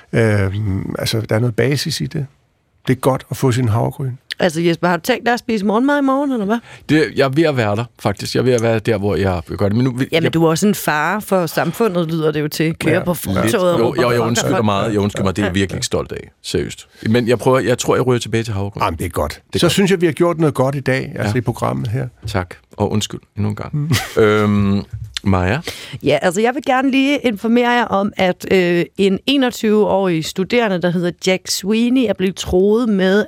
der er noget basis i det. Det er godt at få sin havregryn. Altså Jesper, har du tænkt dig at spise morgenmad i morgen, eller hvad? Jeg er ved at være der, faktisk. Jeg er ved at være der, hvor jeg gør det. Men nu, Jamen, du er også en far for samfundet, lyder det jo til. Kører på fortoget. Jeg undskylder meget. Jeg undskylder mig. Det er jeg virkelig ikke stolt af. Seriøst. Men jeg tror, jeg ryger tilbage til havregryn. Jamen, det er godt. Så synes jeg, vi har gjort noget godt i dag, altså i programmet her. Tak. Og undskyld endnu en gang. Maja? Ja, altså jeg vil gerne lige informere jer om, at en 21-årig studerende, der hedder Jack Sweeney, er blevet troet med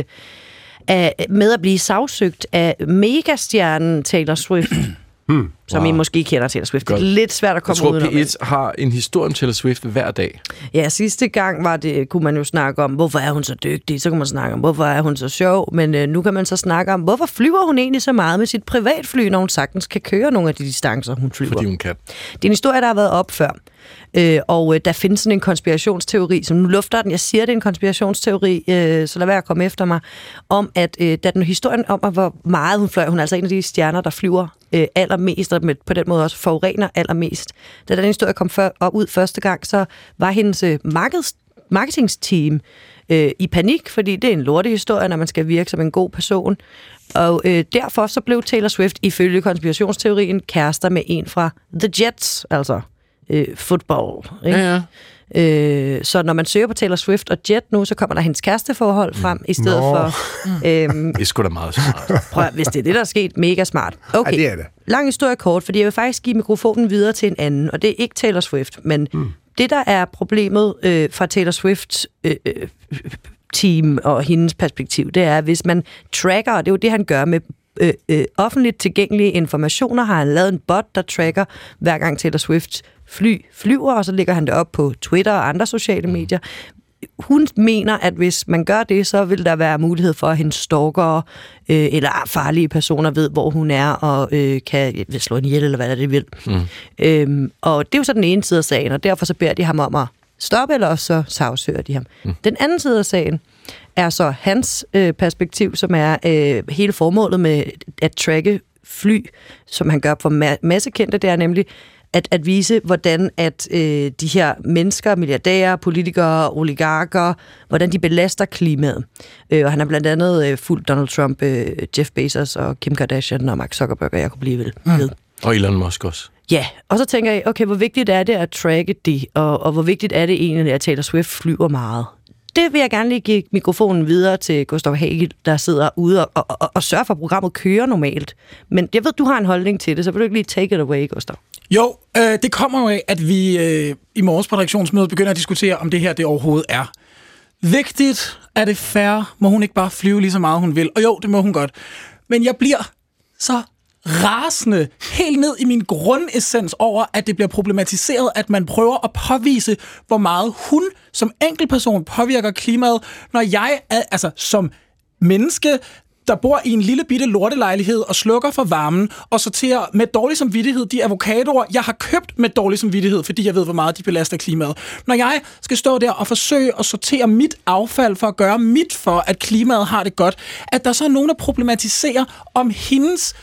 at blive sagsøgt af megastjernen Taylor Swift. Som I måske kender Taylor Swift. Det er lidt svært at komme ud af. Jeg tror, P1 har en historie om Taylor Swift hver dag. Ja, sidste gang kunne man jo snakke om, hvorfor er hun så dygtig? Så kan man snakke om, hvorfor er hun så sjov? Men nu kan man så snakke om, hvorfor flyver hun egentlig så meget med sit privatfly, når hun sagtens kan køre nogle af de distancer, hun flyver? Fordi hun kan. Det er en historie, der har været op før. Og der findes sådan en konspirationsteori, som nu lufter den. Jeg siger, det er en konspirationsteori, så lad være at komme efter mig, om at da den historien om, hvor meget hun fløj, hun er altså en af de stjerner, der flyver allermest, og på den måde også forurener allermest. Da den historie kom ud første gang, så var hendes marketingsteam i panik, fordi det er en lortehistorie, når man skal virke som en god person. Og derfor så blev Taylor Swift ifølge konspirationsteorien kærester med en fra The Jets, altså football. Ikke? Ja. Så når man søger på Taylor Swift og Jet nu, så kommer der hendes kæresteforhold frem, i stedet for... det er sgu da meget smart. Prøv, hvis det er det, der er sket, mega smart. Okay, ja, det er det. Lang historie kort, fordi jeg vil faktisk give mikrofonen videre til en anden, og det er ikke Taylor Swift, men det, der er problemet fra Taylor Swifts team og hendes perspektiv, det er, hvis man tracker, og det er jo det, han gør med offentligt tilgængelige informationer, har han lavet en bot, der tracker hver gang Taylor Swift flyver, og så lægger han det op på Twitter og andre sociale medier. hun mener, at hvis man gør det, så vil der være mulighed for, at hendes stalkere eller farlige personer ved, hvor hun er, og kan slå hende ihjel, eller hvad det vil. Og det er jo så den ene side af sagen, og derfor så beder de ham om at stoppe, eller også så sagsøger de ham. Den anden side af sagen er så hans perspektiv, som er hele formålet med at tracke fly, som han gør for massekendte, det er nemlig at vise, hvordan at de her mennesker, milliardærer, politikere, oligarker, hvordan de belaster klimaet. Og han har blandt andet fulgt Donald Trump, Jeff Bezos og Kim Kardashian og Mark Zuckerberg, og jeg kunne blive ved. Og Elon Musk også. Ja, og så tænker jeg, okay, hvor vigtigt er det at tracke det, og hvor vigtigt er det egentlig, at Taylor Swift flyver meget? Det vil jeg gerne lige give mikrofonen videre til Gustav Hagel, der sidder ude og sørger for, at programmet kører normalt. Men jeg ved, du har en holdning til det, så vil du ikke lige take it away, Gustav? Jo, det kommer jo af, at vi i morges på redaktionsmødet begynder at diskutere, om det her det overhovedet er vigtigt. Er det fair? Må hun ikke bare flyve lige så meget, hun vil? Og jo, det må hun godt. Men jeg bliver så rasende helt ned i min grundessens over, at det bliver problematiseret, at man prøver at påvise, hvor meget hun som enkeltperson påvirker klimaet, når jeg som menneske, der bor i en lille bitte lortelejlighed og slukker for varmen og sorterer med dårlig samvittighed de avocadoer, jeg har købt med dårlig samvittighed, fordi jeg ved, hvor meget de belaster klimaet. Når jeg skal stå der og forsøge at sortere mit affald for at gøre mit for, at klimaet har det godt, at der så er nogen, der problematiserer om hendes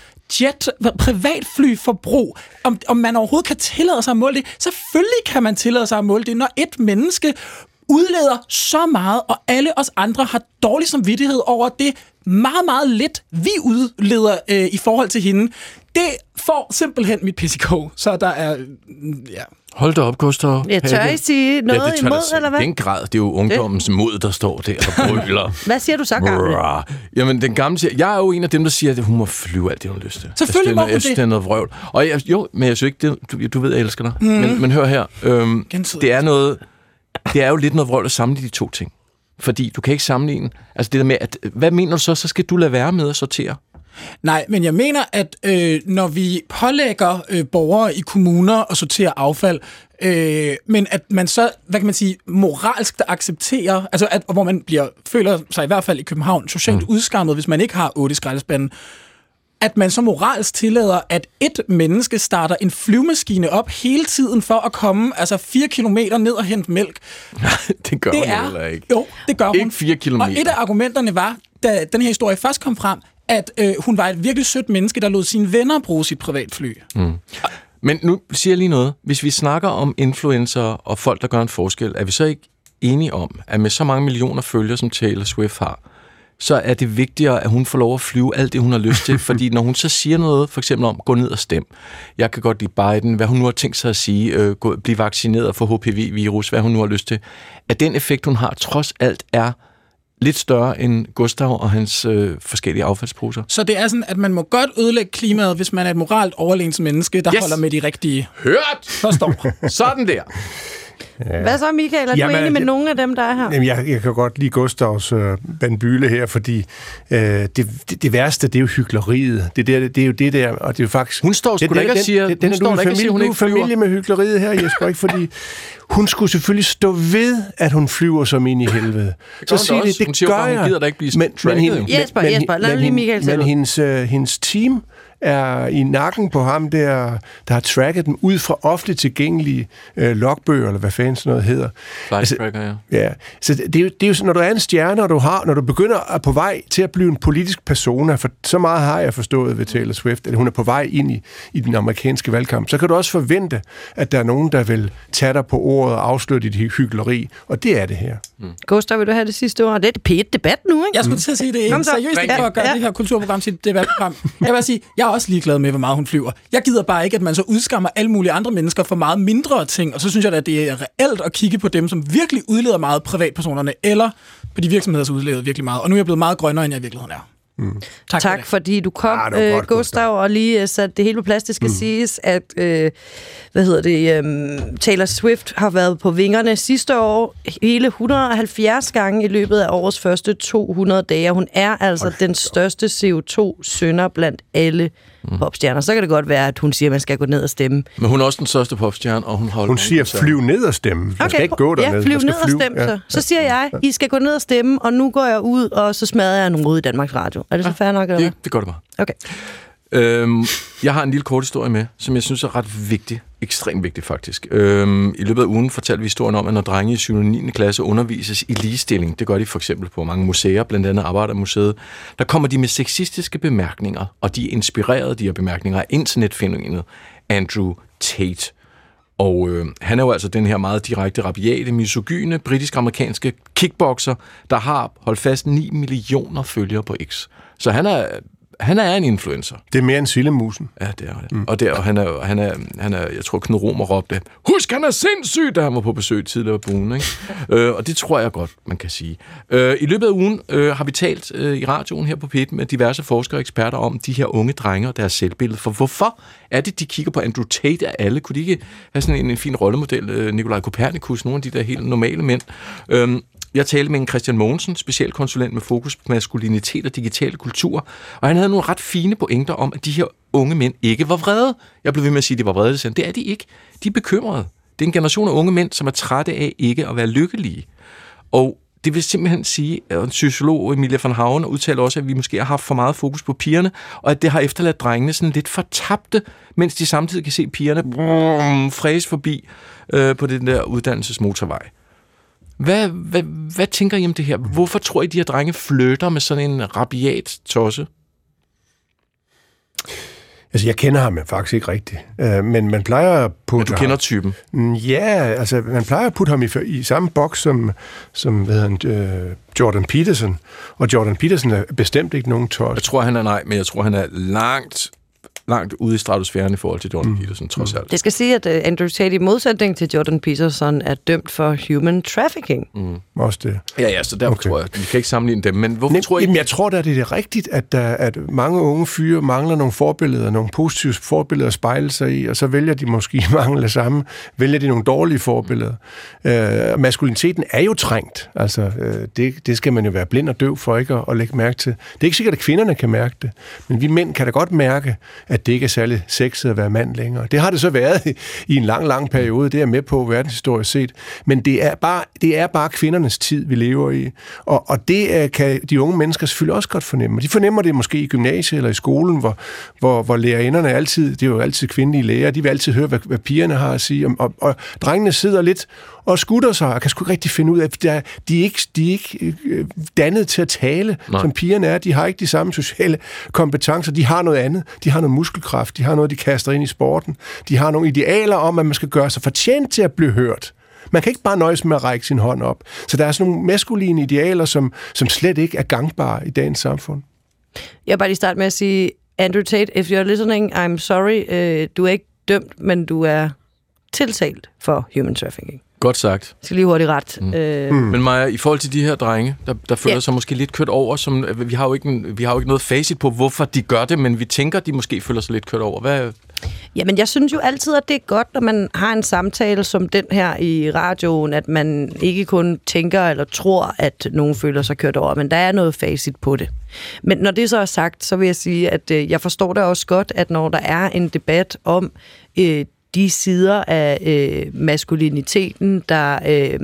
privatflyforbrug, om man overhovedet kan tillade sig at måle det. Selvfølgelig kan man tillade sig at måle det, når et menneske udleder så meget, og alle os andre har dårlig samvittighed over det meget, meget lidt, vi udleder i forhold til hende. Det får simpelthen mit pissikog, så der er... Ja. Hold da op, Gustav. Jeg tør I sige noget imod, eller hvad? Den grad, det er jo ungdommens mod, der står der og brøler. Hvad siger du så, gamle? Jamen, den gamle siger... Jeg er jo en af dem, der siger, at hun må flyve alt det, hun har lyst til. Selvfølgelig må hun det. Jeg synes, det er noget vrøvl. Og men jeg synes ikke, du ved, jeg elsker dig. Men hør her. Det er noget... Det er jo lidt noget vrøvl at sammenligne de to ting. Fordi du kan ikke sammenligne... Altså det der med, at... Hvad mener du så? Så skal du lade være med at sortere. Nej, men jeg mener, at når vi pålægger borgere i kommuner at sortere affald, men at man så, hvad kan man sige, moralsk accepterer, altså at, hvor man føler sig i hvert fald i København socialt udskammet, hvis man ikke har 8 skraldespande, at man så moralsk tillader, at et menneske starter en flyvemaskine op hele tiden for at komme 4 kilometer ned og hente mælk. Det gør hun heller ikke. Jo, det gør hun. Ikke 4 kilometer. Og et af argumenterne var, da den her historie først kom frem, at hun var et virkelig sødt menneske, der lod sine venner bruge sit privatfly. Men nu siger jeg lige noget. Hvis vi snakker om influencer og folk, der gør en forskel, er vi så ikke enige om, at med så mange millioner følgere, som Taylor Swift har, så er det vigtigere, at hun får lov at flyve alt det, hun har lyst til. Fordi når hun så siger noget, for eksempel om, gå ned og stem. Jeg kan godt lide Biden, hvad hun nu har tænkt sig at sige, blive vaccineret for HPV-virus, hvad hun nu har lyst til. At den effekt, hun har, trods alt er lidt større end Gustav og hans forskellige affaldsposer. Så det er sådan, at man må godt ødelægge klimaet, hvis man er et moralt overlegent menneske, der holder med de rigtige... Hørt! Forstår. Sådan der. Ja. Hvad så, Michael? Er du enig med nogle af dem, der er her? Jamen, jeg kan godt lide Gustavs bandbyle her, fordi det værste, det er jo hykleriet. Det er jo det der, og det er jo faktisk... Hun står sgu da ikke og siger... Den er du i familie med hykleriet her, Jesper, ikke? Fordi hun skulle selvfølgelig stå ved, at hun flyver som ind i helvede. Så siger det, det gør jeg. Hun gider da ikke blive tracket. Jesper, lad lige Michael til. Men hendes team er i nakken på ham, der har tracket dem ud fra ofte tilgængelige logbøger, eller hvad fanden sådan noget hedder. Tracker, ja. Så det er jo sådan, når du er en stjerne, og når du begynder at på vej til at blive en politisk persona, for så meget har jeg forstået ved Taylor Swift, at hun er på vej ind i den amerikanske valgkamp, så kan du også forvente, at der er nogen, der vil tage dig på ordet og afsløre dit hykleri, og det er det her. Gustav, vil du have det sidste ord? Det er pæt debat nu, ikke? Jeg skulle til at sige, det er seriøst ikke for at gøre det her kulturprogram til et debatprogram. Jeg vil sige, jeg er også ligeglad med, hvor meget hun flyver. Jeg gider bare ikke, at man så udskammer alle mulige andre mennesker for meget mindre ting, og så synes jeg, at det er reelt at kigge på dem, som virkelig udleder meget privatpersonerne, eller på de virksomheder, som udleder virkelig meget. Og nu er jeg blevet meget grønnere, end jeg i virkeligheden er. Tak fordi du kom, Gustav, og lige satte det hele på plads. Det skal siges, at Taylor Swift har været på vingerne sidste år hele 170 gange i løbet af årets første 200 dage. Hun er altså den største CO2-synder blandt alle popstjerner. Så kan det godt være, at hun siger, at man skal gå ned og stemme. Men hun er også den største popstjerne, og hun siger, flyv ned og stemme. Man skal ikke gå derned. Ja, flyv ned og stemme. Ja. Så siger jeg, I skal gå ned og stemme, og nu går jeg ud, og så smadrer jeg nogle røde i Danmarks Radio. Er det så fair nok, eller hvad? Det gør det bare. Okay. Jeg har en lille kort historie med, som jeg synes er ret vigtig. Ekstremt vigtig, faktisk. I løbet af ugen fortalte vi historien om, at når drenge i 7. og 9. klasse undervises i ligestilling, det gør de for eksempel på mange museer, blandt andet Arbejdermuseet, der kommer de med sexistiske bemærkninger, og de er inspireret, de her bemærkninger, af internetfænomenet Andrew Tate. Og han er jo altså den her meget direkte, rabiate, misogyne, britisk-amerikanske kickboxer, der har, holdt fast, 9 millioner følgere på X. Så han er en influencer. Det er mere end Sillemusen. Ja, det er det. Og han er, jeg tror, Knud Romer råbte, husk, han er sindssyg, da han var på besøg tidligere på ugen, ikke? Og det tror jeg godt, man kan sige. I løbet af ugen har vi talt i radioen her på P1 med diverse forskere og eksperter om de her unge drenge og deres selvbillede. For hvorfor er det, de kigger på Andrew Tate af alle? Kunne de ikke have sådan en fin rollemodel, Nikolaj Kopernikus, nogle af de der helt normale mænd? Jeg talte med en Christian Mogensen, specialkonsulent med fokus på maskulinitet og digitale kultur, og han havde nogle ret fine pointer om, at de her unge mænd ikke var vrede. Jeg blev ved med at sige, at de var vrede. Det er de ikke. De er bekymrede. Det er en generation af unge mænd, som er trætte af ikke at være lykkelige. Og det vil simpelthen sige, at en sociolog, Emilia von Hauen, udtaler også, at vi måske har haft for meget fokus på pigerne, og at det har efterladt drengene sådan lidt fortabte, mens de samtidig kan se pigerne fræse forbi på den der uddannelsesmotorvej. Hvad tænker I om det her? Hvorfor tror I, de her drenge flytter med sådan en rabiat tosse? Altså, jeg kender ham faktisk ikke rigtigt. Men man plejer at putte... Men du kender typen? Ja, altså, man plejer at putte ham i samme boks som Jordan Peterson. Og Jordan Peterson er bestemt ikke nogen tosse. Jeg tror, han er men jeg tror, han er langt ude i stratosfæren i forhold til Jordan Peterson, trods alt. Det skal sige, at Andrew Tate i modsætning til Jordan Peterson er dømt for human trafficking. Også det. Ja, så derfor tror jeg, vi kan ikke sammenligne dem. Men hvorfor tror I... Jamen, jeg tror da, det er rigtigt, at mange unge fyre mangler nogle forbilleder, nogle positive forbilleder at spejle sig i, og så vælger de måske mange af samme, vælger de nogle dårlige forbilleder. Maskuliniteten er jo trængt. Altså, det skal man jo være blind og døv for ikke at lægge mærke til. Det er ikke sikkert, at kvinderne kan mærke det, men vi mænd kan da godt mærke, at det ikke er særlig sexet at være mand længere. Det har det så været i en lang periode, det er med på verdenshistorisk set, men det er bare kvindernes tid, vi lever i, og det kan de unge mennesker selvfølgelig også godt fornemme. De fornemmer det måske i gymnasiet eller i skolen, hvor lærerinderne altid, det er jo altid kvindelige lærere, de vil altid høre, hvad pigerne har at sige, og drengene sidder lidt og skutter sig, og kan sgu ikke rigtig finde ud af, at de er ikke dannet til at tale, som pigerne er. De har ikke de samme sociale kompetencer. De har noget andet. De har noget muskelkraft. De har noget, de kaster ind i sporten. De har nogle idealer om, at man skal gøre sig fortjent til at blive hørt. Man kan ikke bare nøjes med at række sin hånd op. Så der er sådan nogle maskuline idealer, som slet ikke er gangbare i dagens samfund. Jeg vil bare lige starte med at sige, Andrew Tate, if you're listening, I'm sorry. Du er ikke dømt, men du er tiltalt for human trafficking. Godt sagt. Jeg skal lige hurtigt ret. Men Maja, i forhold til de her drenge, der føler sig måske lidt kørt over, som, vi har jo ikke noget facit på, hvorfor de gør det, men vi tænker, de måske føler sig lidt kørt over. Hvad? Jamen, jeg synes jo altid, at det er godt, når man har en samtale som den her i radioen, at man ikke kun tænker eller tror, at nogen føler sig kørt over, men der er noget facit på det. Men når det så er sagt, så vil jeg sige, at jeg forstår det også godt, at når der er en debat om de sider af maskuliniteten, der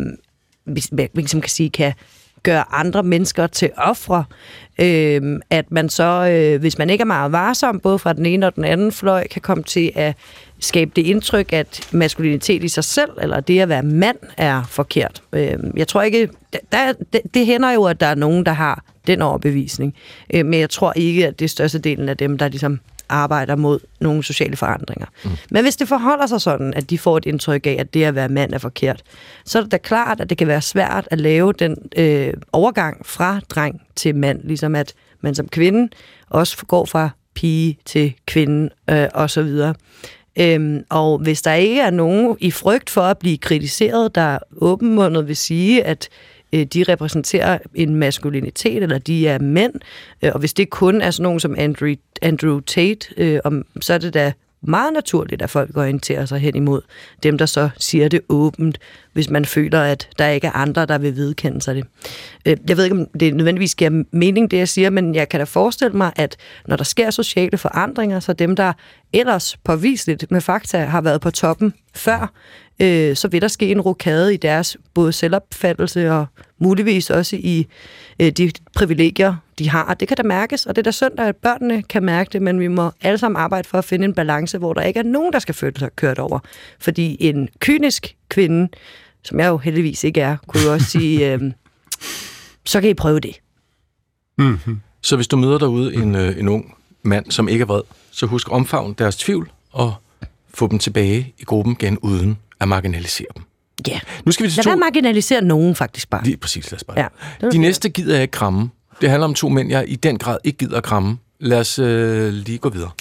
som kan sige, kan gøre andre mennesker til ofre, at man så, hvis man ikke er meget varsom, både fra den ene og den anden fløj, kan komme til at skabe det indtryk, at maskulinitet i sig selv, eller det at være mand, er forkert. Jeg tror ikke, det hænder jo, at der er nogen, der har den overbevisning, men jeg tror ikke, at det er størstedelen af dem, der ligesom arbejder mod nogle sociale forandringer. Men hvis det forholder sig sådan, at de får et indtryk af, at det at være mand er forkert, så er det da klart, at det kan være svært at lave den overgang fra dreng til mand, ligesom at man som kvinde også går fra pige til kvinde og så videre. Og hvis der ikke er nogen i frygt for at blive kritiseret, der åbenmundet vil sige, at de repræsenterer en maskulinitet, eller de er mænd, og hvis det kun er sådan nogen som Andrew Tate, så er det da meget naturligt, at folk orienterer sig hen imod dem, der så siger det åbent, hvis man føler, at der ikke er andre, der vil vedkende sig det. Jeg ved ikke, om det nødvendigvis giver mening, det jeg siger, men jeg kan da forestille mig, at når der sker sociale forandringer, så dem, der ellers påviseligt med fakta har været på toppen før, så vil der ske en rokade i deres både selvopfattelse og muligvis også i de privilegier, de har. Det kan da mærkes, og det er da synd, at børnene kan mærke det, men vi må alle sammen arbejde for at finde en balance, hvor der ikke er nogen, der skal føle sig kørt over. Fordi en kynisk kvinde, som jeg jo heldigvis ikke er, kunne jo også sige, så kan I prøve det. Mm-hmm. Så hvis du møder derude en ung mand, som ikke er vred, så husk omfavn deres tvivl og få dem tilbage i gruppen igen, uden at marginalisere dem. Ja. Yeah. Nu skal vi til lad være marginalisere nogen, faktisk bare. Lige præcis, lad os bare. Ja, de næste gider jeg ikke kramme. Det handler om 2 mænd, jeg i den grad ikke gider at kramme. Lad os lige gå videre.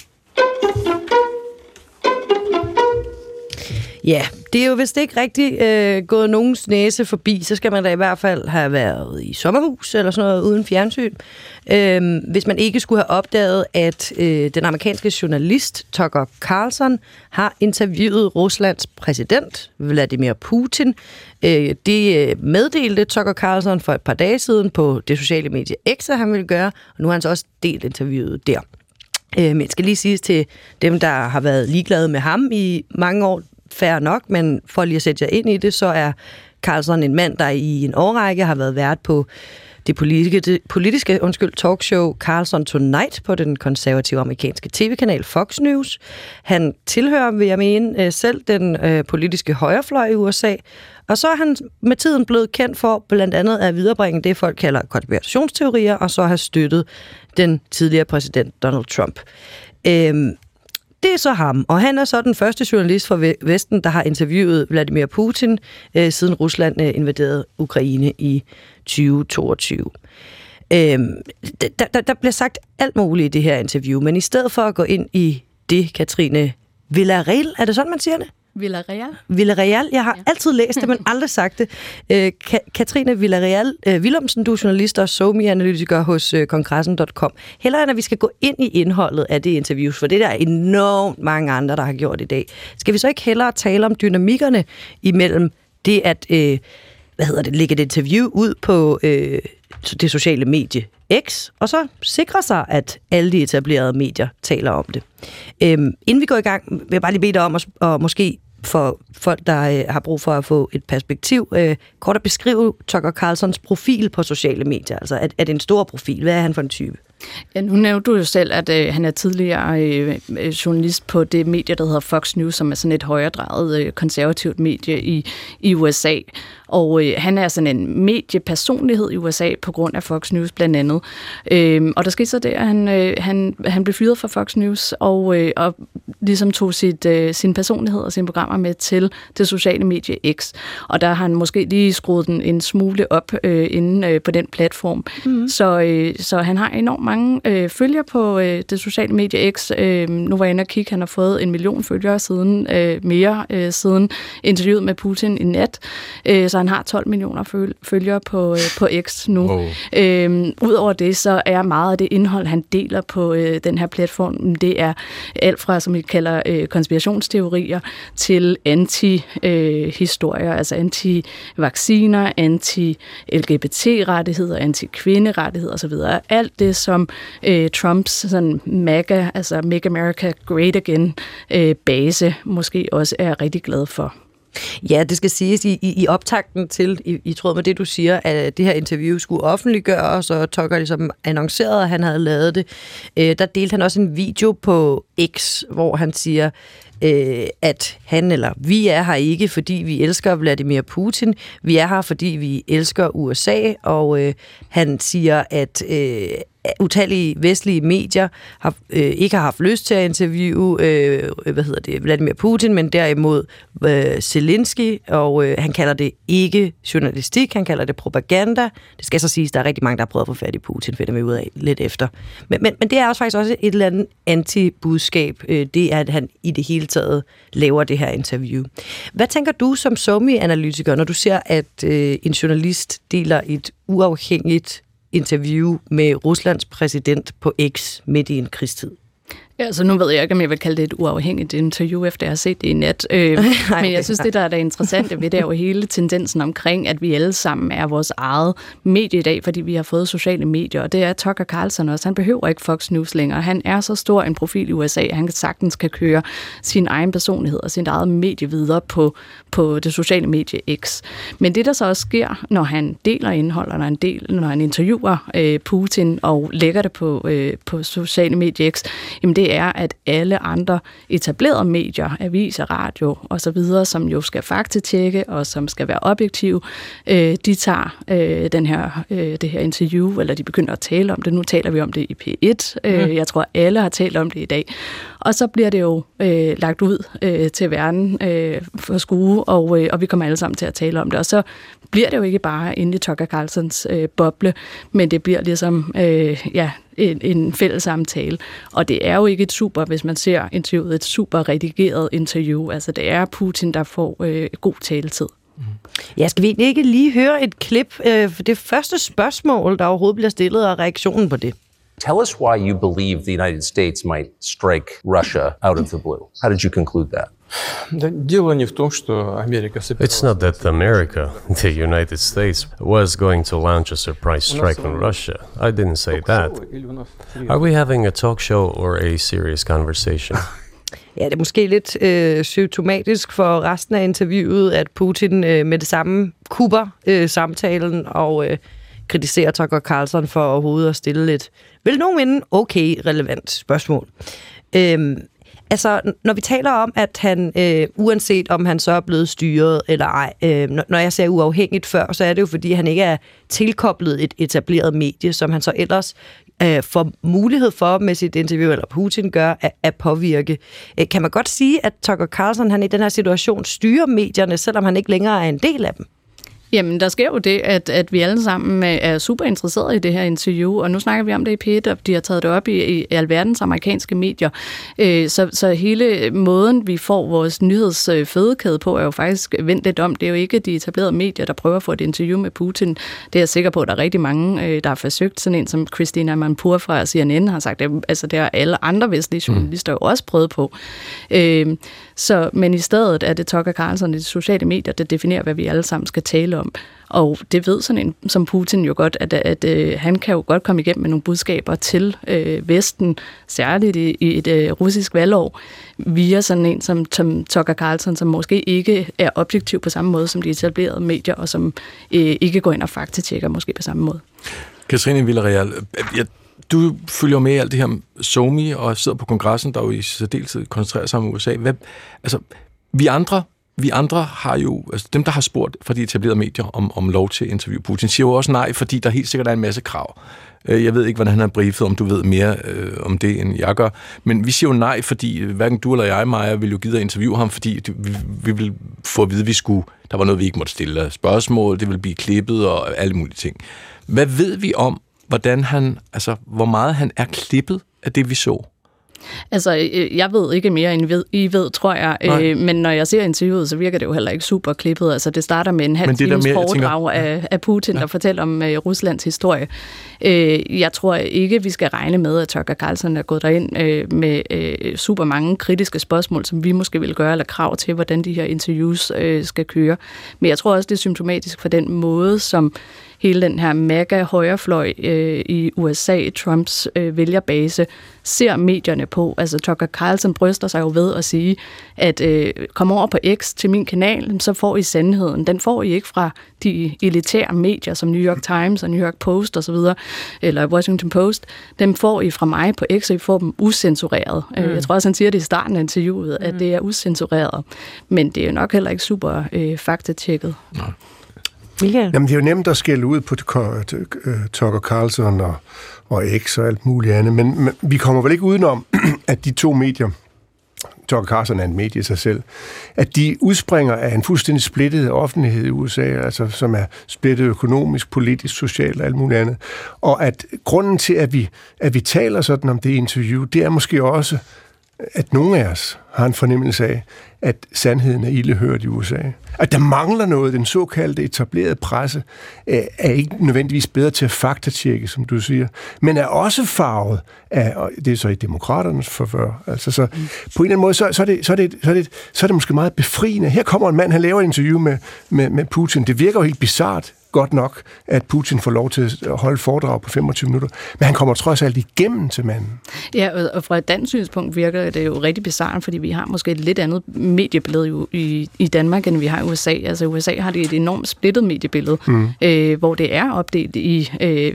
Ja, det er jo vist ikke rigtig gået nogens næse forbi, så skal man da i hvert fald have været i sommerhus eller sådan noget uden fjernsyn. Hvis man ikke skulle have opdaget, at den amerikanske journalist Tucker Carlson har interviewet Ruslands præsident, Vladimir Putin. Det meddelte Tucker Carlson for et par dage siden på det sociale medie X, han ville gøre, og nu har han så også delt interviewet der. Men jeg skal lige sige til dem, der har været ligeglade med ham i mange år, fair nok, men for lige at sætte jer ind i det, så er Carlson en mand, der i en årrække har været vært på det politiske talkshow Carlson Tonight på den konservative amerikanske tv-kanal Fox News. Han tilhører, vil jeg mene, selv den politiske højrefløj i USA, og så er han med tiden blevet kendt for blandt andet at viderebringe det, folk kalder konspirationsteorier, og så have støttet den tidligere præsident Donald Trump. Det er så ham, og han er så den første journalist fra Vesten, der har interviewet Vladimir Putin, siden Rusland invaderede Ukraine i 2022. Der bliver sagt alt muligt i det her interview, men i stedet for at gå ind i det, Katrine Villarreal, er det sådan, man siger det? Villarreal. Jeg har altid læst det, men aldrig sagt det. Katrine Villarreal Willumsen, du er journalist og SoMe-analytiker hos Kongressen.com. Hellere end at vi skal gå ind i indholdet af det interview, for det der er enormt mange andre, der har gjort i dag. Skal vi så ikke hellere tale om dynamikkerne imellem det at lægge et interview ud på det sociale medie X, og så sikre sig, at alle de etablerede medier taler om det. Inden vi går i gang, vil jeg bare lige bede dig om at måske for folk, der har brug for at få et perspektiv, kort at beskrive Tucker Carlsons profil på sociale medier. Altså, er det en stor profil? Hvad er han for en type? Ja, nu nævnte du jo selv, at han er tidligere journalist på det medie, der hedder Fox News, som er sådan et højredrejet konservativt medie i USA. Og han er sådan en mediepersonlighed i USA på grund af Fox News blandt andet. Og der skete så det, at han blev fyret fra Fox News og ligesom tog sin personlighed og sine programmer med til det sociale medie X. Og der har han måske lige skruet den en smule op inde på den platform. Mm-hmm. Så han har enormt mange følgere på det sociale medie X. Nu var jeg inde og kigge, han har fået 1 million følgere siden interviewet med Putin i nat. Så han har 12 millioner følgere på X nu. Wow. Udover det, så er meget af det indhold, han deler på den her platform, det er alt fra, som vi kalder konspirationsteorier, til anti-historier, altså anti-vacciner, anti-LGBT-rettigheder, anti-kvinderettigheder osv. Alt det, som Trumps sådan MAGA, altså Make America Great Again base, måske også er rigtig glad for. Ja, det skal siges i optakten til, i tråd med det, du siger, at det her interview skulle offentliggøres, og Tucker ligesom annoncerede, at han havde lavet det. Der delte han også en video på X, hvor han siger, at han eller vi er her ikke, fordi vi elsker Vladimir Putin. Vi er her, fordi vi elsker USA, og han siger, at utallige vestlige medier ikke har haft lyst til at interviewe Vladimir Putin, men derimod Zelensky, og han kalder det ikke journalistik, han kalder det propaganda. Det skal så siges, der er rigtig mange, der har prøvet at få fat i Putin, finder vi ud af lidt efter. Men det er faktisk også et eller andet anti-budskab, det er, at han i det hele taget laver det her interview. Hvad tænker du som SoMe-analytiker, når du ser, at en journalist deler et uafhængigt interview med Ruslands præsident på X midt i en krigstid? Ja, så nu ved jeg ikke, om jeg vil kalde det et uafhængigt interview, efter jeg har set det i net. Men jeg synes, det der er det interessante ved det er jo hele tendensen omkring, at vi alle sammen er vores eget medie i dag, fordi vi har fået sociale medier, og det er Tucker Carlson også. Han behøver ikke Fox News længere. Han er så stor en profil i USA, at han sagtens kan køre sin egen personlighed og sin eget medie videre på det sociale medie X. Men det, der så også sker, når han deler indhold, og når han interviewer Putin og lægger det på sociale medie X, jamen det er, at alle andre etablerede medier, aviser, radio og så videre, som jo skal faktatjekke og som skal være objektive, de tager det her interview, eller de begynder at tale om det. Nu taler vi om det i P1. Jeg tror, alle har talt om det i dag. Og så bliver det jo lagt ud til verden for skue, og vi kommer alle sammen til at tale om det. Og så bliver det jo ikke bare inde i Tucker Carlsons boble, men det bliver ligesom en fælles samtale. Og det er jo ikke hvis man ser interviewet, et super redigeret interview. Altså det er Putin, der får god taletid. Ja, skal vi egentlig ikke lige høre et klip for det første spørgsmål, der overhovedet bliver stillet, og reaktionen på det? Tell us why you believe the United States might strike Russia out of the blue. How did you conclude that? It's not that America, the United States, was going to launch a surprise strike on Russia. I didn't say that. Are we having a talk show or a serious conversation? Ja, det er måske lidt symptomatisk for resten af interviewet, at Putin med det samme kupper samtalen og kritiserer Tucker Carlson for overhovedet at stille et, vel nogen okay relevant spørgsmål. Altså, når vi taler om, at han, uanset om han så er blevet styret eller ej, når jeg ser uafhængigt før, så er det jo, fordi han ikke er tilkoblet et etableret medie, som han så ellers får mulighed for med sit interview, eller Putin gør, at påvirke. Kan man godt sige, at Tucker Carlson, han i den her situation styrer medierne, selvom han ikke længere er en del af dem? Jamen, der sker jo det, at vi alle sammen er super interesserede i det her interview, og nu snakker vi om det i P1, og de har taget det op i alverdens amerikanske medier. Så hele måden, vi får vores nyhedsfødekæde på, er jo faktisk vendt lidt om. Det er jo ikke de etablerede medier, der prøver at få et interview med Putin. Det er jeg sikker på, at der er rigtig mange, der har forsøgt. Sådan en som Christina Manpur fra CNN har sagt, altså det har alle andre vestlige journalister jo også prøvet på. Men i stedet er det Tucker Carlson i de sociale medier, der definerer, hvad vi alle sammen skal tale om. Og det ved sådan en som Putin jo godt, at han kan jo godt komme igennem med nogle budskaber til Vesten, særligt i et russisk valgår, via sådan en som Tucker Carlson, som måske ikke er objektiv på samme måde som de etablerede medier, og som ikke går ind og faktatjekker måske på samme måde. Katrine Villarreal, du følger med i alt det her SoMe og sidder på kongressen, der jo i særdeleshed koncentrerer sig om USA. Vi andre har jo, altså dem, der har spurgt fra de etablerede medier om lov til at interviewe Putin, siger jo også nej, fordi der helt sikkert er en masse krav. Jeg ved ikke, hvordan han har briefet, om du ved mere om det, end jeg gør. Men vi siger jo nej, fordi hverken du eller jeg, Maja, ville jo give at interviewe ham, fordi vi ville få at vide, der var noget, vi ikke måtte stille spørgsmål, det ville blive klippet og alle mulige ting. Hvad ved vi om, hvor meget han er klippet af det, vi så? Altså, jeg ved ikke mere, end I ved, tror jeg. Men når jeg ser interviewet, så virker det jo heller ikke super klippet. Altså, det starter med en halv times foredrag af Putin, der fortæller om Ruslands historie. Jeg tror ikke, vi skal regne med, at Tucker Carlson er gået derind med super mange kritiske spørgsmål, som vi måske vil gøre, eller krav til, hvordan de her interviews skal køre. Men jeg tror også, det er symptomatisk for den måde, som hele den her MAGA-højrefløj i USA, Trumps vælgerbase, ser medierne på. Altså Tucker Carlson bryster sig jo ved at sige, at kom over på X til min kanal, så får I sandheden. Den får I ikke fra de elitære medier, som New York Times og New York Post osv., eller Washington Post. Dem får I fra mig på X, og I får dem usensureret. Jeg tror også, han siger det i starten af interviewet, at det er usensureret. Men det er jo nok heller ikke super faktatjekket. Jamen, det er jo nemt at skælde ud på Tucker Carlson og X og alt muligt andet, men vi kommer vel ikke udenom, at de to medier, Tucker Carlson er en medie i sig selv, at de udspringer af en fuldstændig splittet offentlighed i USA, altså som er splittet økonomisk, politisk, socialt og alt muligt andet. Og at grunden til, at vi taler sådan om det interview, det er måske også, at nogle af os har en fornemmelse af, at sandheden er ildehørt i USA. At der mangler noget. Den såkaldte etablerede presse er ikke nødvendigvis bedre til at faktatjekke, som du siger, men er også farvet af, og det er så i demokraternes forvør. Altså, så på en eller anden måde, så er det måske meget befriende. Her kommer en mand, han laver et interview med Putin. Det virker jo helt bizart, godt nok, at Putin får lov til at holde foredrag på 25 minutter, men han kommer trods alt igennem til manden. Ja, og fra et dansk synspunkt virker det jo rigtig bizarrt, fordi vi har måske et lidt andet mediebillede i Danmark, end vi har i USA. Altså USA har det et enormt splittet mediebillede, hvor det er opdelt i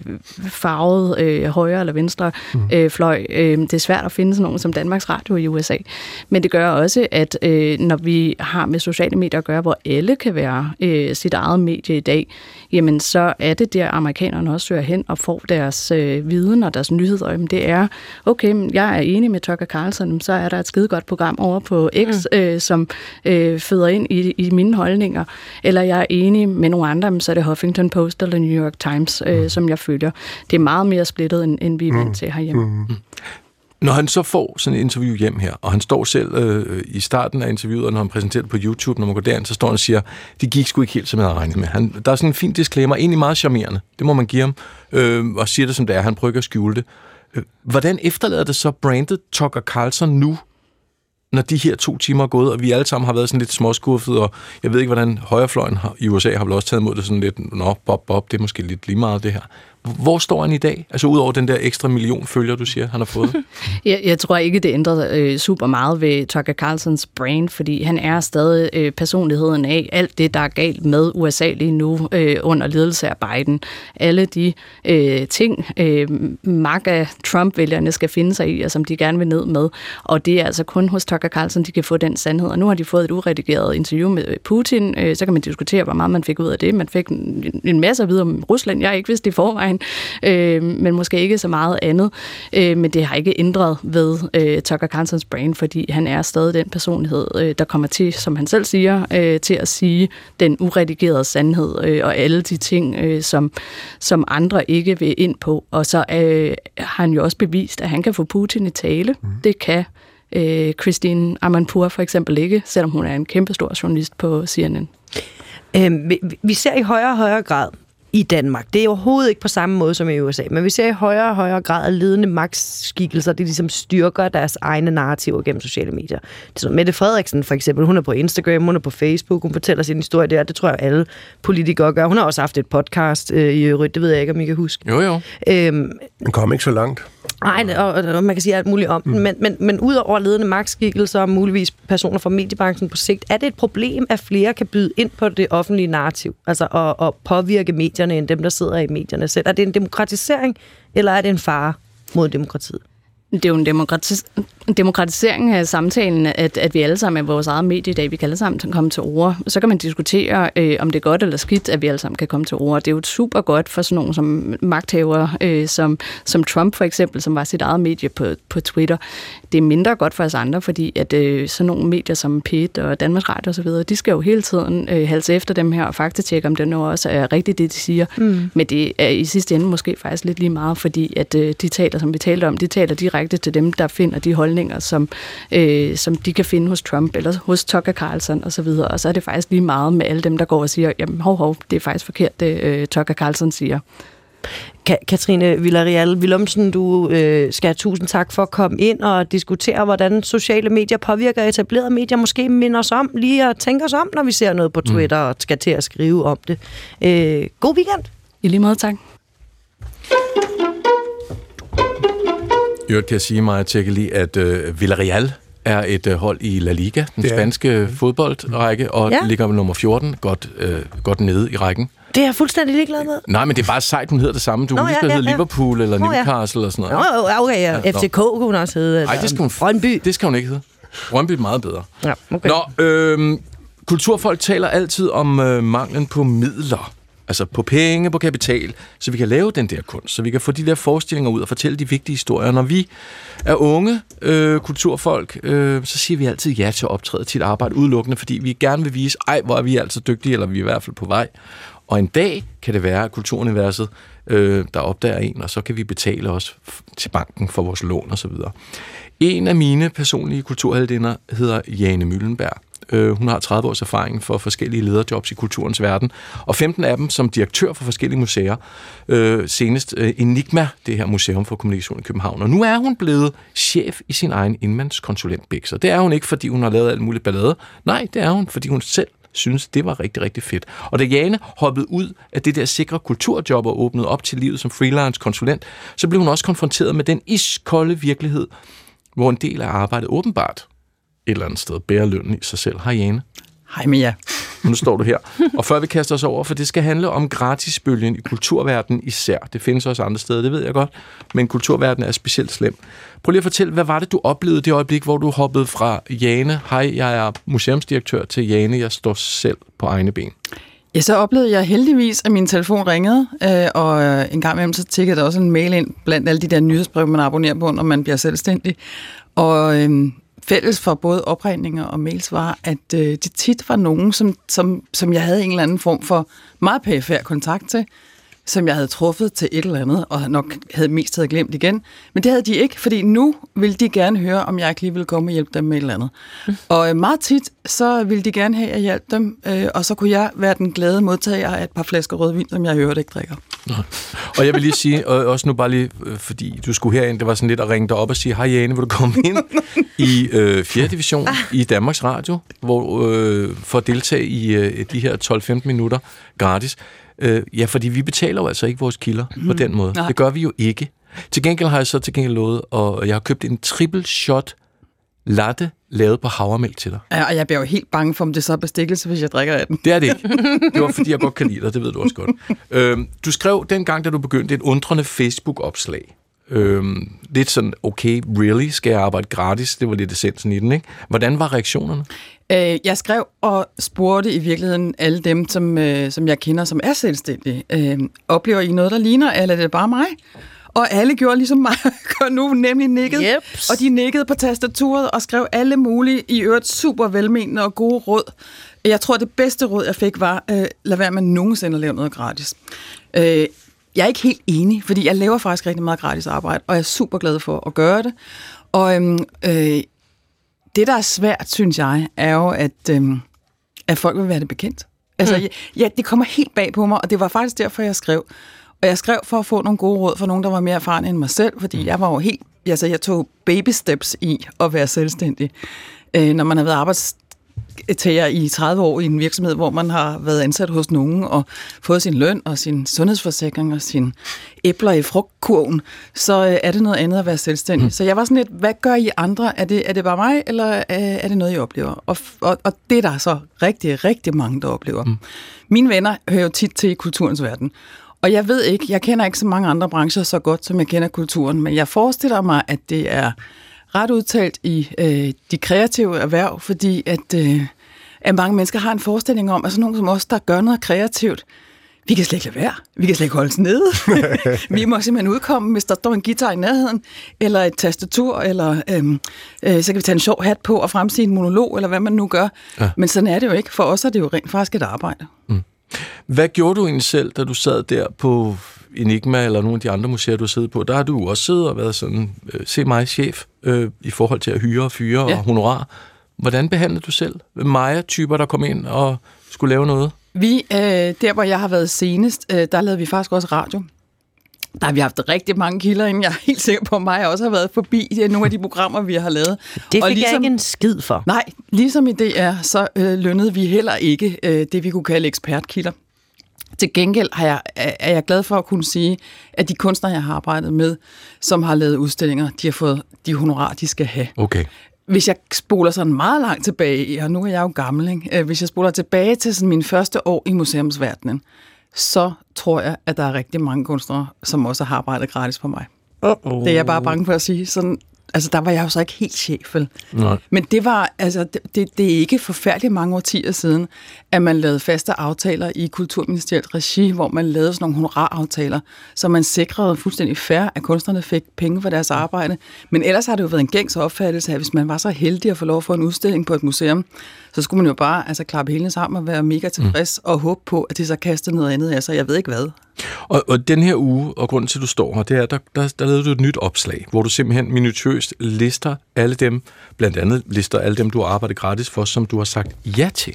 farvet højre eller venstre fløj. Det er svært at finde sådan nogen som Danmarks Radio i USA. Men det gør også, at når vi har med sociale medier at gøre, hvor alle kan være sit eget medie i dag, jamen så er det der, amerikanerne også søger hen og får deres viden og deres nyheder. Jamen det er, okay, men jeg er enig med Tucker Carlson, så er der et skidegodt program over på X, som føder ind i mine holdninger. Eller jeg er enig med nogle andre, så er det Huffington Post eller New York Times, som jeg følger. Det er meget mere splittet, end vi er vant til herhjemme. Når han så får sådan et interview hjem her, og han står selv i starten af interviewet, og når han præsenterer det på YouTube, når man går derind, så står han og siger, det gik sgu ikke helt, som jeg havde regnet med. Der er sådan en fin disclaimer, egentlig meget charmerende, det må man give ham, og siger det som det er, han prøver at skjule det. Hvordan efterlader det så brandet Tucker Carlson nu, når de her 2 timer er gået, og vi alle sammen har været sådan lidt småskuffet, og jeg ved ikke, hvordan højrefløjen i USA har vel også taget imod det sådan lidt, bob, det er måske lidt lige meget det her. Hvor står han i dag? Altså ud over den der ekstra million følger, du siger, han har fået? Jeg tror ikke, det ændrer super meget ved Tucker Carlsons brand, fordi han er stadig personligheden af alt det, der er galt med USA lige nu under ledelse af Biden. Alle de ting, MAGA Trump-vælgerne skal finde sig i, og som de gerne vil ned med. Og det er altså kun hos Tucker Carlson, de kan få den sandhed. Og nu har de fået et uredigeret interview med Putin. Så kan man diskutere, hvor meget man fik ud af det. Man fik en masse at vide om Rusland. Jeg har ikke vidst det i forvejen. Men måske ikke så meget andet. Men det har ikke ændret ved Tucker Carlsons brand, fordi han er stadig den personlighed, der kommer til, som han selv siger, til at sige den uredigerede sandhed og alle de ting, som andre ikke vil ind på. Og så har han jo også bevist, at han kan få Putin i tale. Det kan Christine Amanpour for eksempel ikke, selvom hun er en kæmpestor journalist på CNN. Vi ser i højere og højere grad i Danmark. Det er overhovedet ikke på samme måde som i USA, men vi ser i højere og højere grad af ledende magtskikkelser, det ligesom styrker deres egne narrativer gennem sociale medier. Det er sådan, Mette Frederiksen for eksempel, hun er på Instagram, hun er på Facebook, hun fortæller sin historie der, det tror jeg alle politikere gør. Hun har også haft et podcast i øvrigt, det ved jeg ikke, om I kan huske. Jo. Den kom ikke så langt. Nej, og man kan sige alt muligt om den, men ud over ledende magtskikkelser og muligvis personer fra mediebranchen på sigt, er det et problem, at flere kan byde ind på det offentlige narrativ, altså og påvirke medierne end dem, der sidder i medierne selv. Er det en demokratisering, eller er det en fare mod demokratiet? Det er jo en demokratisering af samtalen, at vi alle sammen er vores eget medie i dag. Vi kan alle sammen komme til ord. Så kan man diskutere, om det er godt eller skidt, at vi alle sammen kan komme til ord. Det er jo super godt for sådan nogen som magthavere, som Trump for eksempel, som var sit eget medie på Twitter. Det er mindre godt for os andre, fordi at sådan nogle medier som P1 og Danmarks Radio osv., de skal jo hele tiden halse efter dem her og faktatjekke, om det nu også er rigtigt, det de siger. Men det er i sidste ende måske faktisk lidt lige meget, fordi at de taler, som vi talte om, de taler direkte til dem, der finder de holdninger, som de kan finde hos Trump eller hos Tucker Carlson osv. Og så er det faktisk lige meget med alle dem, der går og siger, jamen hov, det er faktisk forkert, det Tucker Carlson siger. Katrine Vilarial-Willumsen, du skal have tusind tak for at komme ind og diskutere, hvordan sociale medier påvirker etablerede medier. Måske minder os om lige at tænke os om, når vi ser noget på Twitter og skal til at skrive om det. God weekend. I lige måde, tak. I øvrigt kan jeg sige mig, Tjekkeli, at Villarreal er et hold i La Liga, den spanske fodboldrække, og ligger med nummer 14, godt nede i rækken. Det er jeg fuldstændig ligeglad med. Nej, men det er bare sejt, hun hedder det samme. Du kunne lige hedde Liverpool eller Newcastle eller sådan noget. Okay, ja. FCK kunne hun også hedde. Nej, det skal hun. Brøndby. Det skal hun ikke hedde. Brøndby er meget bedre. Ja, okay. Nå, kulturfolk taler altid om manglen på midler. Altså på penge, på kapital, så vi kan lave den der kunst, så vi kan få de der forestillinger ud og fortælle de vigtige historier. Når vi er unge kulturfolk, så siger vi altid ja til at optræde til et arbejde udelukkende, fordi vi gerne vil vise, hvor er vi altså dygtige, eller vi er i hvert fald på vej. Og en dag kan det være, at kulturuniverset, der opdager en, og så kan vi betale os til banken for vores lån osv. En af mine personlige kulturheldinder hedder Jane Møllenberg. Hun har 30 års erfaring for forskellige lederjobs i kulturens verden, og 15 af dem som direktør for forskellige museer. Senest Enigma, det her museum for kommunikation i København. Og nu er hun blevet chef i sin egen indmandskonsulent Bix. Og det er hun ikke, fordi hun har lavet alt muligt ballade. Nej, det er hun, fordi hun selv synes, det var rigtig, rigtig fedt. Og da Jane hoppede ud af det der sikre kulturjob og åbnede op til livet som freelance konsulent, så blev hun også konfronteret med den iskolde virkelighed, hvor en del af arbejdet åbenbart et eller andet sted bærer lønnen i sig selv. Hej Jane. Hej Mia. Nu står du her. Og før vi kaster os over, for det skal handle om gratisbølgen i kulturverdenen især. Det findes også andre steder, det ved jeg godt, men kulturverdenen er specielt slem. Prøv lige at fortælle, hvad var det, du oplevede det øjeblik, hvor du hoppede fra Jane, hej, jeg er museumsdirektør, til Jane, jeg står selv på egne ben? Ja, så oplevede jeg heldigvis, at min telefon ringede, og en gang imellem så tikkede der også en mail ind blandt alle de der nyhedsbreve, man abonnerer på, når man bliver selvstændig. Og fælles for både opringninger og mails var, at det tit var nogen, som jeg havde en eller anden form for meget perifær kontakt til, som jeg havde truffet til et eller andet, og nok havde glemt igen. Men det havde de ikke, fordi nu ville de gerne høre, om jeg ikke lige ville komme og hjælpe dem med et eller andet. Og meget tit, så ville de gerne have, at jeg hjalp dem, og så kunne jeg være den glade modtager af et par flasker rødvin, som jeg i øvrigt ikke drikker. Og jeg vil lige sige, også nu bare lige, fordi du skulle herind, det var sådan lidt at ringe dig op og sige, hej Jane, vil du komme ind i 4. division i Danmarks Radio, hvor for at deltage i de her 12-15 minutter gratis. Ja, fordi vi betaler jo altså ikke vores kilder på den måde. Nej. Det gør vi jo ikke. Til gengæld har jeg så lovet, og jeg har købt en triple shot latte lavet på havremælk til dig. Ja, og jeg bliver jo helt bange for, om det så er bestikkelse, hvis jeg drikker af den. Det er det ikke. Det var, fordi jeg godt kan lide dig, det ved du også godt. Du skrev dengang, da du begyndte, et undrende Facebook-opslag. Lidt sådan, okay, really, skal jeg arbejde gratis? Det var lidt essensen i den, ikke? Hvordan var reaktionerne? Jeg skrev og spurgte i virkeligheden alle dem, som jeg kender, som er selvstændige. Oplever I noget, der ligner, eller er det bare mig? Og alle gjorde ligesom mig, og nu nemlig nikket. Yep. Og de nikkede på tastaturet og skrev alle mulige, i øvrigt super velmenende og gode råd. Jeg tror, det bedste råd, jeg fik, var, lad være med nogensinde at lave noget gratis. Jeg er ikke helt enig, fordi jeg laver faktisk rigtig meget gratis arbejde, og jeg er super glad for at gøre det. Og det, der er svært, synes jeg, er jo, at folk vil være det bekendt. Altså, det kommer helt bag på mig, og det var faktisk derfor, jeg skrev. Og jeg skrev for at få nogle gode råd fra nogen, der var mere erfaren end mig selv, fordi jeg var jo helt... Altså, jeg tog baby steps i at være selvstændig. Når man har været arbejdstager i 30 år i en virksomhed, hvor man har været ansat hos nogen og fået sin løn og sin sundhedsforsikring og sine æbler i frugtkurven, så er det noget andet at være selvstændig. Så jeg var sådan lidt, hvad gør I andre? Er det bare mig, eller er det noget, I oplever? Og det er der så rigtig, rigtig mange, der oplever. Mine venner hører jo tit til i kulturens verden. Og jeg ved ikke, jeg kender ikke så mange andre brancher så godt, som jeg kender kulturen, men jeg forestiller mig, at det er ret udtalt i de kreative erhverv, fordi at mange mennesker har en forestilling om, at sådan nogen som os, der gør noget kreativt, vi kan slet ikke lade være. Vi kan slet ikke holde os nede. Vi må simpelthen udkomme, hvis der står en guitar i nærheden, eller et tastatur, eller så kan vi tage en sjov hat på og fremsige en monolog, eller hvad man nu gør. Ja. Men sådan er det jo ikke. For os er det jo rent faktisk et arbejde. Hvad gjorde du egentlig selv, da du sad der på Enigma eller nogle af de andre museer, du har siddet på? Der har du også siddet og været sådan, se mig chef, i forhold til at hyre og fyre og honorar. Hvordan behandlede du selv Maja-typer, der kom ind og skulle lave noget? Der hvor jeg har været senest, der lavede vi faktisk også radio. Der har vi haft rigtig mange kilder inden. Jeg er helt sikker på, at mig også har været forbi nogle af de programmer, vi har lavet. Det fik jeg ikke en skid for. Nej, ligesom i DR, så lønnede vi heller ikke det, vi kunne kalde ekspertkilder. Til gengæld er jeg glad for at kunne sige, at de kunstnere, jeg har arbejdet med, som har lavet udstillinger, de har fået de honorar, de skal have. Okay. Hvis jeg spoler sådan meget langt tilbage, og nu er jeg jo gammel, ikke? Hvis jeg spoler tilbage til sådan mine første år i museumsverdenen, så tror jeg, at der er rigtig mange kunstnere, som også har arbejdet gratis for mig. Det er jeg bare bange for at sige. Sådan, Altså, der var jeg jo så ikke helt chef, vel? Nej. Men det var, altså, det er ikke forfærdeligt mange årtier siden, at man lavede faste aftaler i Kulturministeriet regi, hvor man lavede sådan nogle honoraraftaler, så man sikrede fuldstændig fair, at kunstnerne fik penge for deres arbejde. Men ellers har det jo været en gængs opfattelse af, at hvis man var så heldig at få lov at få en udstilling på et museum, så skulle man jo bare klappe hælene sammen og være mega tilfreds og håbe på, at det så kastede noget andet af sig. Jeg ved ikke hvad. Og den her uge, og grunden til, at du står her, det er, der lavede du et nyt opslag, hvor du simpelthen minutiøst lister alle dem, blandt andet lister alle dem, du har arbejdet gratis for, som du har sagt ja til.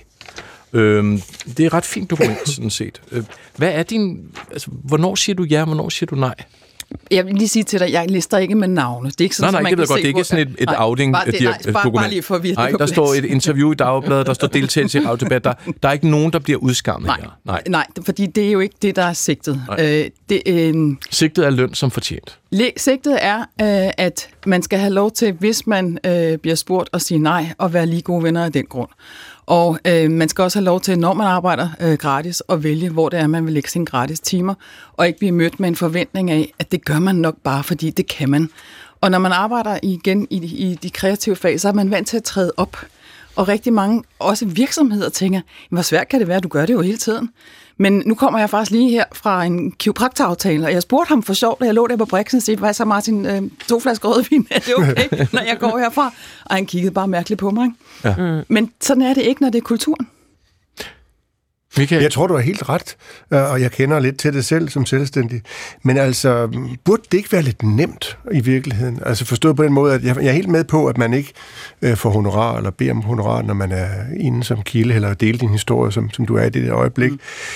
Det er et ret fint dokument, sådan set. Hvad er din... Altså, hvornår siger du ja, hvornår siger du nej? Jeg vil lige sige til dig, jeg lister ikke med navne. Det er ikke sådan, nej, det ved jeg godt. Det er ikke sådan et outing-dokument. Bare lige for at nej, der står et interview i Dagbladet, der står deltagelse i radiodebat. Der er ikke nogen, der bliver udskammet her. Nej, fordi det er jo ikke det, der er sigtet. Sigtet er løn som fortjent. Sigtet er, at man skal have lov til, hvis man bliver spurgt, at sige nej, og være lige gode venner af den grund. Og man skal også have lov til, når man arbejder gratis, at vælge, hvor det er, man vil lægge sine gratis timer, og ikke blive mødt med en forventning af, at det gør man nok bare, fordi det kan man. Og når man arbejder igen i de kreative fag, så er man vant til at træde op. Og rigtig mange, også virksomheder, tænker, hvor svært kan det være, du gør det jo hele tiden. Men nu kommer jeg faktisk lige her fra en kiropraktoraftale, og jeg spurgte ham for sjovt, da jeg lå der på Brixen og sagde, hvad så Martin, 2 flasker rødvin, er det okay, når jeg går herfra? Og han kiggede bare mærkeligt på mig. Ja. Men sådan er det ikke, når det er kulturen. Michael? Jeg tror, du har helt ret, og jeg kender lidt til det selv som selvstændig. Men altså, burde det ikke være lidt nemt i virkeligheden? Altså forstået på den måde, at jeg er helt med på, at man ikke får honorar eller beder om honorar, når man er inde som kilde eller deler din historie, som du er i det øjeblik.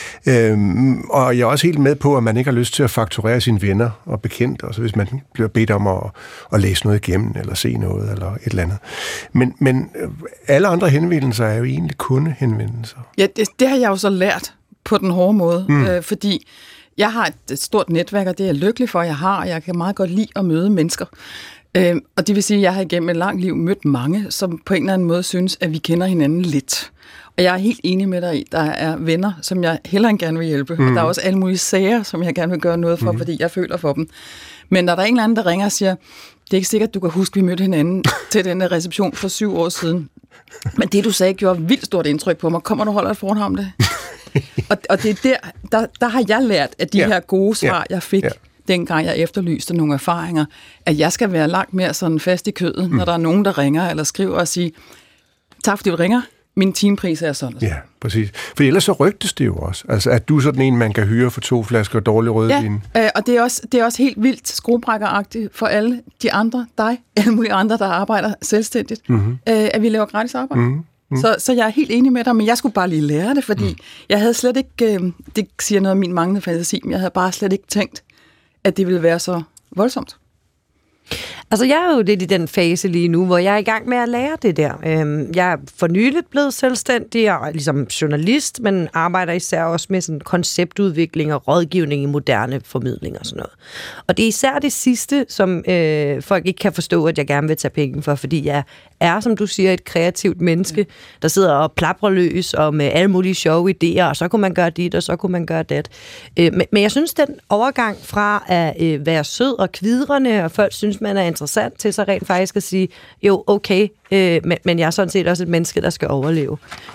Og jeg er også helt med på, at man ikke har lyst til at fakturere sine venner og bekendte, og så hvis man bliver bedt om at læse noget igennem, eller se noget, eller et eller andet. Men alle andre henvendelser er jo egentlig kundehenvendelser. Ja, det har jeg jo så lært på den hårde måde, fordi jeg har et stort netværk, og det er jeg lykkelig for, at jeg har, og jeg kan meget godt lide at møde mennesker. Og det vil sige, at jeg har igennem et langt liv mødt mange, som på en eller anden måde synes, at vi kender hinanden lidt. Og jeg er helt enig med dig i, der er venner, som jeg hellere end gerne vil hjælpe. Og der er også alle mulige sager, som jeg gerne vil gøre noget for, fordi jeg føler for dem. Men når der er en eller anden, der ringer og siger, det er ikke sikkert, du kan huske, vi mødte hinanden til den der reception for 7 år siden. Men det, du sagde, gjorde vildt stort indtryk på mig. Kommer du og holder et foredrag om det? og det er der har jeg lært, at de her gode svar, jeg fik, dengang jeg efterlyste nogle erfaringer, at jeg skal være langt mere sådan fast i kødet, når der er nogen, der ringer eller skriver og siger, tak fordi du ringer, min timepris er sådan. Ja, præcis. For ellers så rygtes det jo også. Altså, at du er sådan en, man kan hyre for 2 flasker dårlig rødvin. Ja, og det er også helt vildt skruebrækkeragtigt for alle de andre, alle mulige andre, der arbejder selvstændigt, at vi laver gratis arbejde. Så jeg er helt enig med dig, men jeg skulle bare lige lære det, fordi jeg havde slet ikke, det siger noget om min manglende fantasi, men jeg havde bare slet ikke tænkt, at det ville være så voldsomt. Altså, jeg er jo lidt i den fase lige nu, hvor jeg er i gang med at lære det der. Jeg er for nyligt blevet selvstændig og ligesom journalist, men arbejder især også med sådan konceptudvikling og rådgivning i moderne formidling og sådan noget. Og det er især det sidste, som folk ikke kan forstå, at jeg gerne vil tage penge for, fordi jeg er, som du siger, et kreativt menneske, der sidder og plaprer løs og med alle mulige sjove idéer, og så kunne man gøre dit, og så kunne man gøre dat. Men jeg synes, den overgang fra at være sød og kvidrende, og folk synes, man er interessant, til så rent faktisk at sige, jo, okay, men jeg er sådan set også et menneske, der skal overleve.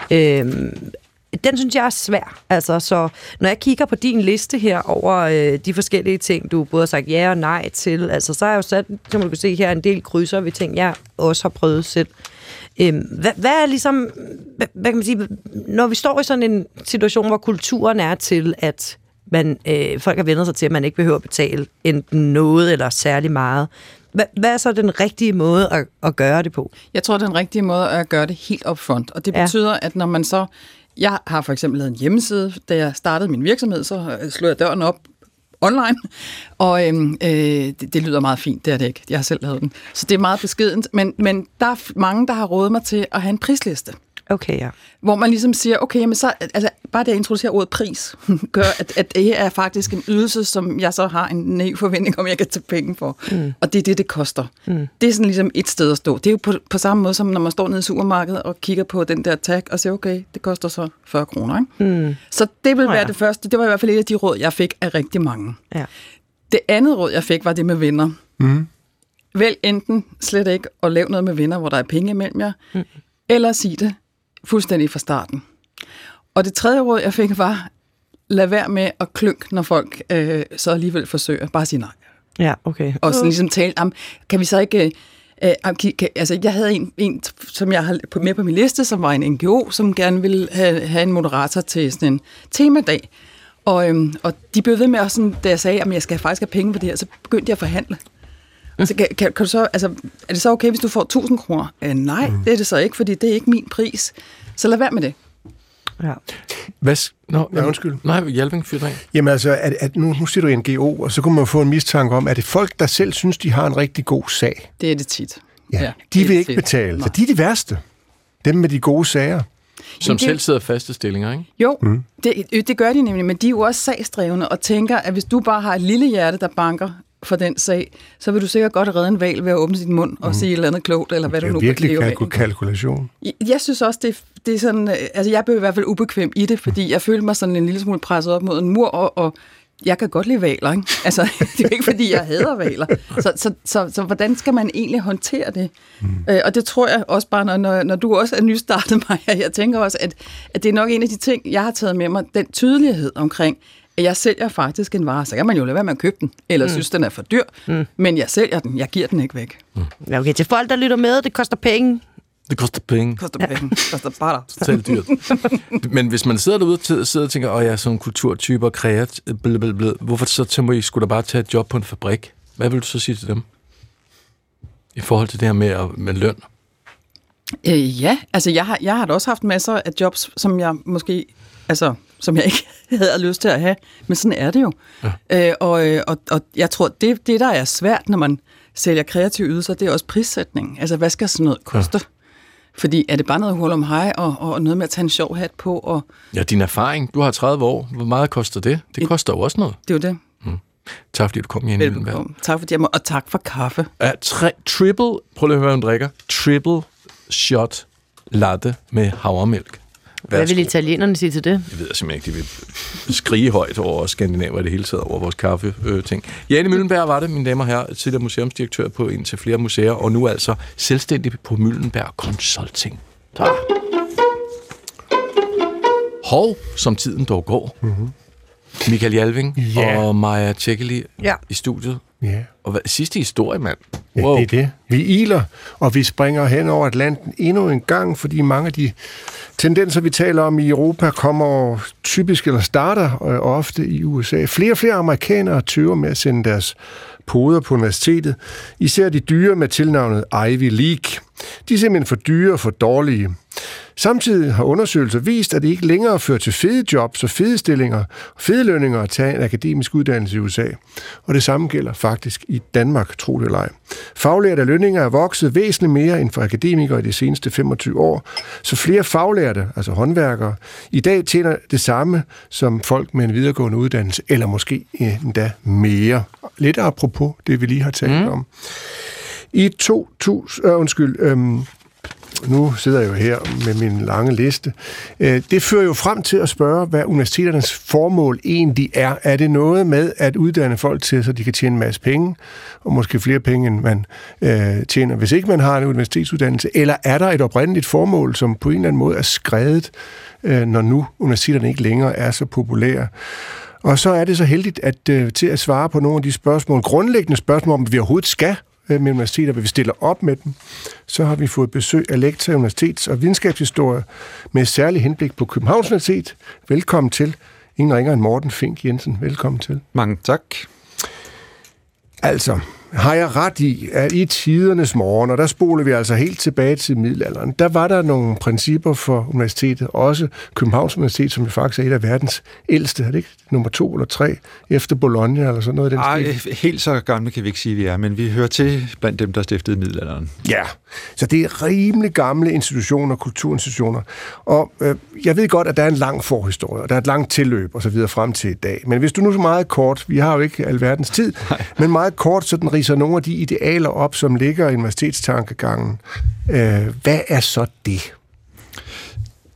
Den synes jeg er svær. Altså, så når jeg kigger på din liste her over de forskellige ting, du både har sagt ja og nej til, altså, så har jeg jo sat, som du kan se her, en del krydser ved ting, jeg også har prøvet selv. Hvad er ligesom, hvad kan man sige, når vi står i sådan en situation, hvor kulturen er til, at folk har vendt sig til, at man ikke behøver at betale enten noget eller særlig meget. Hvad er så den rigtige måde at gøre det på? Jeg tror, den rigtige måde at gøre det helt upfront. Og det betyder, at når man så... Jeg har for eksempel lavet en hjemmeside. Da jeg startede min virksomhed, så slog jeg døren op online. Og det lyder meget fint, det er det ikke. Jeg har selv lavet den. Så det er meget beskedent. Men der er mange, der har rådet mig til at have en prisliste. Okay, ja. Hvor man ligesom siger, okay, jamen så, altså, bare det at introducere ordet pris, gør, at det her er faktisk en ydelse, som jeg så har en naiv forventning om, jeg kan tage penge for. Og det er det koster. Det er sådan ligesom et sted at stå. Det er jo på samme måde, som når man står nede i supermarkedet og kigger på den der tag og siger, okay, det koster så 40 kroner. Ikke? Så det vil være det første. Det var i hvert fald et af de råd, jeg fik af rigtig mange. Ja. Det andet råd, jeg fik, var det med venner. vælg enten slet ikke at lave noget med venner, hvor der er penge imellem jer, eller sig det fuldstændig fra starten. Og det tredje råd, jeg fik, var, lad være med at klynke, når folk så alligevel forsøger. Bare sige nej. Ja, okay. Og så ligesom tale om, kan vi så ikke... altså, jeg havde en, som jeg har med på min liste, som var en NGO, som gerne ville have en moderator til sådan en temadag. Og de blev ved med også sådan, da jeg sagde, at jeg skal faktisk have penge på det her, så begyndte jeg at forhandle. Så kan du så, altså, er det så okay, hvis du får 1.000 kroner? Nej, det er det så ikke, fordi det er ikke min pris. Så lad være med det. Ja. Undskyld. Nej, Hjalving, fyr dig. Jamen altså, nu siger du NGO, og så kunne man få en mistanke om, at det folk, der selv synes, de har en rigtig god sag. Det er det tit. Ja, de vil ikke betale, så de er de værste. Dem med de gode sager. Som selv sidder faste stillinger, ikke? Jo, det gør de nemlig, men de er jo også sagsdrevne og tænker, at hvis du bare har et lille hjerte, der banker for den sag, så vil du sikkert godt redde en hval ved at åbne sin mund og sige et eller andet klogt, eller hvad du nu kan leve af. Det er virkelig kalkulation. Jeg synes også, det er sådan... Altså, jeg blev i hvert fald ubekvem i det, fordi jeg følte mig sådan en lille smule presset op mod en mur, og jeg kan godt lide hvaler, ikke? Altså, det er jo ikke, fordi jeg hader hvaler. Så hvordan skal man egentlig håndtere det? Og det tror jeg også bare, når du også er nystartet mig, jeg tænker også, at det er nok en af de ting, jeg har taget med mig, den tydelighed omkring, at jeg sælger faktisk en vare, så kan man jo lade være med at købe den, eller synes, den er for dyr, men jeg sælger den, jeg giver den ikke væk. Ja, okay, til folk, der lytter med, det koster penge. Det koster penge. Koster bare totalt dyrt. Men hvis man sidder derude og tænker, jeg er sådan en kulturtype og kreativ, hvorfor så skulle da bare tage et job på en fabrik? Hvad vil du så sige til dem? I forhold til det her med løn? Ja, altså jeg har da også haft masser af jobs, som jeg måske, altså som jeg ikke havde lyst til at have, men sådan er det jo. Ja. Og jeg tror, det der er svært, når man sælger kreative ydelser, det er også prissætning. Altså, hvad skal sådan noget koste? Ja. Fordi er det bare noget hul om hej, og noget med at tage en sjov hat på? Og... Ja, din erfaring. Du har 30 år. Hvor meget koster det? Det koster jo også noget. Det er jo det. Tak fordi du kom, Jenny Møllenberg. Tak fordi jeg må, og tak for kaffe. Ja, prøv lige at høre, hvad hun drikker. Triple shot latte med havremælk. Hvad vil italienerne sige til det? Jeg ved simpelthen ikke, de vil skrige højt over skandinaver i det hele taget, over vores kaffe-ting. Jenny Møllenberg var det, mine damer og herrer, tidligere museumsdirektør på en til flere museer, og nu altså selvstændig på Møllenberg Consulting. Tak. Hov, som tiden dog går. Michael Hjalving og Maja Tjekkeli i studiet. Ja. Og sidste historie, mand. Wow. Ja, det er det. Vi iler, og vi springer hen over Atlanten endnu en gang, fordi mange af de tendenser, vi taler om i Europa, kommer typisk eller starter ofte i USA. Flere og flere amerikanere tøver med at sende deres poder på universitetet. Især de dyre med tilnavnet Ivy League. De er simpelthen for dyre og for dårlige. Samtidig har undersøgelser vist, at det ikke længere fører til fede jobs og fede stillinger og fede lønninger at tage en akademisk uddannelse i USA. Og det samme gælder faktisk i Danmark, tro det eller ej. Faglærte lønninger er vokset væsentligt mere end for akademikere i de seneste 25 år, så flere faglærte, altså håndværkere, i dag tjener det samme som folk med en videregående uddannelse, eller måske endda mere. Lidt apropos det, vi lige har talt om. I 2000... Nu sidder jeg jo her med min lange liste. Det fører jo frem til at spørge, hvad universiteternes formål egentlig er. Er det noget med at uddanne folk til, så de kan tjene en masse penge, og måske flere penge, end man tjener, hvis ikke man har en universitetsuddannelse? Eller er der et oprindeligt formål, som på en eller anden måde er skredet, når nu universiteterne ikke længere er så populære? Og så er det så heldigt til at svare på nogle af de spørgsmål, grundlæggende spørgsmål, om vi overhovedet skal med universiteter, vil vi stille op med dem. Så har vi fået besøg af lektor i universitets- og videnskabshistorie med særlig henblik på Københavns Universitet. Velkommen til. Ingen ringer end Morten Fink Jensen. Velkommen til. Mange tak. Altså, har jeg ret i, at i tidernes morgen, og der spoler vi altså helt tilbage til middelalderen, der var der nogle principper for universitetet, også Københavns Universitet, som jo faktisk er et af verdens ældste, er det ikke? Nummer 2 eller 3, efter Bologna eller sådan noget. Helt så gamle kan vi ikke sige, vi er, men vi hører til blandt dem, der stiftede middelalderen. Ja, så det er rimelig gamle institutioner, kulturinstitutioner, og jeg ved godt, at der er en lang forhistorie, og der er et langt tilløb og så videre frem til i dag. Men hvis du nu så meget kort, vi har jo ikke alverdens tid, men meget kort, så den riser nogle af de idealer op, som ligger i universitetstankegangen. Hvad er så det?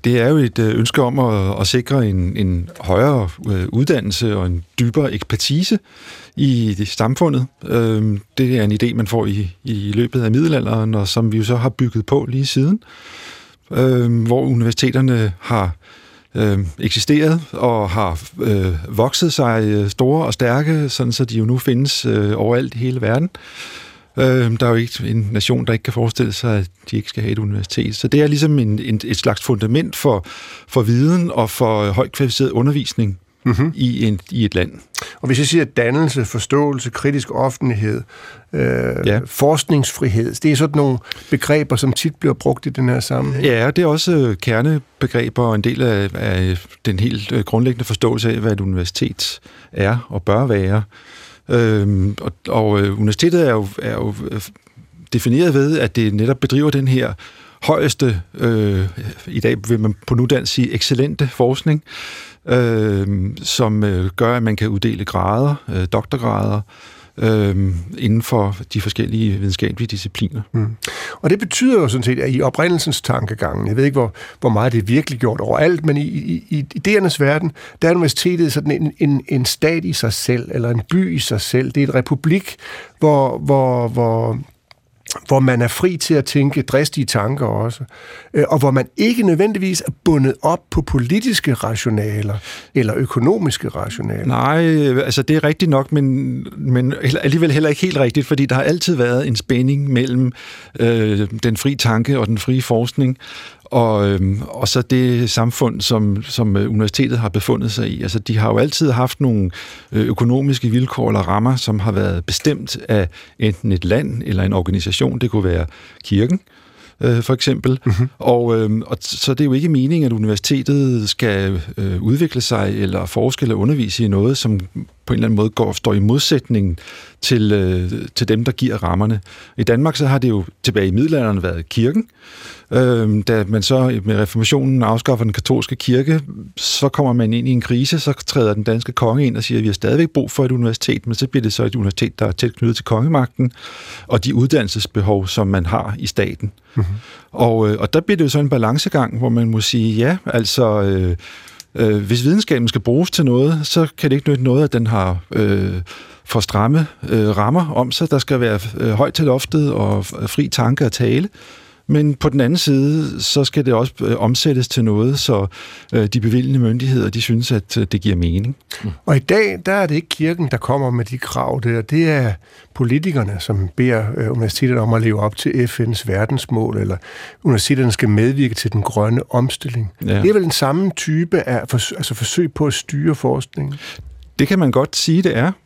Det er jo et ønske om at sikre en højere uddannelse og en dybere ekspertise i samfundet. Det er en idé, man får i løbet af middelalderen, og som vi jo så har bygget på lige siden, hvor universiteterne har eksisteret og har vokset sig store og stærke, sådan så de jo nu findes overalt i hele verden. Der er jo ikke en nation, der ikke kan forestille sig, at de ikke skal have et universitet. Så det er ligesom et slags fundament for viden og for højt kvalificeret undervisning i et land. Og hvis jeg siger dannelse, forståelse, kritisk offentlighed, forskningsfrihed, det er sådan nogle begreber, som tit bliver brugt i den her sammenhæng. Ja, det er også kernebegreber og en del af den helt grundlæggende forståelse af, hvad et universitet er og bør være. Og universitetet er jo defineret ved, at det netop bedriver den her højeste, i dag vil man på nudansk sige, excellente forskning, som gør, at man kan uddele grader, doktorgrader, inden for de forskellige videnskabelige discipliner. Og det betyder jo sådan set, at i oprindelsens tankegangen, jeg ved ikke, hvor meget det er virkelig gjort overalt, men i idéernes verden, der er universitetet sådan en stat i sig selv, eller en by i sig selv. Det er en republik, hvor man er fri til at tænke dristige tanker også, og hvor man ikke nødvendigvis er bundet op på politiske rationaler eller økonomiske rationaler. Nej, altså det er rigtigt nok, men alligevel heller ikke helt rigtigt, fordi der har altid været en spænding mellem den frie tanke og den frie forskning, og så det samfund, som universitetet har befundet sig i. Altså, de har jo altid haft nogle økonomiske vilkår eller rammer, som har været bestemt af enten et land eller en organisation. Det kunne være kirken, for eksempel. Og så det er jo ikke meningen, at universitetet skal udvikle sig eller forske eller undervise i noget, som på en eller anden måde står i modsætning til dem, der giver rammerne. I Danmark så har det jo tilbage i middelalderen været kirken. Da man så med reformationen afskaffer den katolske kirke, så kommer man ind i en krise, så træder den danske konge ind og siger, at vi har stadigvæk brug for et universitet, men så bliver det så et universitet, der er tilknyttet til kongemagten, og de uddannelsesbehov, som man har i staten. Og der bliver det jo så en balancegang, hvor man må sige, ja, altså hvis videnskaben skal bruges til noget, så kan det ikke nytte noget, at den har for stramme rammer om sig. Der skal være højt til loftet og fri tanke at tale. Men på den anden side, så skal det også omsættes til noget, så de bevilgende myndigheder, de synes, at det giver mening. Og i dag, der er det ikke kirken, der kommer med de krav der. Det er politikerne, som beder universiteterne om at leve op til FN's verdensmål, eller universiteterne skal medvirke til den grønne omstilling. Ja. Det er vel den samme type af forsøg på at styre forskningen? Det kan man godt sige, det er.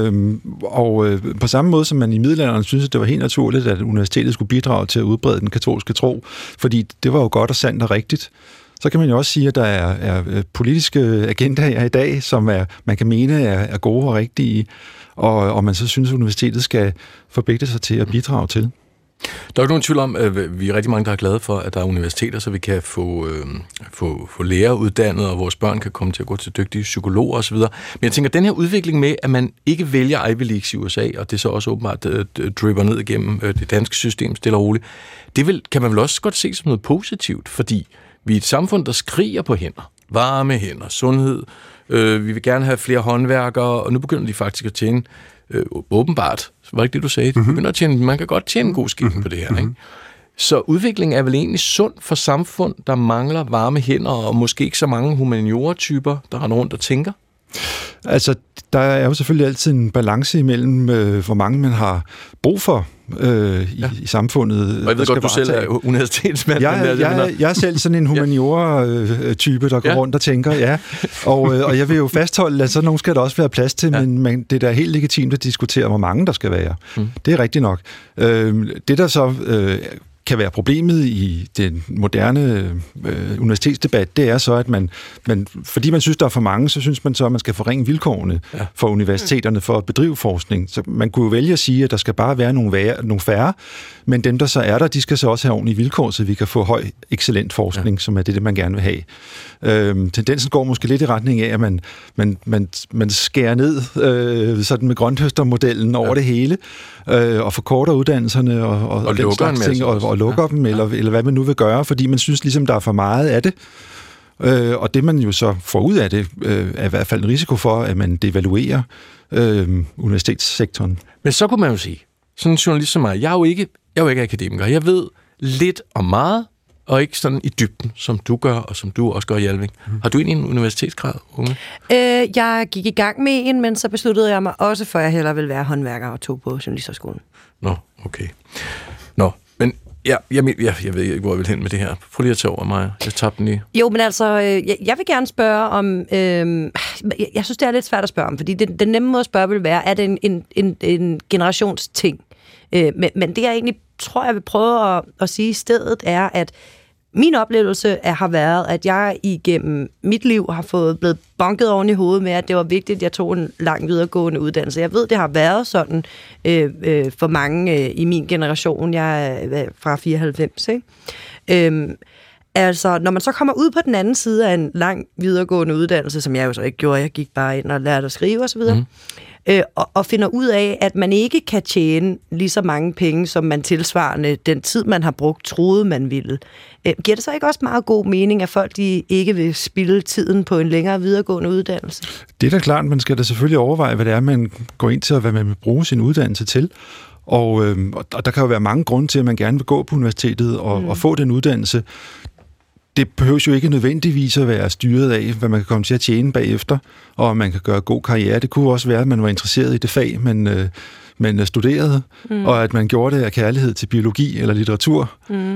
Og på samme måde som man i middelalderen synes, at det var helt naturligt, at universitetet skulle bidrage til at udbrede den katolske tro, fordi det var jo godt og sandt og rigtigt, så kan man jo også sige, at der er politiske agendaer i dag, som man kan mene er gode og rigtige, og man så synes, at universitetet skal forpligte sig til at bidrage til. Der er jo ikke nogen tvivl om, at vi er rigtig mange, der er glade for, at der er universiteter, så vi kan få lærere uddannet, og vores børn kan komme til at gå til dygtige psykologer osv. Men jeg tænker, den her udvikling med, at man ikke vælger Ivy Leagues i USA, og det så også åbenbart dripper ned igennem det danske system stille og roligt, kan man vel også godt se som noget positivt, fordi vi er et samfund, der skriger på hænder. Varme hænder, sundhed, vi vil gerne have flere håndværkere, og nu begynder de faktisk at tjene åbenbart, var ikke det, du sagde? Man kan godt tjene en god skilling på det her, ikke? Så udviklingen er vel egentlig sund for samfund, der mangler varme hænder, og måske ikke så mange humaniora-typer, der render rundt og tænker? Altså, der er jo selvfølgelig altid en balance imellem, hvor mange man har brug for i samfundet. Og jeg ved godt, du selv er universitetsmand. Jeg er selv sådan en humaniora-type, der går rundt og tænker, ja. Og jeg vil jo fastholde, at sådan nogen skal der også være plads til, men det er da helt legitimt at diskutere, hvor mange der skal være. Det er rigtigt nok. Det, der så kan være problemet i den moderne universitetsdebat, det er så, at man, fordi man synes, der er for mange, så synes man så, at man skal forringe vilkårene for universiteterne for at bedrive forskning. Så man kunne jo vælge at sige, at der skal bare være nogle færre, men dem, der så er der, de skal så også have ordentlige vilkår, så vi kan få høj, excellent forskning, som er det, man gerne vil have. Tendensen går måske lidt i retning af, at man skærer ned sådan med grønthøstermodellen over det hele, og forkorter uddannelserne og lukker en masse. Og lukker dem, eller hvad man nu vil gøre, fordi man synes ligesom, der er for meget af det. Og det, man jo så får ud af det, er i hvert fald en risiko for, at man devaluerer universitetssektoren. Men så kunne man jo sige, sådan en journalist som mig, jeg er jo ikke akademiker. Jeg ved lidt og meget, og ikke sådan i dybden, som du gør, og som du også gør, Hjalving. Har du egentlig en universitetsgrad, unge? Jeg gik i gang med en, men så besluttede jeg mig også, for jeg hellere ville være håndværker og tog på journalisterskolen. Nå, okay. Nå, men jeg ved ikke, hvor jeg vil hen med det her. Prøv lige at tage over mig. Jeg tabte den lige. Jo, men altså, jeg vil gerne spørge om... jeg synes, det er lidt svært at spørge om, fordi den nemme måde at spørge vil være, er det en generationsting? Men det, jeg egentlig tror, jeg vil prøve at sige i stedet, er, at min oplevelse har været, at jeg igennem mit liv har blevet bonket oven i hovedet med, at det var vigtigt, at jeg tog en lang videregående uddannelse. Jeg ved, det har været sådan for mange i min generation. Jeg er fra 94, ikke? Altså, når man så kommer ud på den anden side af en lang videregående uddannelse, som jeg jo så ikke gjorde, jeg gik bare ind og lærte at skrive osv., og finder ud af, at man ikke kan tjene lige så mange penge, som man tilsvarende den tid, man har brugt, troede man ville. Giver det så ikke også meget god mening, at folk de ikke vil spilde tiden på en længere videregående uddannelse? Det er da klart, man skal da selvfølgelig overveje, hvad det er, man går ind til, og hvad man vil bruge sin uddannelse til. Og der kan jo være mange grunde til, at man gerne vil gå på universitetet og få den uddannelse. Det behøver jo ikke nødvendigvis at være styret af, hvad man kan komme til at tjene bagefter, og man kan gøre god karriere. Det kunne også være, at man var interesseret i det fag, man studerede, og at man gjorde det af kærlighed til biologi eller litteratur,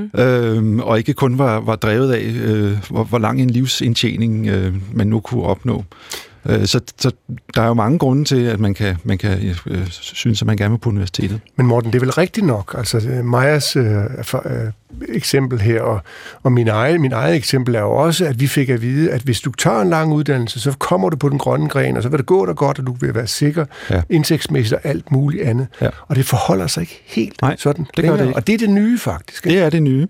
og ikke kun var drevet af, hvor lang en livsindtjening man nu kunne opnå. Så der er jo mange grunde til, at man kan synes, at man gerne vil på universitetet. Men Morten, det er vel rigtigt nok? Altså, Majas eksempel her, og min eget eksempel er jo også, at vi fik at vide, at hvis du tager en lang uddannelse, så kommer du på den grønne gren, og så vil det gå dig godt, og du vil være sikker, indtægtsmæssigt og alt muligt andet. Ja. Og det forholder sig ikke helt sådan. Det gør det ikke. Og det er det nye, faktisk. Ikke? Det er det nye.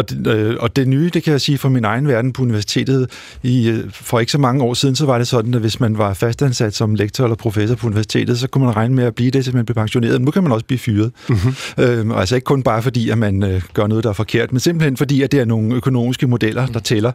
Og det nye, det kan jeg sige fra min egen verden på universitetet. For ikke så mange år siden, så var det sådan, at hvis man var fastansat som lektor eller professor på universitetet, så kunne man regne med at blive det, til man blev pensioneret. Nu kan man også blive fyret. Og altså ikke kun bare fordi, at man gør noget, der er forkert, men simpelthen fordi, at det er nogle økonomiske modeller, der tæller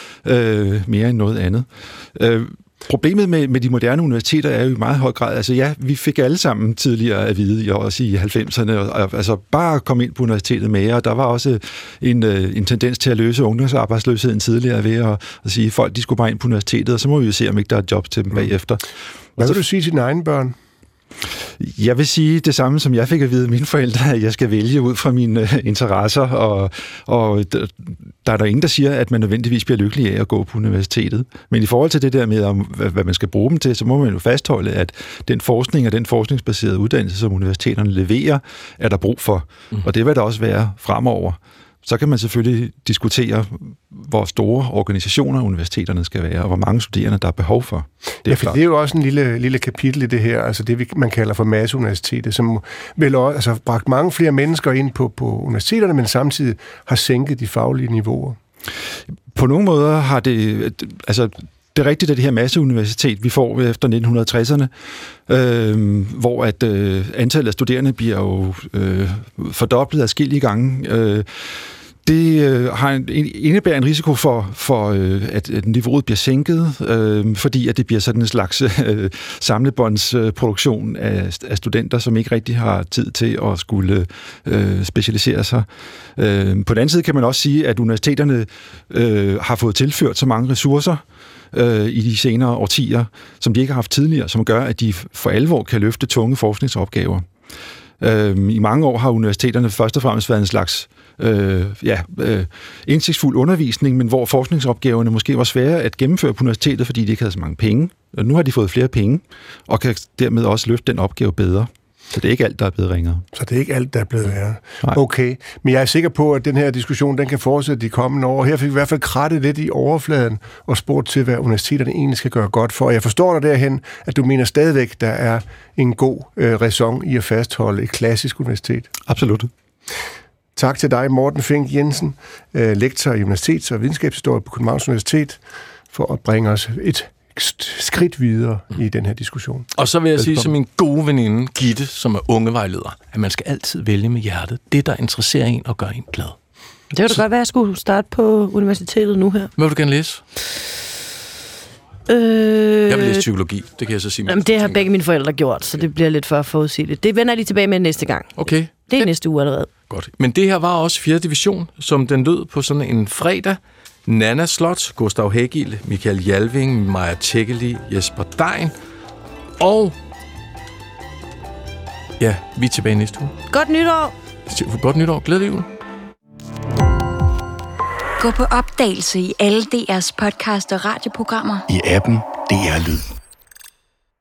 mere end noget andet. Problemet med de moderne universiteter er jo i meget høj grad, altså ja, vi fik alle sammen tidligere at vide, også i 90'erne, altså bare komme ind på universitetet med, og der var også en tendens til at løse ungdomsarbejdsløsheden tidligere ved at sige, at folk de skulle bare ind på universitetet, og så må vi jo se, om ikke der er et job til dem bagefter. Hvad vil du sige til dine egne børn? Jeg vil sige det samme, som jeg fik at vide af mine forældre, at jeg skal vælge ud fra mine interesser, og der er der ingen, der siger, at man nødvendigvis bliver lykkelig af at gå på universitetet. Men i forhold til det der med, hvad man skal bruge dem til, så må man jo fastholde, at den forskning og den forskningsbaserede uddannelse, som universiteterne leverer, er der brug for. Og det vil der også være fremover. Så kan man selvfølgelig diskutere, hvor store organisationer universiteterne skal være, og hvor mange studerende, der er behov for. Det er jo også en lille kapitel i det her, altså det, man kalder for masseuniversitetet, som vel også bragt mange flere mennesker ind på universiteterne, men samtidig har sænket de faglige niveauer. På nogle måder har det... Altså, det er rigtigt, at det her masseuniversitet, vi får efter 1960'erne, hvor at antallet af studerende bliver jo fordoblet adskillige gange. Det indebærer en risiko for at niveauet bliver sænket, fordi at det bliver sådan en slags samlebåndsproduktion af studenter, som ikke rigtig har tid til at skulle specialisere sig. På den anden side kan man også sige, at universiteterne har fået tilført så mange ressourcer i de senere årtier, som de ikke har haft tidligere, som gør, at de for alvor kan løfte tunge forskningsopgaver. I mange år har universiteterne først og fremmest været en slags indsigtsfuld undervisning, men hvor forskningsopgaverne måske var svære at gennemføre på universitetet, fordi de ikke havde så mange penge. Og nu har de fået flere penge, og kan dermed også løfte den opgave bedre. Så det er ikke alt, der er blevet ringere. Så det er ikke alt, der er blevet værre. Okay, men jeg er sikker på, at den her diskussion, den kan fortsætte de kommende år. Her fik vi i hvert fald krattet lidt i overfladen og spurgt til, hvad universiteterne egentlig skal gøre godt for. Og jeg forstår dig derhen, at du mener stadigvæk, der er en god ræson i at fastholde et klassisk universitet. Absolut. Tak til dig, Morten Fink Jensen, lektor i Universitets- og Videnskabshistorie på Københavns Universitet, for at bringe os et skridt videre i den her diskussion. Og så vil jeg sige som min gode veninde, Gitte, som er ungevejleder, at man skal altid vælge med hjertet det, der interesserer en og gør en glad. Det kunne da godt være, at jeg skulle starte på universitetet nu her. Hvad vil du gerne læse? Jeg vil læse psykologi, det kan jeg så sige. Jamen, det har begge mine forældre gjort, så det bliver lidt for forudsigeligt. Det vender de tilbage med næste gang. Okay. Det er næste uge allerede. Godt. Men det her var også 4. division, som den lød på sådan en fredag. Nana Slot, Gustav Hegil, Michael Jalving, Maja Tjekkeli, Jesper Dein. Og ja, vi er tilbage næste uge. Godt nytår! Godt nytår. Glædelig jul. Gå på opdagelse i alle DR's podcast og radioprogrammer. I appen DR Lyd.